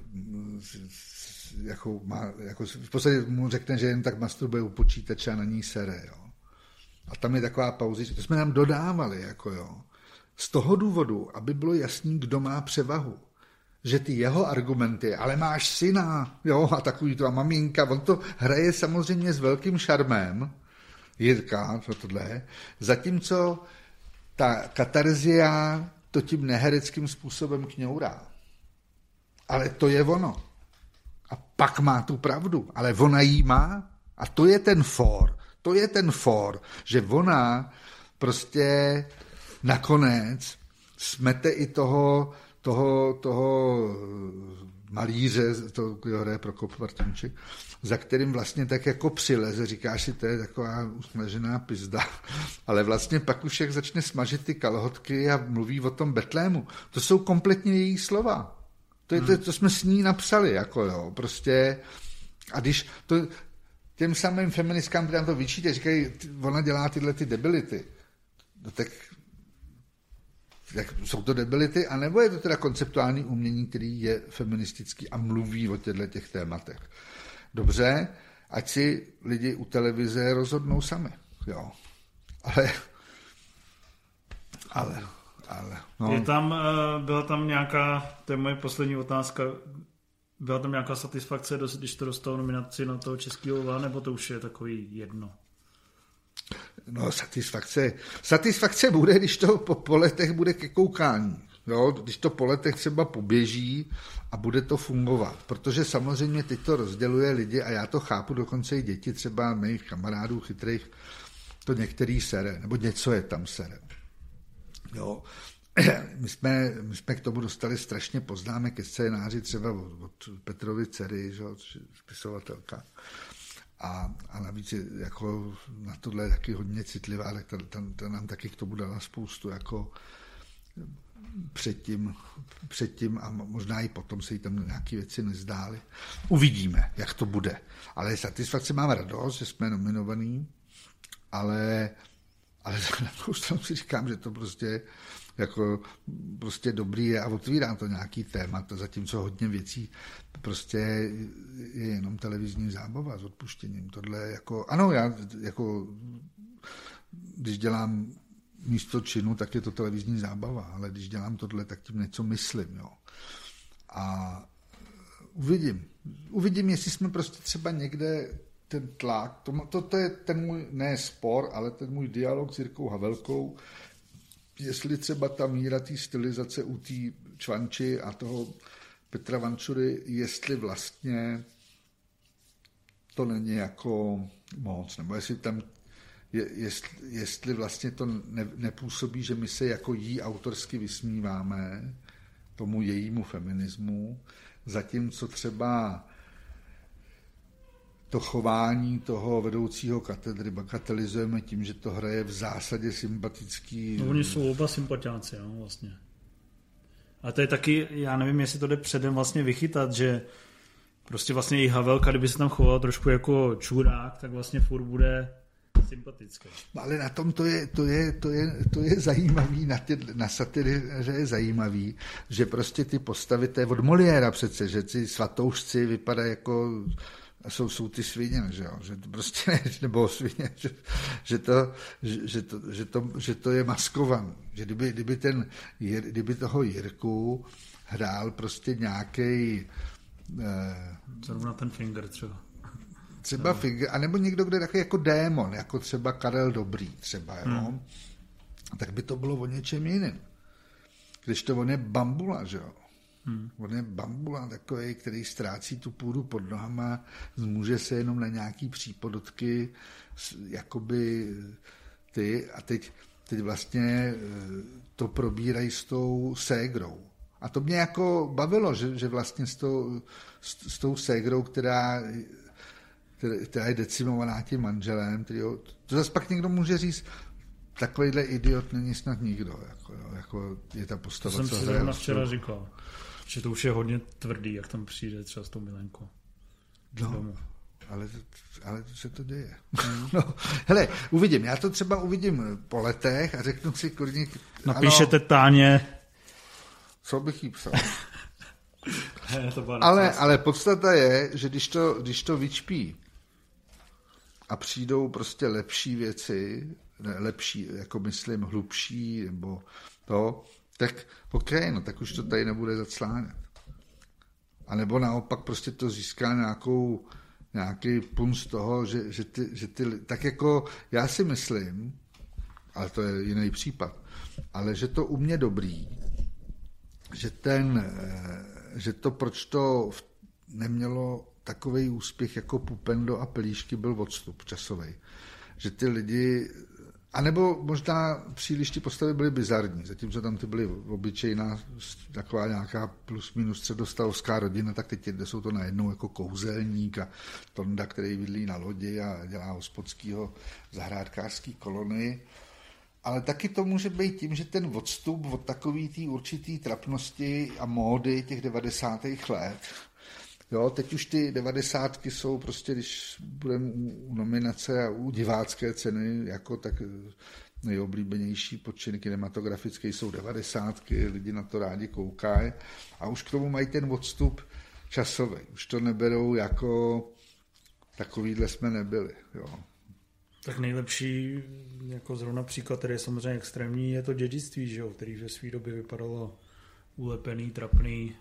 jako má, jako v podstatě mu řekne, že jen tak masturbuje u počítače a na ní sere, jo. A tam je taková pauzička, to jsme nám dodávali, jako jo. Z toho důvodu, aby bylo jasný, kdo má převahu. Že ty jeho argumenty, ale máš syna, jo, a takový to, a maminka, on to hraje samozřejmě s velkým šarmem, Jirka, to tohle, zatímco ta katarzia to tím nehereckým způsobem kňourá. Ale to je ono. A pak má tu pravdu, ale ona jí má a to je ten for, to je ten for, že ona prostě nakonec smete i toho toho, toho malíře, to hraje Prokop Martinček, za kterým vlastně tak jako přileze, říkáš si, to je taková usmažená pizda, ale vlastně pak už jak začne smažit ty kalhotky a mluví o tom Betlému. To jsou kompletně její slova. To, je, to, to jsme s ní napsali, jako jo, prostě. A když to těm samým feministkám, které to vyčítají, říkají, ona dělá tyhle ty debility, no tak jak, jsou to debility, anebo je to teda konceptuální umění, který je feministický a mluví o těchto těch tématech. Dobře, ať si lidi u televize rozhodnou sami, jo. Ale, ale, ale, no. Je tam, byla tam nějaká, to je moje poslední otázka, byla tam nějaká satisfakce, když to dostalo nominaci na toho Českého lva, nebo to už je takový jedno? No, satisfakce. Satisfakce bude, když to po, po letech bude ke koukání. Jo? Když to po letech třeba poběží a bude to fungovat. Protože samozřejmě teď to rozděluje lidi a já to chápu, dokonce i děti, třeba mých kamarádů chytrých, to některý sere, nebo něco je tam sere. Jo. My jsme, my jsme k tomu dostali strašně poznámek ke scénáři třeba od, od Petrovy dcery, že, spisovatelka. A, a navíc je jako na tohle je taky hodně citlivá, tak ta, ta, ta nám taky k tomu dala spoustu jako předtím, předtím a možná i potom se jí tam nějaké věci nezdály. Uvidíme, jak to bude. Ale satisfakce, mám radost, že jsme nominovaní, ale, ale na druhou stranu si říkám, že to prostě jako prostě dobrý je a otvírá to nějaký témat, zatímco hodně věcí prostě je jenom televizní zábava s odpuštěním. Tohle jako, ano, já jako, když dělám místo činu, tak je to televizní zábava, ale když dělám tohle, tak tím něco myslím, jo. A uvidím. Uvidím, jestli jsme prostě třeba někde ten tlak, to, to, to je ten můj, ne spor, ale ten můj dialog s Jirkou Havelkou, jestli třeba ta míra té stylizace u té Čvanči a toho Petra Vančury, jestli vlastně to není jako moc, nebo jestli tam je, jestli, jestli vlastně to ne, nepůsobí, že my se jako jí autorsky vysmíváme tomu jejímu feminismu, zatímco třeba to chování toho vedoucího katedry bagatelizujeme tím, že to hraje v zásadě sympatický... No, oni jsou oba sympatiáci, jo, vlastně. A to je taky, já nevím, jestli to jde předem vlastně vychytat, že prostě vlastně i Havelka, kdyby se tam choval trošku jako čurák, tak vlastně furt bude sympatický. Ale na tom to je, to je, to je, to je zajímavý, na, ty, na satiry, že je zajímavý, že prostě ty postavy, to je od Moliéra přece, že ty svatoušci vypadají jako... A jsou, jsou ty svině, že jo, že to prostě ne, nebo svině, že, že, to, že, že, to, že, to, že to je maskovaný, že kdyby, kdyby, ten, kdyby toho Jirku hrál prostě nějaký eh, zrovna ten Finger třeba. Třeba no. Finger, anebo někdo, kde je takový jako démon, jako třeba Karel Dobrý třeba, jo, hmm. tak by to bylo o něčem jiném. Když to on je bambula, že jo. Hmm. On je bambula takový, který ztrácí tu půdu pod nohama, zmůže se jenom na nějaký přípodotky, jakoby ty, a teď, teď vlastně to probírají s tou ségrou. A to mě jako bavilo, že, že vlastně s tou, s, s tou ségrou, která, která je decimovaná tím manželem, kterýho, to zase pak někdo může říct, takovýhle idiot není snad nikdo, jako, jako je ta postava. To jsem si zrovna včera říkal, že to už je hodně tvrdý, jak tam přijde třeba s tou Milenkou. No, ale, ale se to děje. No, hele, uvidím, já to třeba uvidím po letech a řeknu si, kurník, napíšete ano, Táně. Co bych jí psal? ale, ale podstata je, že když to, když to vyčpí a přijdou prostě lepší věci, lepší, jako myslím, hlubší, nebo to, tak ok, no tak už to tady nebude zaclánět. A nebo naopak prostě to získá nějakou, nějaký punt z toho, že, že, ty, že ty, tak jako já si myslím, ale to je jiný případ, ale že to u mě dobrý, že ten, že to, proč to nemělo takovej úspěch jako Pupendo a Pelíšky, byl odstup časovej. Že ty lidi, anebo možná příliš ty postavy byly bizarní, zatímco tam ty byly obyčejná, taková nějaká plus minus středostavovská rodina, tak teď jsou to najednou jako kouzelník a Tonda, který bydlí na lodi a dělá hospodskýho zahrádkářský kolonii. Ale taky to může být tím, že ten odstup od takový té určitý trapnosti a módy těch devadesátých let. Jo, teď už ty devadesátky jsou prostě, když budeme u nominace a u divácké ceny, jako tak nejoblíbenější počin kinematografické jsou devadesátky, lidi na to rádi koukají a už k tomu mají ten odstup časový. Už to neberou jako takovýhle jsme nebyli, jo. Tak nejlepší, jako zrovna příklad, který je samozřejmě extrémní, je to Dědictví, že jo, který ve své době vypadalo ulepený, trapný,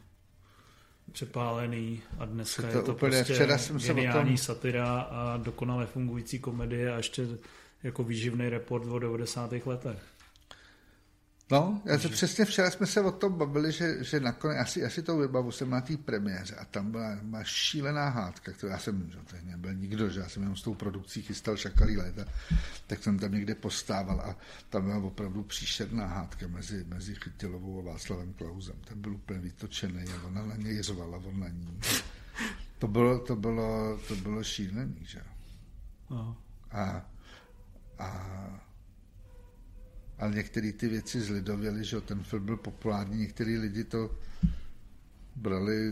přepálený a dneska je to, je to úplně, prostě včera jsem geniální tom... satira a dokonale fungující komedie a ještě jako výživný report o devadesátých letech. No, já to přesně včera jsme se o tom bavili, že, že nakonec, asi, asi to vybavu, jsem na té premiéře a tam byla, byla šílená hádka, kterou já jsem, že to nebyl nikdo, že já jsem jenom s tou produkcí chystal Šakalí léta, tak jsem tam někde postával a tam byla opravdu příšerná hádka mezi, mezi Chytilovou a Václavem Klausem. Ten byl úplně vytočený a ona na něj řvala, on na ní. To bylo, to bylo, to bylo šílený, že jo. A, a ale některé ty věci zlidověly, že ten film byl populární, některý lidi to brali.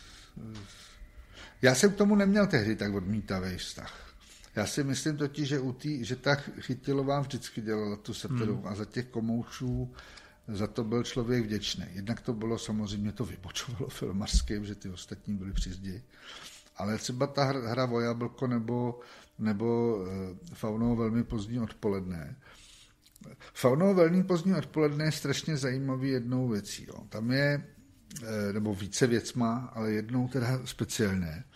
Já jsem k tomu neměl tehdy tak odmítavý vztah. Já si myslím totiž, že, u tý, že ta Chytilová vždycky dělala tu satiru hmm. a za těch komoušů za to byl člověk vděčný. Jednak to bylo samozřejmě, to vybočovalo filmařským, že ty ostatní byli při zdi. Ale třeba ta hra o jablko nebo, nebo Faunovo velmi pozdní odpoledne. Faunovo velmi pozdní odpoledne je strašně zajímavý jednou věcí. Jo. Tam je, nebo více věcma, ale jednou teda speciálně.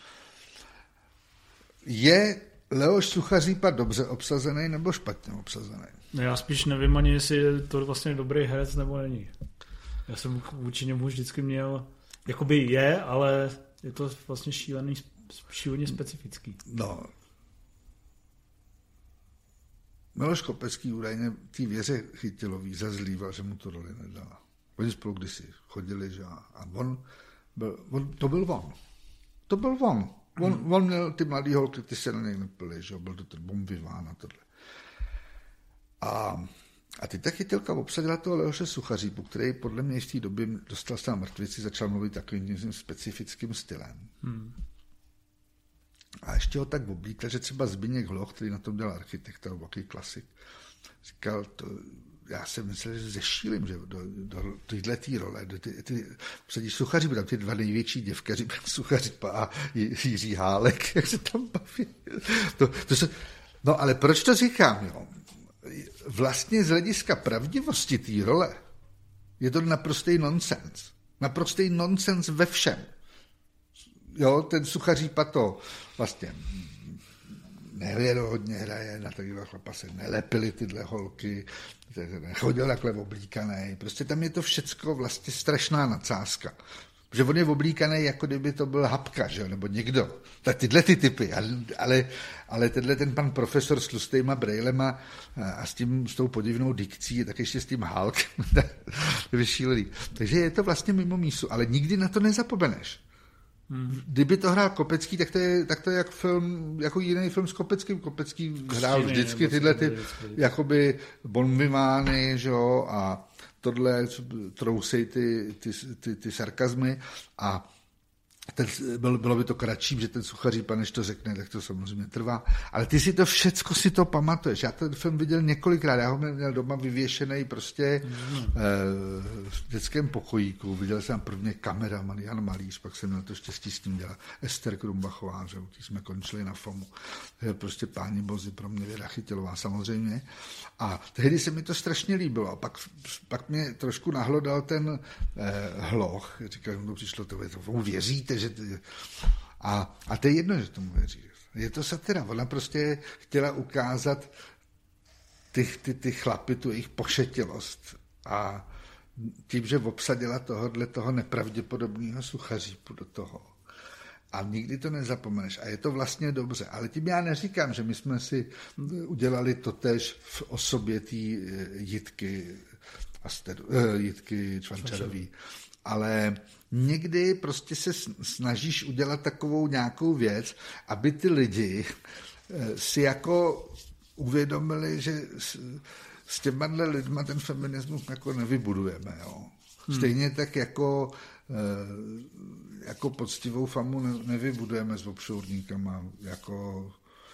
Je Leoš Suchařípa dobře obsazený nebo špatně obsazený? Já spíš nevím ani, jestli je to vlastně dobrý herec nebo není. Já jsem vůči němu vždycky měl, jakoby je, ale je to vlastně šílený, šíleně specifický. No. Miloš Kopecký údajně té Věře Chytilový zazlíval, že mu to roli nedala. Oni spolu kdysi chodili, že a on byl, on, to byl on. To byl on. On, hmm. on měl ty mladý holky, ty se na něj nepily, že byl to ten bombiván a tohle. A, a teď ta Chytilka obsadila toho Leoše Suchařípu, který podle mě v té době dostal se na mrtvici, začal mluvit takovým specifickým stylem. Hmm. A ještě ho tak oblíkl, že třeba Zbyněk Hloch, který na tom dělal architekta, velký klasik, říkal, to, já jsem myslel, že zešílim, že do, do tyhle tý role, do ty, ty, předíš Suchařípa, tam ty dva největší děvkaři, Suchařípa a Jiří Hálek, jak se tam baví. To, to se, no ale proč to říkám, jo? Vlastně z hlediska pravdivosti té role je to naprostý nonsens. Naprostý nonsens ve všem. Jo, ten Suchařípa to vlastně nevěrohodně hraje, na takového chlapa se nelepily tyhle holky, nechodil takhle oblíkaný. Prostě tam je to všecko vlastně strašná nadsázka. Protože on je oblíkaný, jako kdyby to byl Hapka, že? Nebo někdo. Tak tyhle ty typy. Ale, ale tenhle ten pan profesor s tlustejma brejlema a s, tím, s tou podivnou dikcí, tak ještě s tím Hulk. Vyšílený. Takže je to vlastně mimo mísu, ale nikdy na to nezapomeneš. Hmm. Kdyby to hrál Kopecký, tak to je, tak to je jak film, jako jiný film s Kopeckým. Kopecký hrál vždycky tyhle ty jakoby bonvimány, že jo, a tohle trousej ty, ty, ty, ty sarkazmy a ten, bylo, bylo by to kratší, že ten Suchaří pan, než to řekne, tak to samozřejmě trvá. Ale ty si to všecko si to pamatuješ. Já ten film viděl několikrát, já ho měl doma vyvěšený prostě mm. eh, v dětském pokojíku. Viděl jsem prvně kameraman Jan Malíř, pak jsem měl to štěstí s tím dělal Ester Krumbachová, že když jsme končili na FOMu. Prostě Páni bozi pro mě Věra Chytilová samozřejmě. A tehdy se mi to strašně líbilo. A pak, pak mě trošku nahlodal ten eh, hloch. Říkal, že mu přišlo to, to věříte, že to, a, a to je jedno, že tomu věří. Je to satira. Ona prostě chtěla ukázat ty, ty, ty chlapy, tu jejich pošetilost. A tím, že obsadila tohodle toho nepravděpodobného Suchaříku do toho. A nikdy to nezapomeneš. A je to vlastně dobře. Ale tím já neříkám, že my jsme si udělali totéž v osobě té Jitky, Asteru, Jitky Čvančarový. Ale někdy prostě se snažíš udělat takovou nějakou věc, aby ty lidi si jako uvědomili, že s těma lidma ten feminismus jako nevybudujeme. Jo. Stejně tak jako, jako poctivou famu nevybudujeme s obšourníkama, jako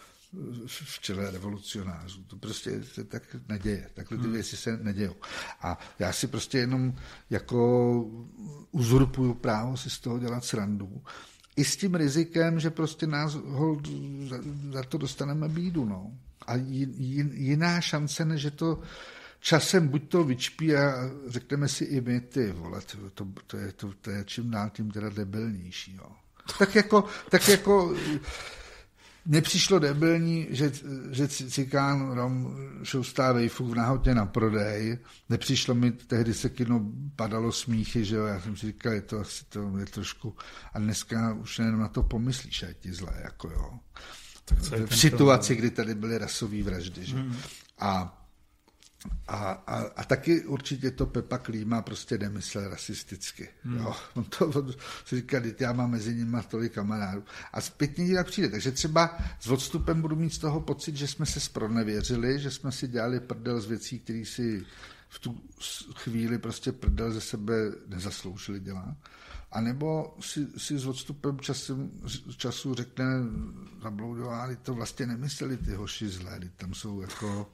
v čele revolucionářů. To prostě se tak neděje. Takhle ty věci se nedějou. A já si prostě jenom jako uzurpuju právo si z toho dělat srandu. I s tím rizikem, že prostě nás hold za, za to dostaneme bídu. No. A jiná šance, než že to časem buď to vyčpí a řekneme si i my, ty vole, to, to, to, je, to, to je čím dál tím teda debilnější. Jo. Tak jako, tak jako mně přišlo debilní, že, že Cikán Rom šoustá vejfuk v Nahotě na prodej. Nepřišlo mi, tehdy se kino padalo smíchy, že jo, já jsem si říkal, je to asi to je trošku, a dneska už jenom na to pomyslíš, a je ti zlé, jako jo. Tak v situaci, kdy tady byly rasové vraždy, že? Hmm. A A, a, a taky určitě to Pepa Klíma prostě nemyslel rasisticky. Hmm. Jo. On to on si říkal, já mám mezi nimi tolik kamarádů. A zpětně dílak přijde. Takže třeba s odstupem budu mít z toho pocit, že jsme se zpronevěřili, že jsme si dělali prdel z věcí, které si v tu chvíli prostě prdel ze sebe nezasloužili dělat. A nebo si, si s odstupem času, času řekne Zabloudová, to vlastně nemysleli ty hoši zlé, tam jsou jako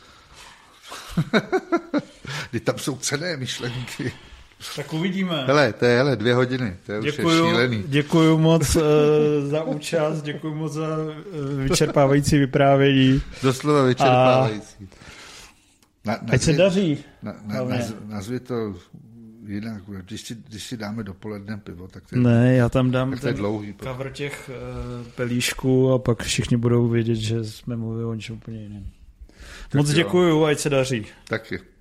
kdy tam jsou cenné myšlenky. Tak uvidíme. Hele, to je hele, dvě hodiny, to je děkuju, už je šílený. Děkuju moc uh, za účast, děkuju moc za uh, vyčerpávající vyprávění. Doslova vyčerpávající. Na, nazvě, ať se daří. Na, na, naz, nazvi to jinak, když si, když si dáme dopoledne pivo, tak to je, ne, já tam dám tak to je dlouhý. Cover těch uh, pelíšků a pak všichni budou vědět, že jsme mluvili o něčem úplně jiném. Moc děkuju, ať se daří. Taky.